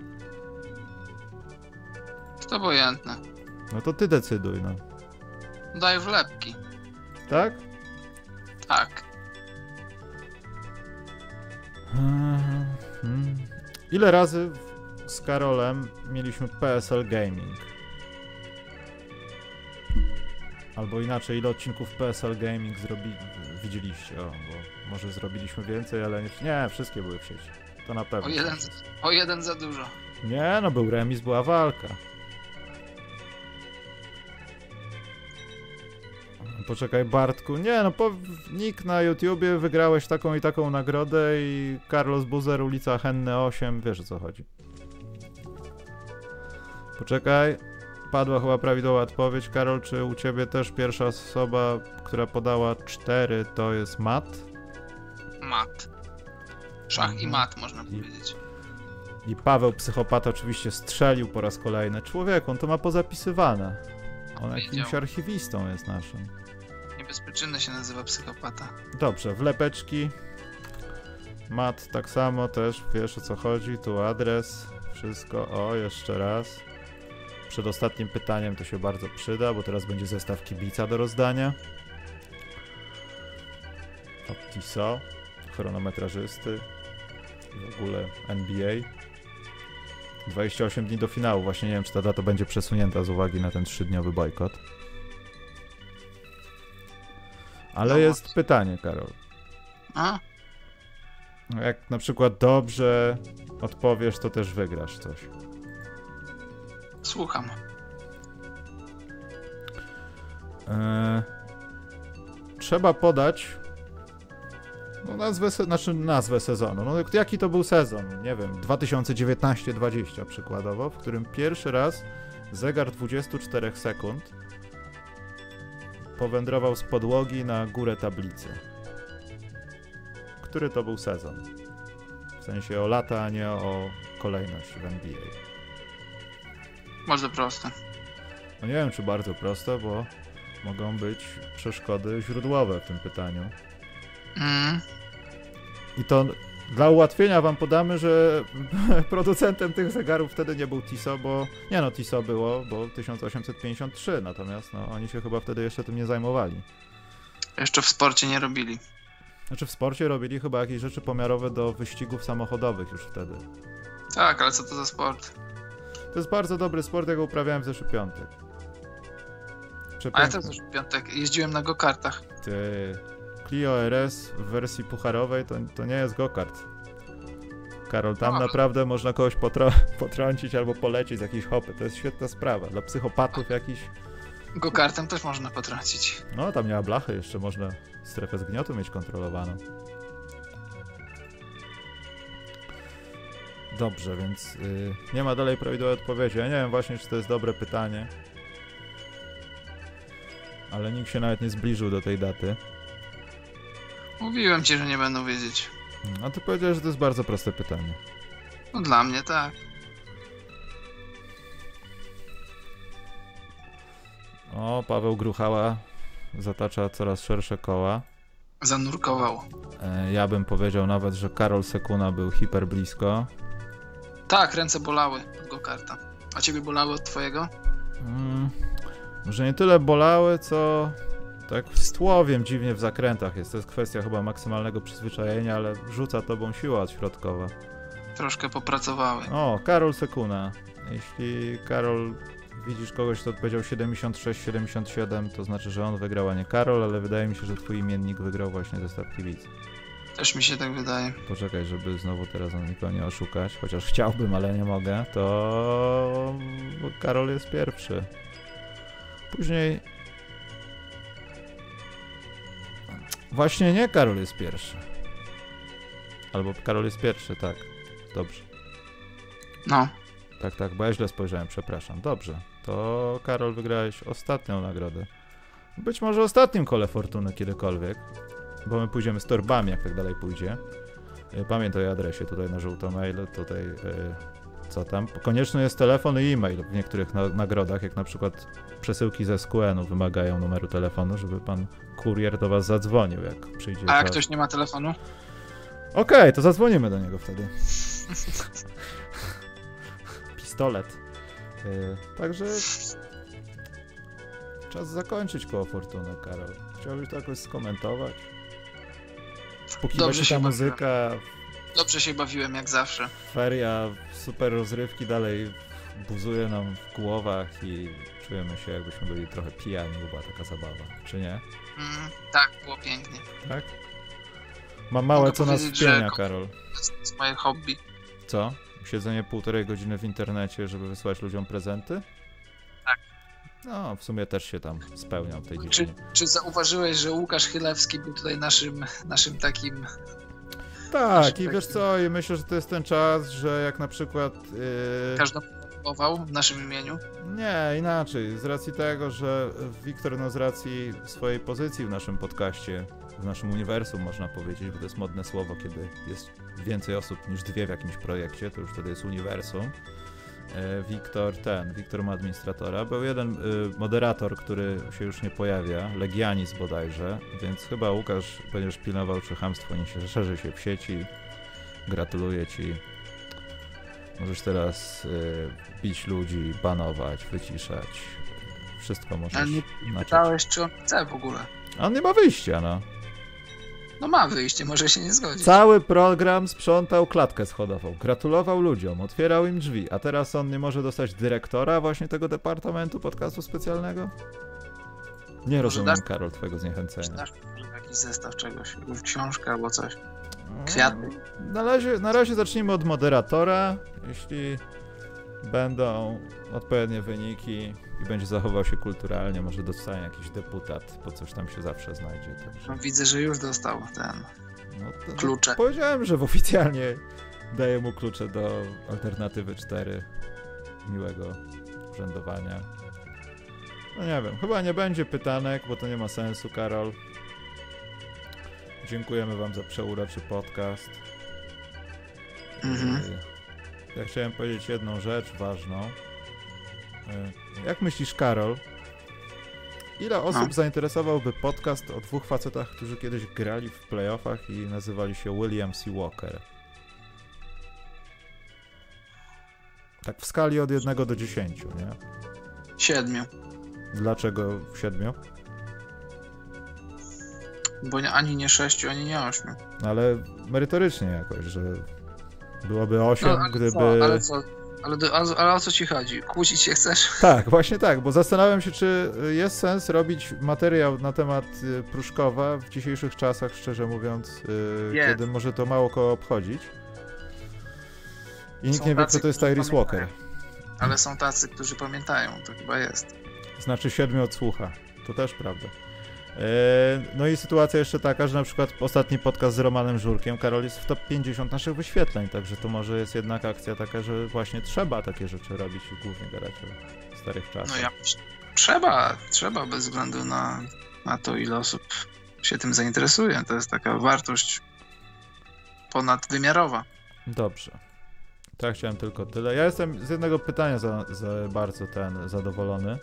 To obojętne. No to ty decyduj, no. Daj wlepki. Tak? Tak. Ile razy z Karolem mieliśmy PSL Gaming? Albo inaczej, ile odcinków PSL Gaming widzieliście? O, bo może zrobiliśmy więcej, ale nie, wszystkie były w sieci. To na pewno. O jeden za dużo. Nie, no był remis, była walka. Poczekaj, Bartku. Nie, no nick na YouTubie, wygrałeś taką i taką nagrodę i Carlos Buzer, ulica Henne 8, wiesz o co chodzi. Poczekaj. Padła chyba prawidłowa odpowiedź. Karol, czy u ciebie też pierwsza osoba, która podała 4, to jest mat? Mat. Szach i mat, można powiedzieć. I Paweł Psychopata oczywiście strzelił po raz kolejny. Człowieku, on to ma pozapisywane. On jakimś archiwistą jest naszym. Niebezpieczny się nazywa Psychopata. Dobrze, wlepeczki. Mat tak samo też, wiesz o co chodzi. Tu adres, wszystko. O, jeszcze raz. Przed ostatnim pytaniem to się bardzo przyda, bo teraz będzie zestaw kibica do rozdania. Od Tiso, chronometrażysty i w ogóle NBA. 28 dni do finału. Właśnie nie wiem, czy ta data będzie przesunięta z uwagi na ten 3-dniowy bojkot. Ale no jest pytanie, Karol. A? Jak na przykład dobrze odpowiesz, to też wygrasz coś. Słucham. Trzeba podać nazwę sezonu. No, jaki to był sezon? Nie wiem, 2019-20 przykładowo, w którym pierwszy raz zegar 24 sekund powędrował z podłogi na górę tablicy. Który to był sezon? W sensie o lata, a nie o kolejność w NBA. Bardzo proste. No nie wiem, czy bardzo proste, bo mogą być przeszkody źródłowe w tym pytaniu. I to dla ułatwienia wam podamy, że producentem tych zegarów wtedy nie był Tiso, bo... Nie no, Tiso było, bo 1853, natomiast no, oni się chyba wtedy jeszcze tym nie zajmowali. Jeszcze w sporcie nie robili. Znaczy w sporcie robili chyba jakieś rzeczy pomiarowe do wyścigów samochodowych już wtedy. Tak, ale co to za sport? To jest bardzo dobry sport, ja go uprawiałem w zeszły piątek. A ja też w zeszły piątek jeździłem na go-kartach. Ty... Clio RS w wersji pucharowej to nie jest go-kart. Karol, tam naprawdę można kogoś potrącić albo polecieć z jakiejś hopy. To jest świetna sprawa. Dla psychopatów jakiś... Go-kartem też można potrącić. No, tam nie ma blachy, jeszcze można strefę zgniotu mieć kontrolowaną. Dobrze, więc nie ma dalej prawidłowej odpowiedzi. Ja nie wiem właśnie, czy to jest dobre pytanie. Ale nikt się nawet nie zbliżył do tej daty. Mówiłem ci, że nie będą wiedzieć. A ty powiedziałeś, że to jest bardzo proste pytanie. No dla mnie tak. O, Paweł Gruchała zatacza coraz szersze koła. Zanurkował. Ja bym powiedział nawet, że Karol Sekuna był hiper blisko. Tak, ręce bolały od go-karta. A ciebie bolały od twojego? Może nie tyle bolały, co tak z tłowiem dziwnie w zakrętach jest. To jest kwestia chyba maksymalnego przyzwyczajenia, ale rzuca tobą siła odśrodkowa. Troszkę popracowały. O, Karol Sekuna. Jeśli Karol widzisz kogoś, kto odpowiedział 76-77, to znaczy, że on wygrał, a nie Karol, ale wydaje mi się, że twój imiennik wygrał właśnie zestaw kibic. Też mi się tak wydaje. Poczekaj, żeby znowu teraz nikogo nie oszukać, chociaż chciałbym, ale nie mogę, to Karol jest pierwszy. Później... Właśnie nie Karol jest pierwszy. Albo Karol jest pierwszy, tak. Dobrze. No. Tak, bo ja źle spojrzałem, przepraszam. Dobrze. to Karol, wygrałeś ostatnią nagrodę. Być może ostatnim kole fortuny kiedykolwiek, bo my pójdziemy z torbami, jak tak dalej pójdzie. Pamiętaj o adresie tutaj na żółto mail, tutaj co tam. Konieczny jest telefon i e-mail w niektórych nagrodach, jak na przykład przesyłki ze SQN-u wymagają numeru telefonu, żeby pan kurier do was zadzwonił, jak przyjdzie. A jak ktoś nie ma telefonu? Okej, to zadzwonimy do niego wtedy. Pistolet. Także czas zakończyć koło fortuny, Karol. Chciałbyś to jakoś skomentować? Póki Dobrze leci ta się muzyka, Dobrze się bawiłem, jak zawsze. feria, super rozrywki dalej buzuje nam w głowach i czujemy się, jakbyśmy byli trochę pijani, bo była taka zabawa, czy nie? Tak, było pięknie. Tak? Mam małe Mogę co nas powiedzieć, wpienia, że- Karol. To jest moje hobby. Co? Siedzenie 1,5 godziny w internecie, żeby wysłać ludziom prezenty? Tak. No, w sumie też się tam spełniał w tej Czy, dziedzinie. czy zauważyłeś, że Łukasz Chylewski był tutaj naszym takim... Tak, i tak- wiesz co, i myślę, że to jest ten czas, że jak na przykład... Każdy próbował w naszym imieniu? Nie, inaczej. Z racji tego, że Wiktor, no z racji swojej pozycji w naszym podcaście, w naszym uniwersum można powiedzieć, bo to jest modne słowo, kiedy jest więcej osób niż 2 w jakimś projekcie, to już wtedy jest uniwersum. Wiktor ma administratora. Był jeden moderator, który się już nie pojawia, Legianis bodajże, więc chyba Łukasz będziesz pilnował, czy chamstwo nie się szerzy się w sieci. Gratuluję ci. Możesz teraz bić ludzi, banować, wyciszać. Wszystko możesz Ale nie naciąć. pytałeś, czy on chce w ogóle. A on nie ma wyjścia, no. No ma wyjście, może się nie zgodzić. Cały program sprzątał klatkę schodową, gratulował ludziom, otwierał im drzwi, a teraz on nie może dostać dyrektora właśnie tego departamentu podcastu specjalnego? Nie rozumiem, dasz- Karol, twojego zniechęcenia. Dasz może jakiś zestaw czegoś, jakąś książkę albo coś. Kwiaty. Na razie zacznijmy od moderatora. Jeśli będą odpowiednie wyniki i będzie zachował się kulturalnie, może dostanie jakiś deputat, bo coś tam się zawsze znajdzie. Także, No, widzę, że już dostał ten no to, klucze. Powiedziałem, że oficjalnie daję mu klucze do Alternatywy 4. Miłego urzędowania. No nie wiem, chyba nie będzie pytanek, bo to nie ma sensu, Karol. Dziękujemy wam za przeuroczy podcast. Mhm. Ja chciałem powiedzieć jedną rzecz ważną. Jak myślisz, Karol, ile osób zainteresowałby podcast o 2 facetach, którzy kiedyś grali w playoffach i nazywali się William C. Walker? Tak w skali od 1 do 10, nie? 7. Dlaczego 7? Bo ani nie 6, ani nie 8. No ale merytorycznie jakoś, że byłoby 8, ale gdyby... Co, ale co? Ale o co ci chodzi? Kłócić się chcesz? Tak, właśnie tak, bo zastanawiam się, czy jest sens robić materiał na temat Pruszkowa w dzisiejszych czasach, szczerze mówiąc, kiedy może to mało kogo obchodzić. I nikt nie wie, kto to jest Tyrese Walker. Ale są tacy, którzy pamiętają, to chyba jest. Znaczy 7 odsłucha, to też prawda. No i sytuacja jeszcze taka, że na przykład ostatni podcast z Romanem Żurkiem, Karol, jest w top 50 naszych wyświetleń, także to może jest jednak akcja taka, że właśnie trzeba takie rzeczy robić i głównie gadać o starych czasach. No ja myślę, trzeba bez względu na to, ile osób się tym zainteresuje. To jest taka wartość ponadwymiarowa. Dobrze. To ja chciałem tylko tyle. Ja jestem z jednego pytania za bardzo zadowolony,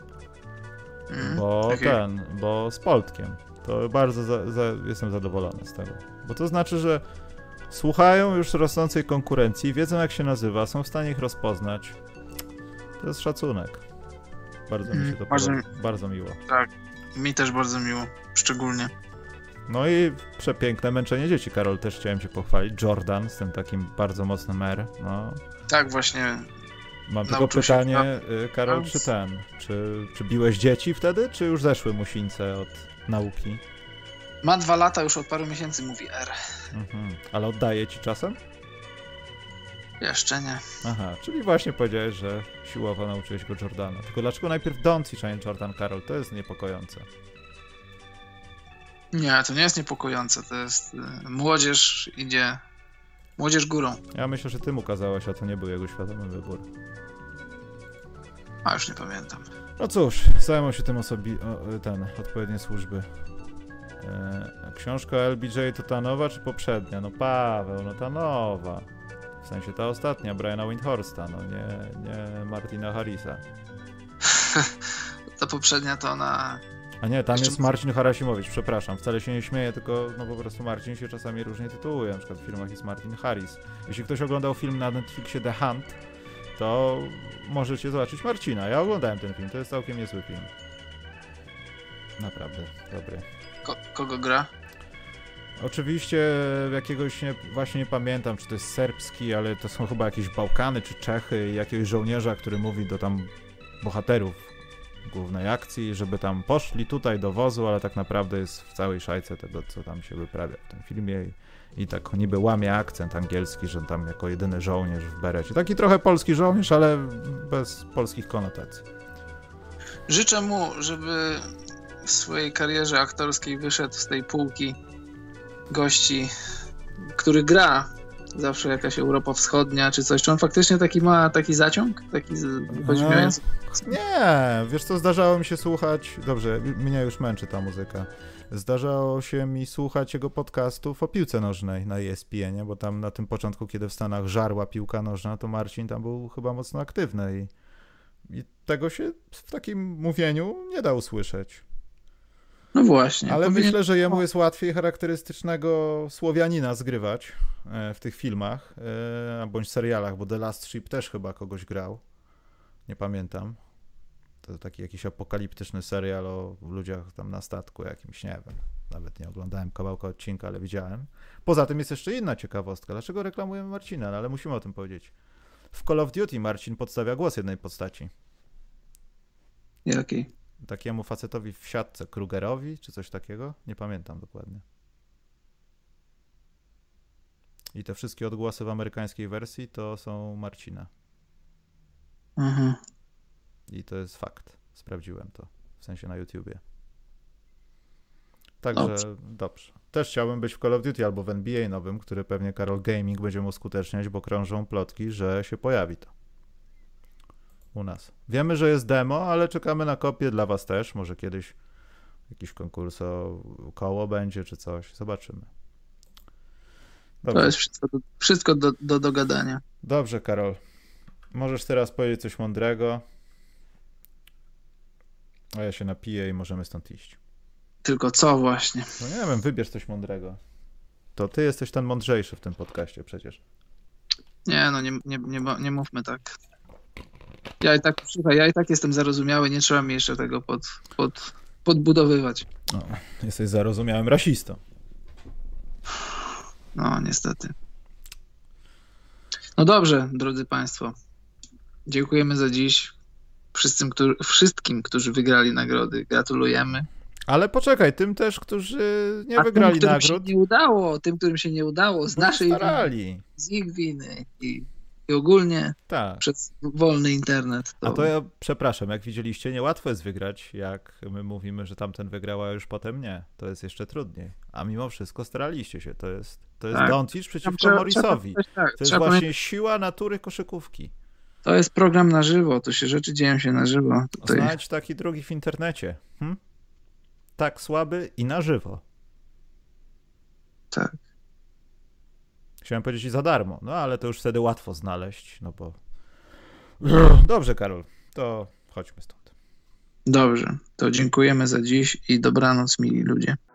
bo z Poltkiem. To bardzo jestem zadowolony z tego. Bo to znaczy, że słuchają już rosnącej konkurencji, wiedzą jak się nazywa, są w stanie ich rozpoznać. To jest szacunek. Bardzo mi się to podoba. Bardzo miło. Tak, mi też bardzo miło, szczególnie. No i przepiękne męczenie dzieci, Karol, też chciałem cię pochwalić. Jordan z tym takim bardzo mocnym R. No. Tak, właśnie. Mam tylko pytanie, Karol, czy biłeś dzieci wtedy, czy już zeszły musińce od nauki? Ma 2 lata, już od paru miesięcy mówi R. Ale oddaje ci czasem? Jeszcze nie. Aha, czyli właśnie powiedziałeś, że siłowo nauczyłeś go Jordana. Tylko dlaczego najpierw Doncic, a nie Jordan, Karol? To jest niepokojące. Nie, to nie jest niepokojące, to jest młodzież idzie, młodzież górą. Ja myślę, że ty mu kazałeś, a to nie był jego świadomy wybór. A już nie pamiętam. No cóż, zajmą się tym odpowiednie służby. Książka LBJ to ta nowa czy poprzednia? No Paweł, no ta nowa. W sensie ta ostatnia, Briana Windhorsta, no nie Martina Harrisa. Ta poprzednia to ona... A nie, tam jest Marcin Harasimowicz, przepraszam, wcale się nie śmieję, tylko no po prostu Marcin się czasami różnie tytułuje, na przykład w filmach jest Martin Harris. Jeśli ktoś oglądał film na Netflixie The Hunt, to możecie zobaczyć Marcina. Ja oglądałem ten film, to jest całkiem niezły film. Naprawdę, dobry. Kogo gra? Oczywiście jakiegoś, właśnie nie pamiętam, czy to jest serbski, ale to są chyba jakieś Bałkany czy Czechy i jakiegoś żołnierza, który mówi do tam bohaterów głównej akcji, żeby tam poszli tutaj do wozu, ale tak naprawdę jest w całej szajce tego, co tam się wyprawia w tym filmie i tak niby łamie akcent angielski, że tam jako jedyny żołnierz w berecie. Taki trochę polski żołnierz, ale bez polskich konotacji. Życzę mu, żeby w swojej karierze aktorskiej wyszedł z tej półki gości, który gra zawsze jakaś Europa Wschodnia czy coś. Czy on faktycznie ma taki zaciąg? Taki podziwiający? Nie, wiesz co, zdarzało mi się słuchać, dobrze, mnie już męczy ta muzyka, zdarzało się mi słuchać jego podcastów o piłce nożnej na ESPN, bo tam na tym początku, kiedy w Stanach żarła piłka nożna, to Marcin tam był chyba mocno aktywny i tego się w takim mówieniu nie da usłyszeć. No właśnie. Ale myślę, że jemu jest łatwiej charakterystycznego Słowianina zgrywać w tych filmach, bądź serialach, bo The Last Ship też chyba kogoś grał. Nie pamiętam. To taki jakiś apokaliptyczny serial o ludziach tam na statku jakimś, nie wiem. Nawet nie oglądałem kawałka odcinka, ale widziałem. Poza tym jest jeszcze inna ciekawostka. Dlaczego reklamujemy Marcina? No, ale musimy o tym powiedzieć. W Call of Duty Marcin podstawia głos jednej postaci. Jakiej? Takiemu facetowi w siatce, Krugerowi, czy coś takiego? Nie pamiętam dokładnie. I te wszystkie odgłosy w amerykańskiej wersji to są Marcina. Mhm. I to jest fakt. Sprawdziłem to. W sensie na YouTubie. Także dobrze. Też chciałbym być w Call of Duty albo w NBA nowym, który pewnie Karol Gaming będzie mu uskuteczniać, bo krążą plotki, że się pojawi to. U nas. Wiemy, że jest demo, ale czekamy na kopię dla was też. Może kiedyś jakiś konkurs o koło będzie, czy coś. Zobaczymy. Dobrze. To jest wszystko do dogadania. Dobrze, Karol. Możesz teraz powiedzieć coś mądrego, a ja się napiję i możemy stąd iść. Tylko co właśnie? No nie wiem, wybierz coś mądrego. To ty jesteś ten mądrzejszy w tym podcaście przecież. Nie, no nie mówmy tak. Ja i tak jestem zarozumiały, nie trzeba mi jeszcze tego podbudowywać. No, jesteś zarozumiałym rasistą. No, niestety. No dobrze, drodzy Państwo. Dziękujemy za dziś. Wszystkim, którzy wygrali nagrody, gratulujemy. Ale poczekaj, tym też, którzy nie wygrali nagród. Tym, którym się nie udało, z naszej winy, z ich winy i ogólnie tak. Przez wolny internet. A to ja przepraszam, jak widzieliście, niełatwo jest wygrać, jak my mówimy, że tamten wygrał, a już potem nie. To jest jeszcze trudniej. A mimo wszystko staraliście się. To jest tak. Doncic przeciwko Morrisowi. To jest właśnie siła natury koszykówki. To jest program na żywo, to się rzeczy dzieją się na żywo. Tutaj. Znajdź taki drugi w internecie. Tak słaby i na żywo. Tak. Chciałem powiedzieć i za darmo, no ale to już wtedy łatwo znaleźć, no bo... Dobrze, Karol, to chodźmy stąd. Dobrze, to dziękujemy za dziś i dobranoc, mili ludzie.